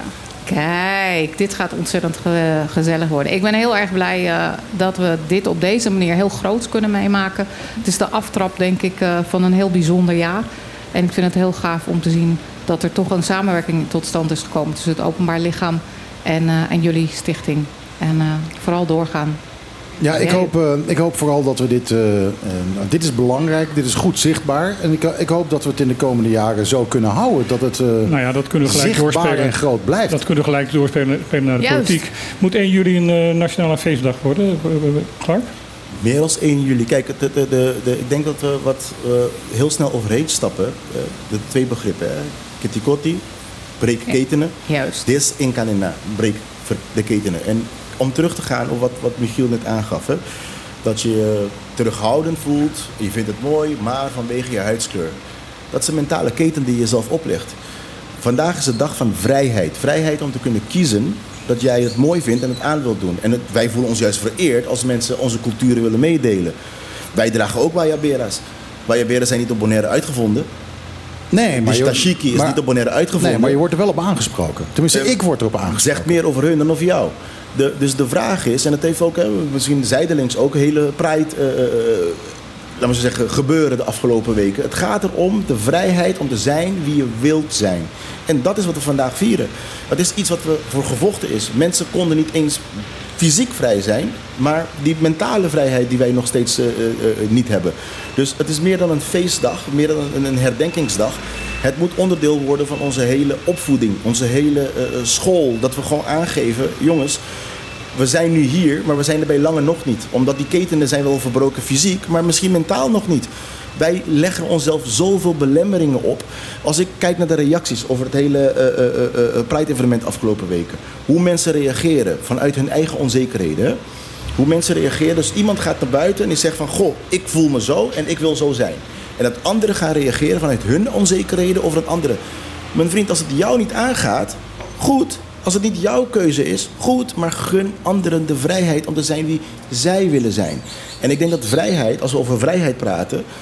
Kijk, dit gaat ontzettend ge- gezellig worden. Ik ben heel erg blij uh, dat we dit op deze manier heel groots kunnen meemaken. Het is de aftrap, denk ik, uh, van een heel bijzonder jaar. En ik vind het heel gaaf om te zien dat er toch een samenwerking tot stand is gekomen tussen het openbaar lichaam en, uh, en jullie stichting. En uh, vooral doorgaan. Ja, ik hoop, uh, ik hoop vooral dat we dit... Uh, uh, dit is belangrijk, dit is goed zichtbaar. En ik, ik hoop dat we het in de komende jaren zo kunnen houden. Dat het uh, nou ja, dat kunnen we gelijk zichtbaar doorspelen. en groot blijft. Dat kunnen we gelijk doorspelen naar de Juist. politiek. Moet één juli een uh, nationale feestdag worden, Clark? Meer dan één juli. Kijk, de, de, de, de, ik denk dat we wat uh, heel snel overheen stappen. Uh, de twee begrippen. Hè. Kitty Kotti, breek ketenen. Juist. Dis in Kanina, breek de ketenen. En om terug te gaan op wat, wat Michiel net aangaf. Hè, dat je je terughoudend voelt, je vindt het mooi, maar vanwege je huidskleur. Dat is een mentale keten die je zelf oplegt. Vandaag is de dag van vrijheid. Vrijheid om te kunnen kiezen dat jij het mooi vindt en het aan wilt doen. En het, wij voelen ons juist vereerd als mensen onze culturen willen meedelen. Wij dragen ook Wayabera's. Wayabera's zijn niet op Bonaire uitgevonden. Nee, maar dus je, Tashiki is maar, niet op Bonaire uitgevonden. Nee, maar je wordt er wel op aangesproken. Tenminste, uh, ik word erop aangesproken. Zegt meer over hun dan over jou. De, dus de vraag is, en het heeft ook, hè, misschien zijdelings ook, hele pride, uh, uh, laten we zeggen, gebeuren de afgelopen weken. Het gaat erom de vrijheid om te zijn wie je wilt zijn. En dat is wat we vandaag vieren. Dat is iets wat we voor gevochten is. Mensen konden niet eens fysiek vrij zijn, maar die mentale vrijheid die wij nog steeds uh, uh, uh, niet hebben. Dus het is meer dan een feestdag, meer dan een, een herdenkingsdag. Het moet onderdeel worden van onze hele opvoeding, onze hele uh, school. Dat we gewoon aangeven, jongens, we zijn nu hier, maar we zijn er bij lange nog niet. Omdat die ketenen zijn wel verbroken fysiek, maar misschien mentaal nog niet. Wij leggen onszelf zoveel belemmeringen op. Als ik kijk naar de reacties over het hele uh, uh, uh, Pride-evenement afgelopen weken. Hoe mensen reageren vanuit hun eigen onzekerheden. Hè? Hoe mensen reageren. Dus iemand gaat naar buiten en die zegt van, goh, ik voel me zo en ik wil zo zijn. En dat anderen gaan reageren vanuit hun onzekerheden over het andere. Mijn vriend, als het jou niet aangaat, goed. Als het niet jouw keuze is, goed. Maar gun anderen de vrijheid om te zijn wie zij willen zijn. En ik denk dat vrijheid, als we over vrijheid praten,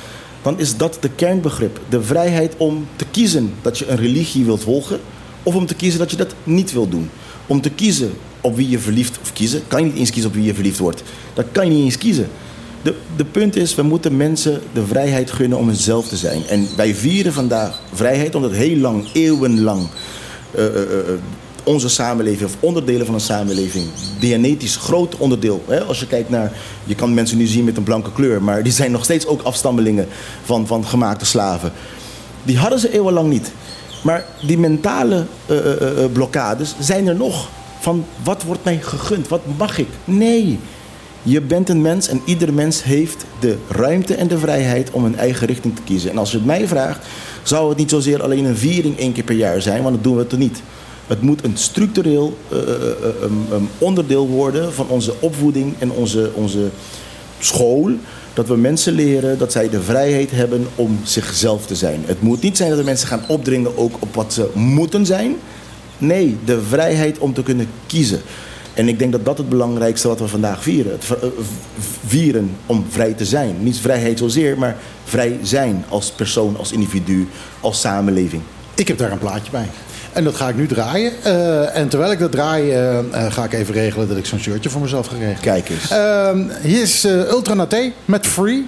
dan is dat de kernbegrip. De vrijheid om te kiezen dat je een religie wilt volgen, of om te kiezen dat je dat niet wilt doen. Om te kiezen op wie je verliefd, of kiezen, kan je niet eens kiezen op wie je verliefd wordt. Dat kan je niet eens kiezen. De, de punt is, we moeten mensen de vrijheid gunnen om hunzelf te zijn. En wij vieren vandaag vrijheid omdat heel lang, eeuwenlang, uh, uh, uh, onze samenleving, of onderdelen van een samenleving, genetisch groot onderdeel. Hè? Als je kijkt naar, je kan mensen nu zien met een blanke kleur, maar die zijn nog steeds ook afstammelingen van, van gemaakte slaven. Die hadden ze eeuwenlang niet. Maar die mentale uh, uh, uh, blokkades zijn er nog. Van wat wordt mij gegund? Wat mag ik? Nee. Je bent een mens en ieder mens heeft de ruimte en de vrijheid om een eigen richting te kiezen. En als je het mij vraagt, zou het niet zozeer alleen een viering één keer per jaar zijn, want dat doen we het niet. Het moet een structureel uh, uh, um, um, onderdeel worden van onze opvoeding en onze, onze school. Dat we mensen leren dat zij de vrijheid hebben om zichzelf te zijn. Het moet niet zijn dat de mensen gaan opdringen ook op wat ze moeten zijn. Nee, de vrijheid om te kunnen kiezen. En ik denk dat dat het belangrijkste wat we vandaag vieren. Het vieren om vrij te zijn. Niet vrijheid zozeer, maar vrij zijn als persoon, als individu, als samenleving. Ik heb daar een plaatje bij. En dat ga ik nu draaien. Uh, en terwijl ik dat draai, uh, uh, ga ik even regelen dat ik zo'n shirtje voor mezelf ga regelen. Kijk eens. Uh, hier is uh, Ultra Naté met Free.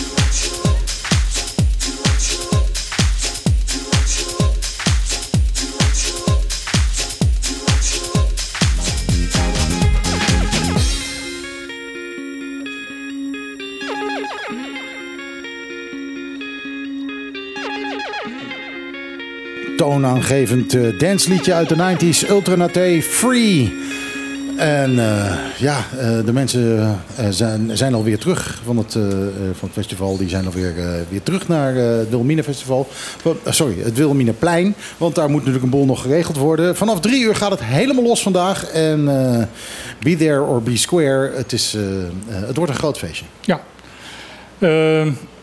Toonaangevend uh, dansliedje uit de negentig, Ultra Naté, Free. En uh, ja, uh, de mensen uh, zijn, zijn alweer terug van het, uh, van het festival. Die zijn alweer uh, weer terug naar uh, het Wilhelmina Festival. Uh, sorry, het Wilhelminaplein. Want daar moet natuurlijk een boel nog geregeld worden. Vanaf drie uur gaat het helemaal los vandaag. En uh, be there or be square. Het, is, uh, uh, het wordt een groot feestje. Ja. Uh...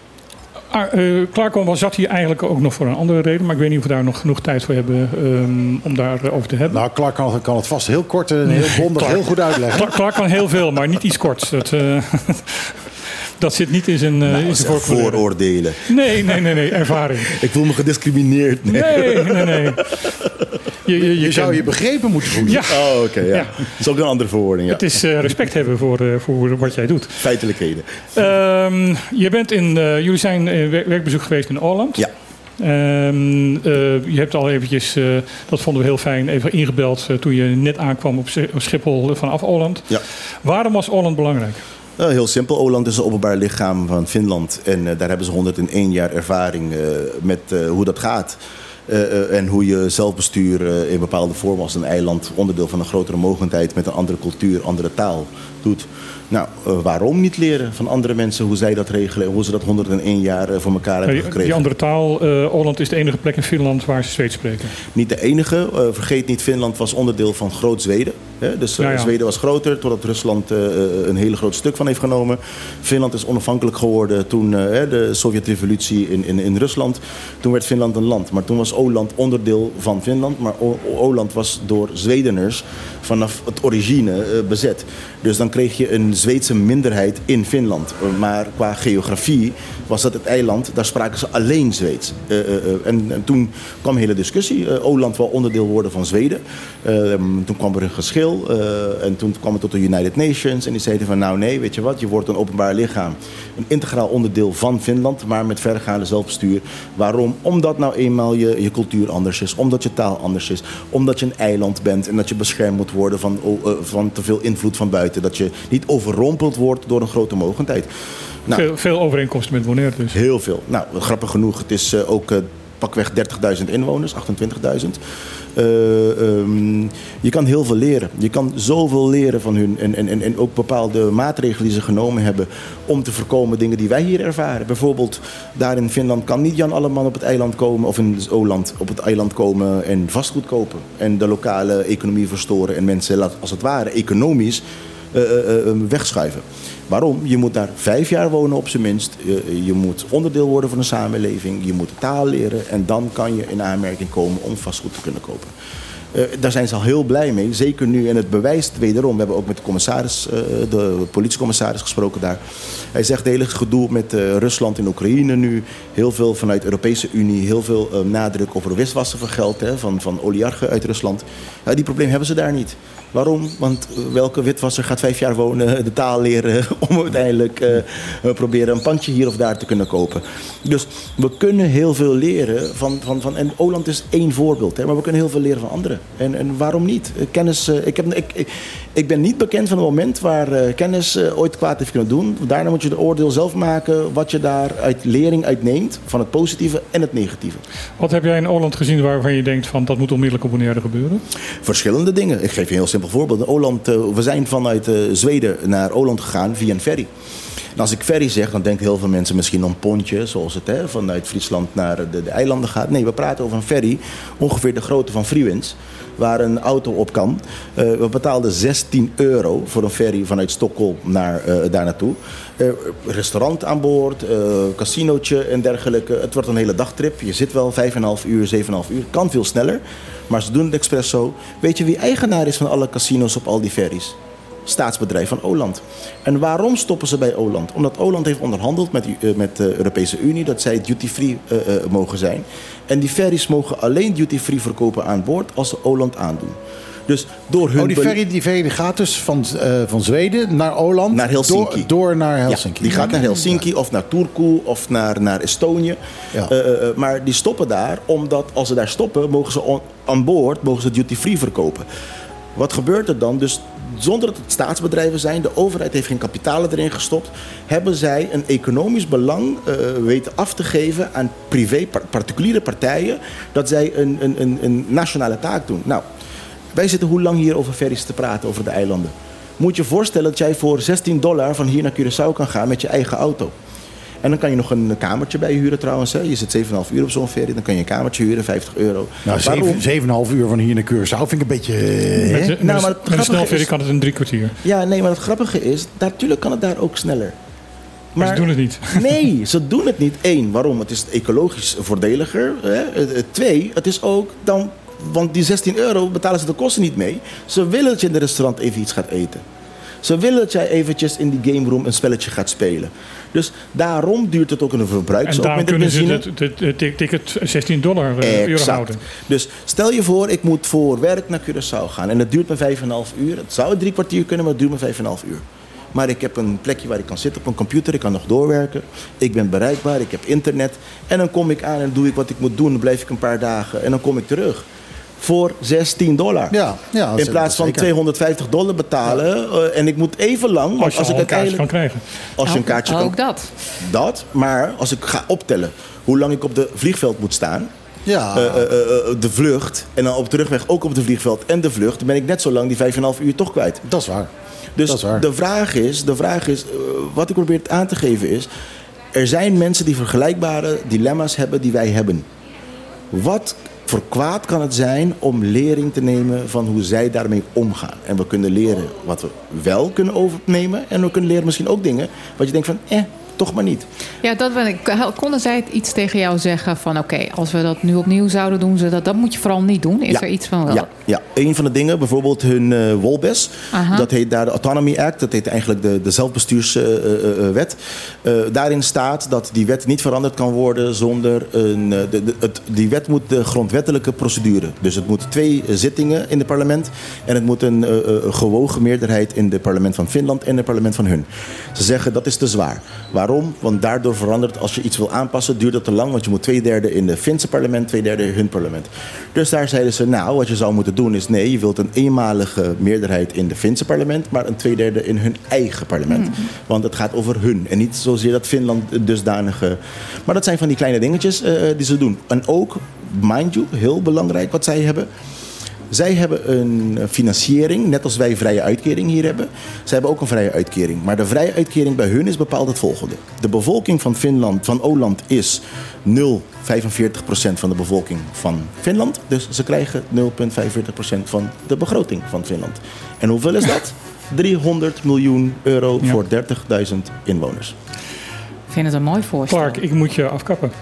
Uh, Klaarkomen zat hier eigenlijk ook nog voor een andere reden. Maar ik weet niet of we daar nog genoeg tijd voor hebben um, om daarover te hebben. Nou, Clark kan, kan het vast heel kort en heel bondig Clark, heel goed uitleggen. Clark, Clark kan heel veel, maar niet iets korts. Dat, uh, dat zit niet in zijn, uh, nou, in zijn vooroordelen. Nee, nee, nee, nee, ervaring. Ik voel me gediscrimineerd. Nee, nee, nee. nee. Je, je, je, je zou je begrepen moeten voelen. Ja. Oh, oké. Okay, ja. ja. Dat is ook een andere verwoording. Ja. Het is uh, respect hebben voor, uh, voor wat jij doet. Feitelijkheden. Um, je bent in, uh, jullie zijn uh, werkbezoek geweest in Åland. Ja. Um, uh, je hebt al eventjes, uh, dat vonden we heel fijn, even ingebeld uh, toen je net aankwam op Schiphol vanaf Åland. Ja. Waarom was Åland belangrijk? Uh, heel simpel. Åland is een openbaar lichaam van Finland. En uh, daar hebben ze honderdéén jaar ervaring uh, met uh, hoe dat gaat. Uh, uh, en hoe je zelfbestuur uh, in bepaalde vormen als een eiland, onderdeel van een grotere mogendheid met een andere cultuur, andere taal doet. Nou, uh, waarom niet leren van andere mensen hoe zij dat regelen en hoe ze dat honderdéén jaar uh, voor elkaar hebben gekregen? Die andere taal, uh, Åland is de enige plek in Finland waar ze Zweeds spreken. Niet de enige. Uh, vergeet niet, Finland was onderdeel van Groot Zweden. Hè? Dus uh, ja, ja. Zweden was groter, totdat Rusland uh, een hele groot stuk van heeft genomen. Finland is onafhankelijk geworden toen uh, de Sovjet-revolutie in, in, in Rusland. Toen werd Finland een land. Maar toen was Åland onderdeel van Finland. Maar Åland was door Zwedeners vanaf het origine uh, bezet. Dus dan kreeg je een Zweedse minderheid in Finland. Maar qua geografie was dat het eiland, daar spraken ze alleen Zweeds. Uh, uh, en, en toen kwam een hele discussie. Uh, Åland wil onderdeel worden van Zweden. Uh, toen kwam er een geschil. Uh, en toen kwam het tot de United Nations. En die zeiden van nou nee, weet je wat, je wordt een openbaar lichaam. Een integraal onderdeel van Finland, maar met verregaande zelfbestuur. Waarom? Omdat nou eenmaal je, je cultuur anders is. Omdat je taal anders is. Omdat je een eiland bent en dat je beschermd moet worden van, uh, van te veel invloed van buiten. Dat je niet overrompeld wordt door een grote mogendheid. Nou, veel, veel overeenkomsten met Bonaire dus. Heel veel. Nou, grappig genoeg, het is uh, ook uh, pakweg dertigduizend inwoners, achtentwintigduizend. Uh, um, je kan heel veel leren. Je kan zoveel leren van hun. En, en, en ook bepaalde maatregelen die ze genomen hebben om te voorkomen dingen die wij hier ervaren. Bijvoorbeeld, daar in Finland kan niet Jan Alleman op het eiland komen, of in Åland op het eiland komen en vastgoed kopen. En de lokale economie verstoren en mensen als het ware economisch uh, uh, uh, wegschuiven. Waarom? Je moet daar vijf jaar wonen op zijn minst. Je, je moet onderdeel worden van een samenleving. Je moet de taal leren. En dan kan je in aanmerking komen om vastgoed te kunnen kopen. Uh, daar zijn ze al heel blij mee. Zeker nu. En het bewijst wederom. We hebben ook met de commissaris, uh, de politiecommissaris gesproken daar. Hij zegt het hele gedoe met uh, Rusland en Oekraïne nu. Heel veel vanuit de Europese Unie. Heel veel uh, nadruk over witwassen van geld. Hè, van, van oligarchen uit Rusland. Uh, die probleem hebben ze daar niet. Waarom? Want welke witwasser gaat vijf jaar wonen, de taal leren om uiteindelijk uh, proberen een pandje hier of daar te kunnen kopen. Dus we kunnen heel veel leren van, van, van en Oland is één voorbeeld, hè, maar we kunnen heel veel leren van anderen. En, en waarom niet? Kennis, uh, ik, heb, ik, ik, ik ben niet bekend van een moment waar uh, kennis uh, ooit kwaad heeft kunnen doen. Daarna moet je de oordeel zelf maken wat je daar uit lering uitneemt van het positieve en het negatieve. Wat heb jij in Oland gezien waarvan je denkt van dat moet onmiddellijk op Bonaire gebeuren? Verschillende dingen. Ik geef je een heel simpel voorbeeld. In Oland, uh, we zijn vanuit uh, Zweden naar Oland gegaan via een ferry. En als ik ferry zeg, dan denken heel veel mensen misschien om een pontje, zoals het hè, vanuit Friesland naar de, de eilanden gaat. Nee, we praten over een ferry, ongeveer de grootte van Freewinds, waar een auto op kan. Uh, we betaalden zestien euro voor een ferry vanuit Stockholm naar, uh, daar naartoe. Uh, restaurant aan boord, uh, casinootje en dergelijke. Het wordt een hele dagtrip. Je zit wel vijf en een half uur, zeven en een half uur. Kan veel sneller, maar ze doen het expres zo. Weet je wie eigenaar is van alle casino's op al die ferries? Staatsbedrijf van Oland. En waarom stoppen ze bij Oland? Omdat Oland heeft onderhandeld met, uh, met de Europese Unie dat zij duty-free uh, uh, mogen zijn. En die ferries mogen alleen duty-free verkopen aan boord als ze Oland aandoen. Dus door hun oh, die ferry, die ferry gaat dus van, uh, van Zweden naar Oland? Naar Helsinki. Door, door naar Helsinki. Ja, die gaat naar Helsinki of naar Turku of naar, naar Estonië. Ja. Uh, uh, maar die stoppen daar, omdat als ze daar stoppen, mogen ze on, aan boord mogen ze duty-free verkopen. Wat gebeurt er dan? Dus zonder dat het staatsbedrijven zijn, de overheid heeft geen kapitalen erin gestopt, hebben zij een economisch belang uh, weten af te geven aan privé, particuliere partijen, dat zij een, een, een, een nationale taak doen. Nou, wij zitten hoe lang hier over ferries te praten, over de eilanden. Moet je je voorstellen dat jij voor zestien dollar van hier naar Curaçao kan gaan met je eigen auto. En dan kan je nog een kamertje bij je huren trouwens. Hè. Je zit zeven en een half uur op zo'n ferry. Dan kan je een kamertje huren, vijftig euro. Nou, zeven en een half uur van hier naar Curaçao vind ik een beetje... Uh, met de, nou, maar met een snelferry kan het in drie kwartier. Ja, nee, maar het grappige is, natuurlijk kan het daar ook sneller. Maar, maar ze doen het niet. Nee, ze doen het niet. Eén, waarom? Het is ecologisch voordeliger. Hè. Twee, het is ook dan... Want die zestien euro betalen ze de kosten niet mee. Ze willen dat je in het restaurant even iets gaat eten. Ze willen dat jij eventjes in die game room een spelletje gaat spelen. Dus daarom duurt het ook een verbruik. En daarom kunnen ze het, het, het ticket zestien dollar uh, euro houden. Dus stel je voor, ik moet voor werk naar Curaçao gaan. En het duurt me vijf en een half uur. Het zou drie kwartier kunnen, maar het duurt me vijf en een half uur. Maar ik heb een plekje waar ik kan zitten op een computer. Ik kan nog doorwerken. Ik ben bereikbaar. Ik heb internet. En dan kom ik aan en doe ik wat ik moet doen. Dan blijf ik een paar dagen en dan kom ik terug. Voor zestien dollar. Ja, ja, in plaats van tweehonderdvijftig dollar betalen. Ja. Uh, en ik moet even lang. Als je als ik een kaartje kan krijgen. Als je een kaartje ook, kan. Ook dat. Dat. Maar als ik ga optellen hoe lang ik op de vliegveld moet staan. Ja. Uh, uh, uh, de vlucht. En dan op terugweg ook op de vliegveld en de vlucht. Dan ben ik net zo lang die vijf en een half uur toch kwijt. Dat is waar. Dus dat is waar. de vraag is. De vraag is uh, wat ik probeer aan te geven is. Er zijn mensen die vergelijkbare dilemma's hebben die wij hebben. Wat voor kwaad kan het zijn om lering te nemen van hoe zij daarmee omgaan. En we kunnen leren wat we wel kunnen overnemen. En we kunnen leren misschien ook dingen wat je denkt van, eh, toch maar niet. Ja, dat ben ik. Konden zij iets tegen jou zeggen van, oké, okay, als we dat nu opnieuw zouden doen, dat, dat moet je vooral niet doen? Is ja. er iets van wel? Ja, ja, een van de dingen, bijvoorbeeld hun uh, Wolbes. Aha. Dat heet daar de Autonomy Act. Dat heet eigenlijk de, de zelfbestuurswet. Uh, uh, uh, daarin staat dat die wet niet veranderd kan worden zonder een... Uh, de, de, het, die wet moet de grondwettelijke procedure. Dus het moet twee uh, zittingen in het parlement. En het moet een uh, uh, gewogen meerderheid in het parlement van Finland en het parlement van hun. Ze zeggen dat is te zwaar. Waarom? Want daardoor verandert, als je iets wil aanpassen, duurt dat te lang. Want je moet twee derde in het Finse parlement, twee derde in hun parlement. Dus daar zeiden ze, nou, wat je zou moeten doen is, nee, je wilt een eenmalige meerderheid in het Finse parlement, maar een twee derde in hun eigen parlement. Mm-hmm. Want het gaat over hun en niet zozeer dat Finland dusdanige... Maar dat zijn van die kleine dingetjes uh, die ze doen. En ook, mind you, heel belangrijk wat zij hebben. Zij hebben een financiering, net als wij vrije uitkering hier hebben. Zij hebben ook een vrije uitkering. Maar de vrije uitkering bij hun is bepaald het volgende. De bevolking van Finland, van Åland is nul komma vijfenveertig procent van de bevolking van Finland. Dus ze krijgen nul komma vijfenveertig procent van de begroting van Finland. En hoeveel is dat? driehonderd miljoen euro ja. voor dertigduizend inwoners. Ik vind het een mooi voorstel. Clark, ik moet je afkappen.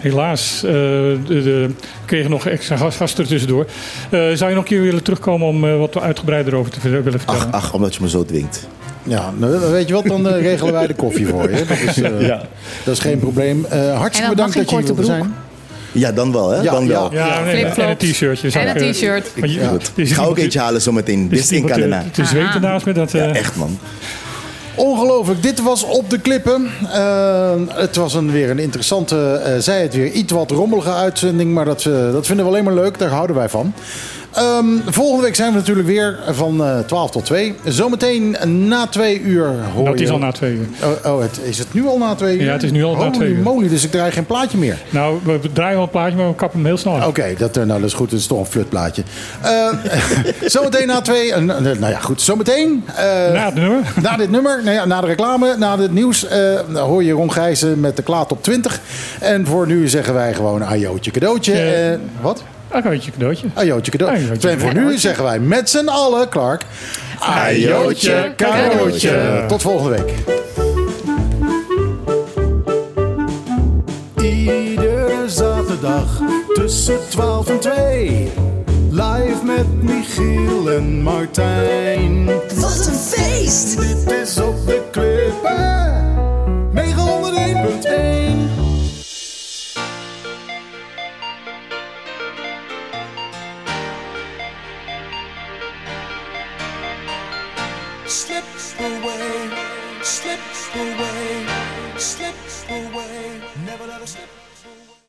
Helaas, uh, de, de, we kregen nog extra gasten tussendoor. Uh, zou je nog een keer willen terugkomen om uh, wat uitgebreider over te willen vertellen? Ach, ach, omdat je me zo dwingt. Ja, nou, weet je wat, dan uh, regelen wij de koffie voor je. Dat is, uh, ja. dat is geen probleem. Uh, hartstikke bedankt dat je hier wilde zijn. Ja, dan wel, hè? Ja, dan ja. wel. Ja, nee, en een t-shirtje. En een t-shirt. Ik, ja. Ik ga ook eentje halen zometeen. Dit is in Canada. Het is zweten naast me. Dat, uh... ja, echt man. Ongelooflijk, dit was Op de Klippen. Uh, het was een, weer een interessante, uh, zij het weer iets wat rommelige uitzending. Maar dat, uh, dat vinden we alleen maar leuk, daar houden wij van. Um, volgende week zijn we natuurlijk weer van uh, twaalf tot twee. Zometeen na twee uur hoor nou, het is je... al na twee uur. Oh, oh het, is het nu al na twee uur? Ja, het is nu al Holy na twee uur. moly, dus ik draai geen plaatje meer. Nou, we draaien wel een plaatje, maar we kappen hem heel snel. Oké, okay, dat, nou, dat is goed. Dat is toch een flutplaatje. Uh, zometeen na twee... Uh, nou ja, goed. Zometeen... Uh, na het nummer. Na dit nummer, nou ja, na de reclame, na het nieuws... Uh, hoor je Ron Gijzen met de Klaat op twintig. En voor nu zeggen wij gewoon ajootje cadeautje. Uh, uh, wat? Ajootje cadeautje. Ajootje cadeautje. Ajootje. En voor nu zeggen wij met z'n allen, Clark... Ajootje cadeautje. Tot volgende week. Iedere zaterdag tussen twaalf en twee. Live met Michiel en Martijn. Wat een feest! Dit is Op de Klippen. negenhonderdéén punt één. Slip away, slip away, slip away, never let us slip.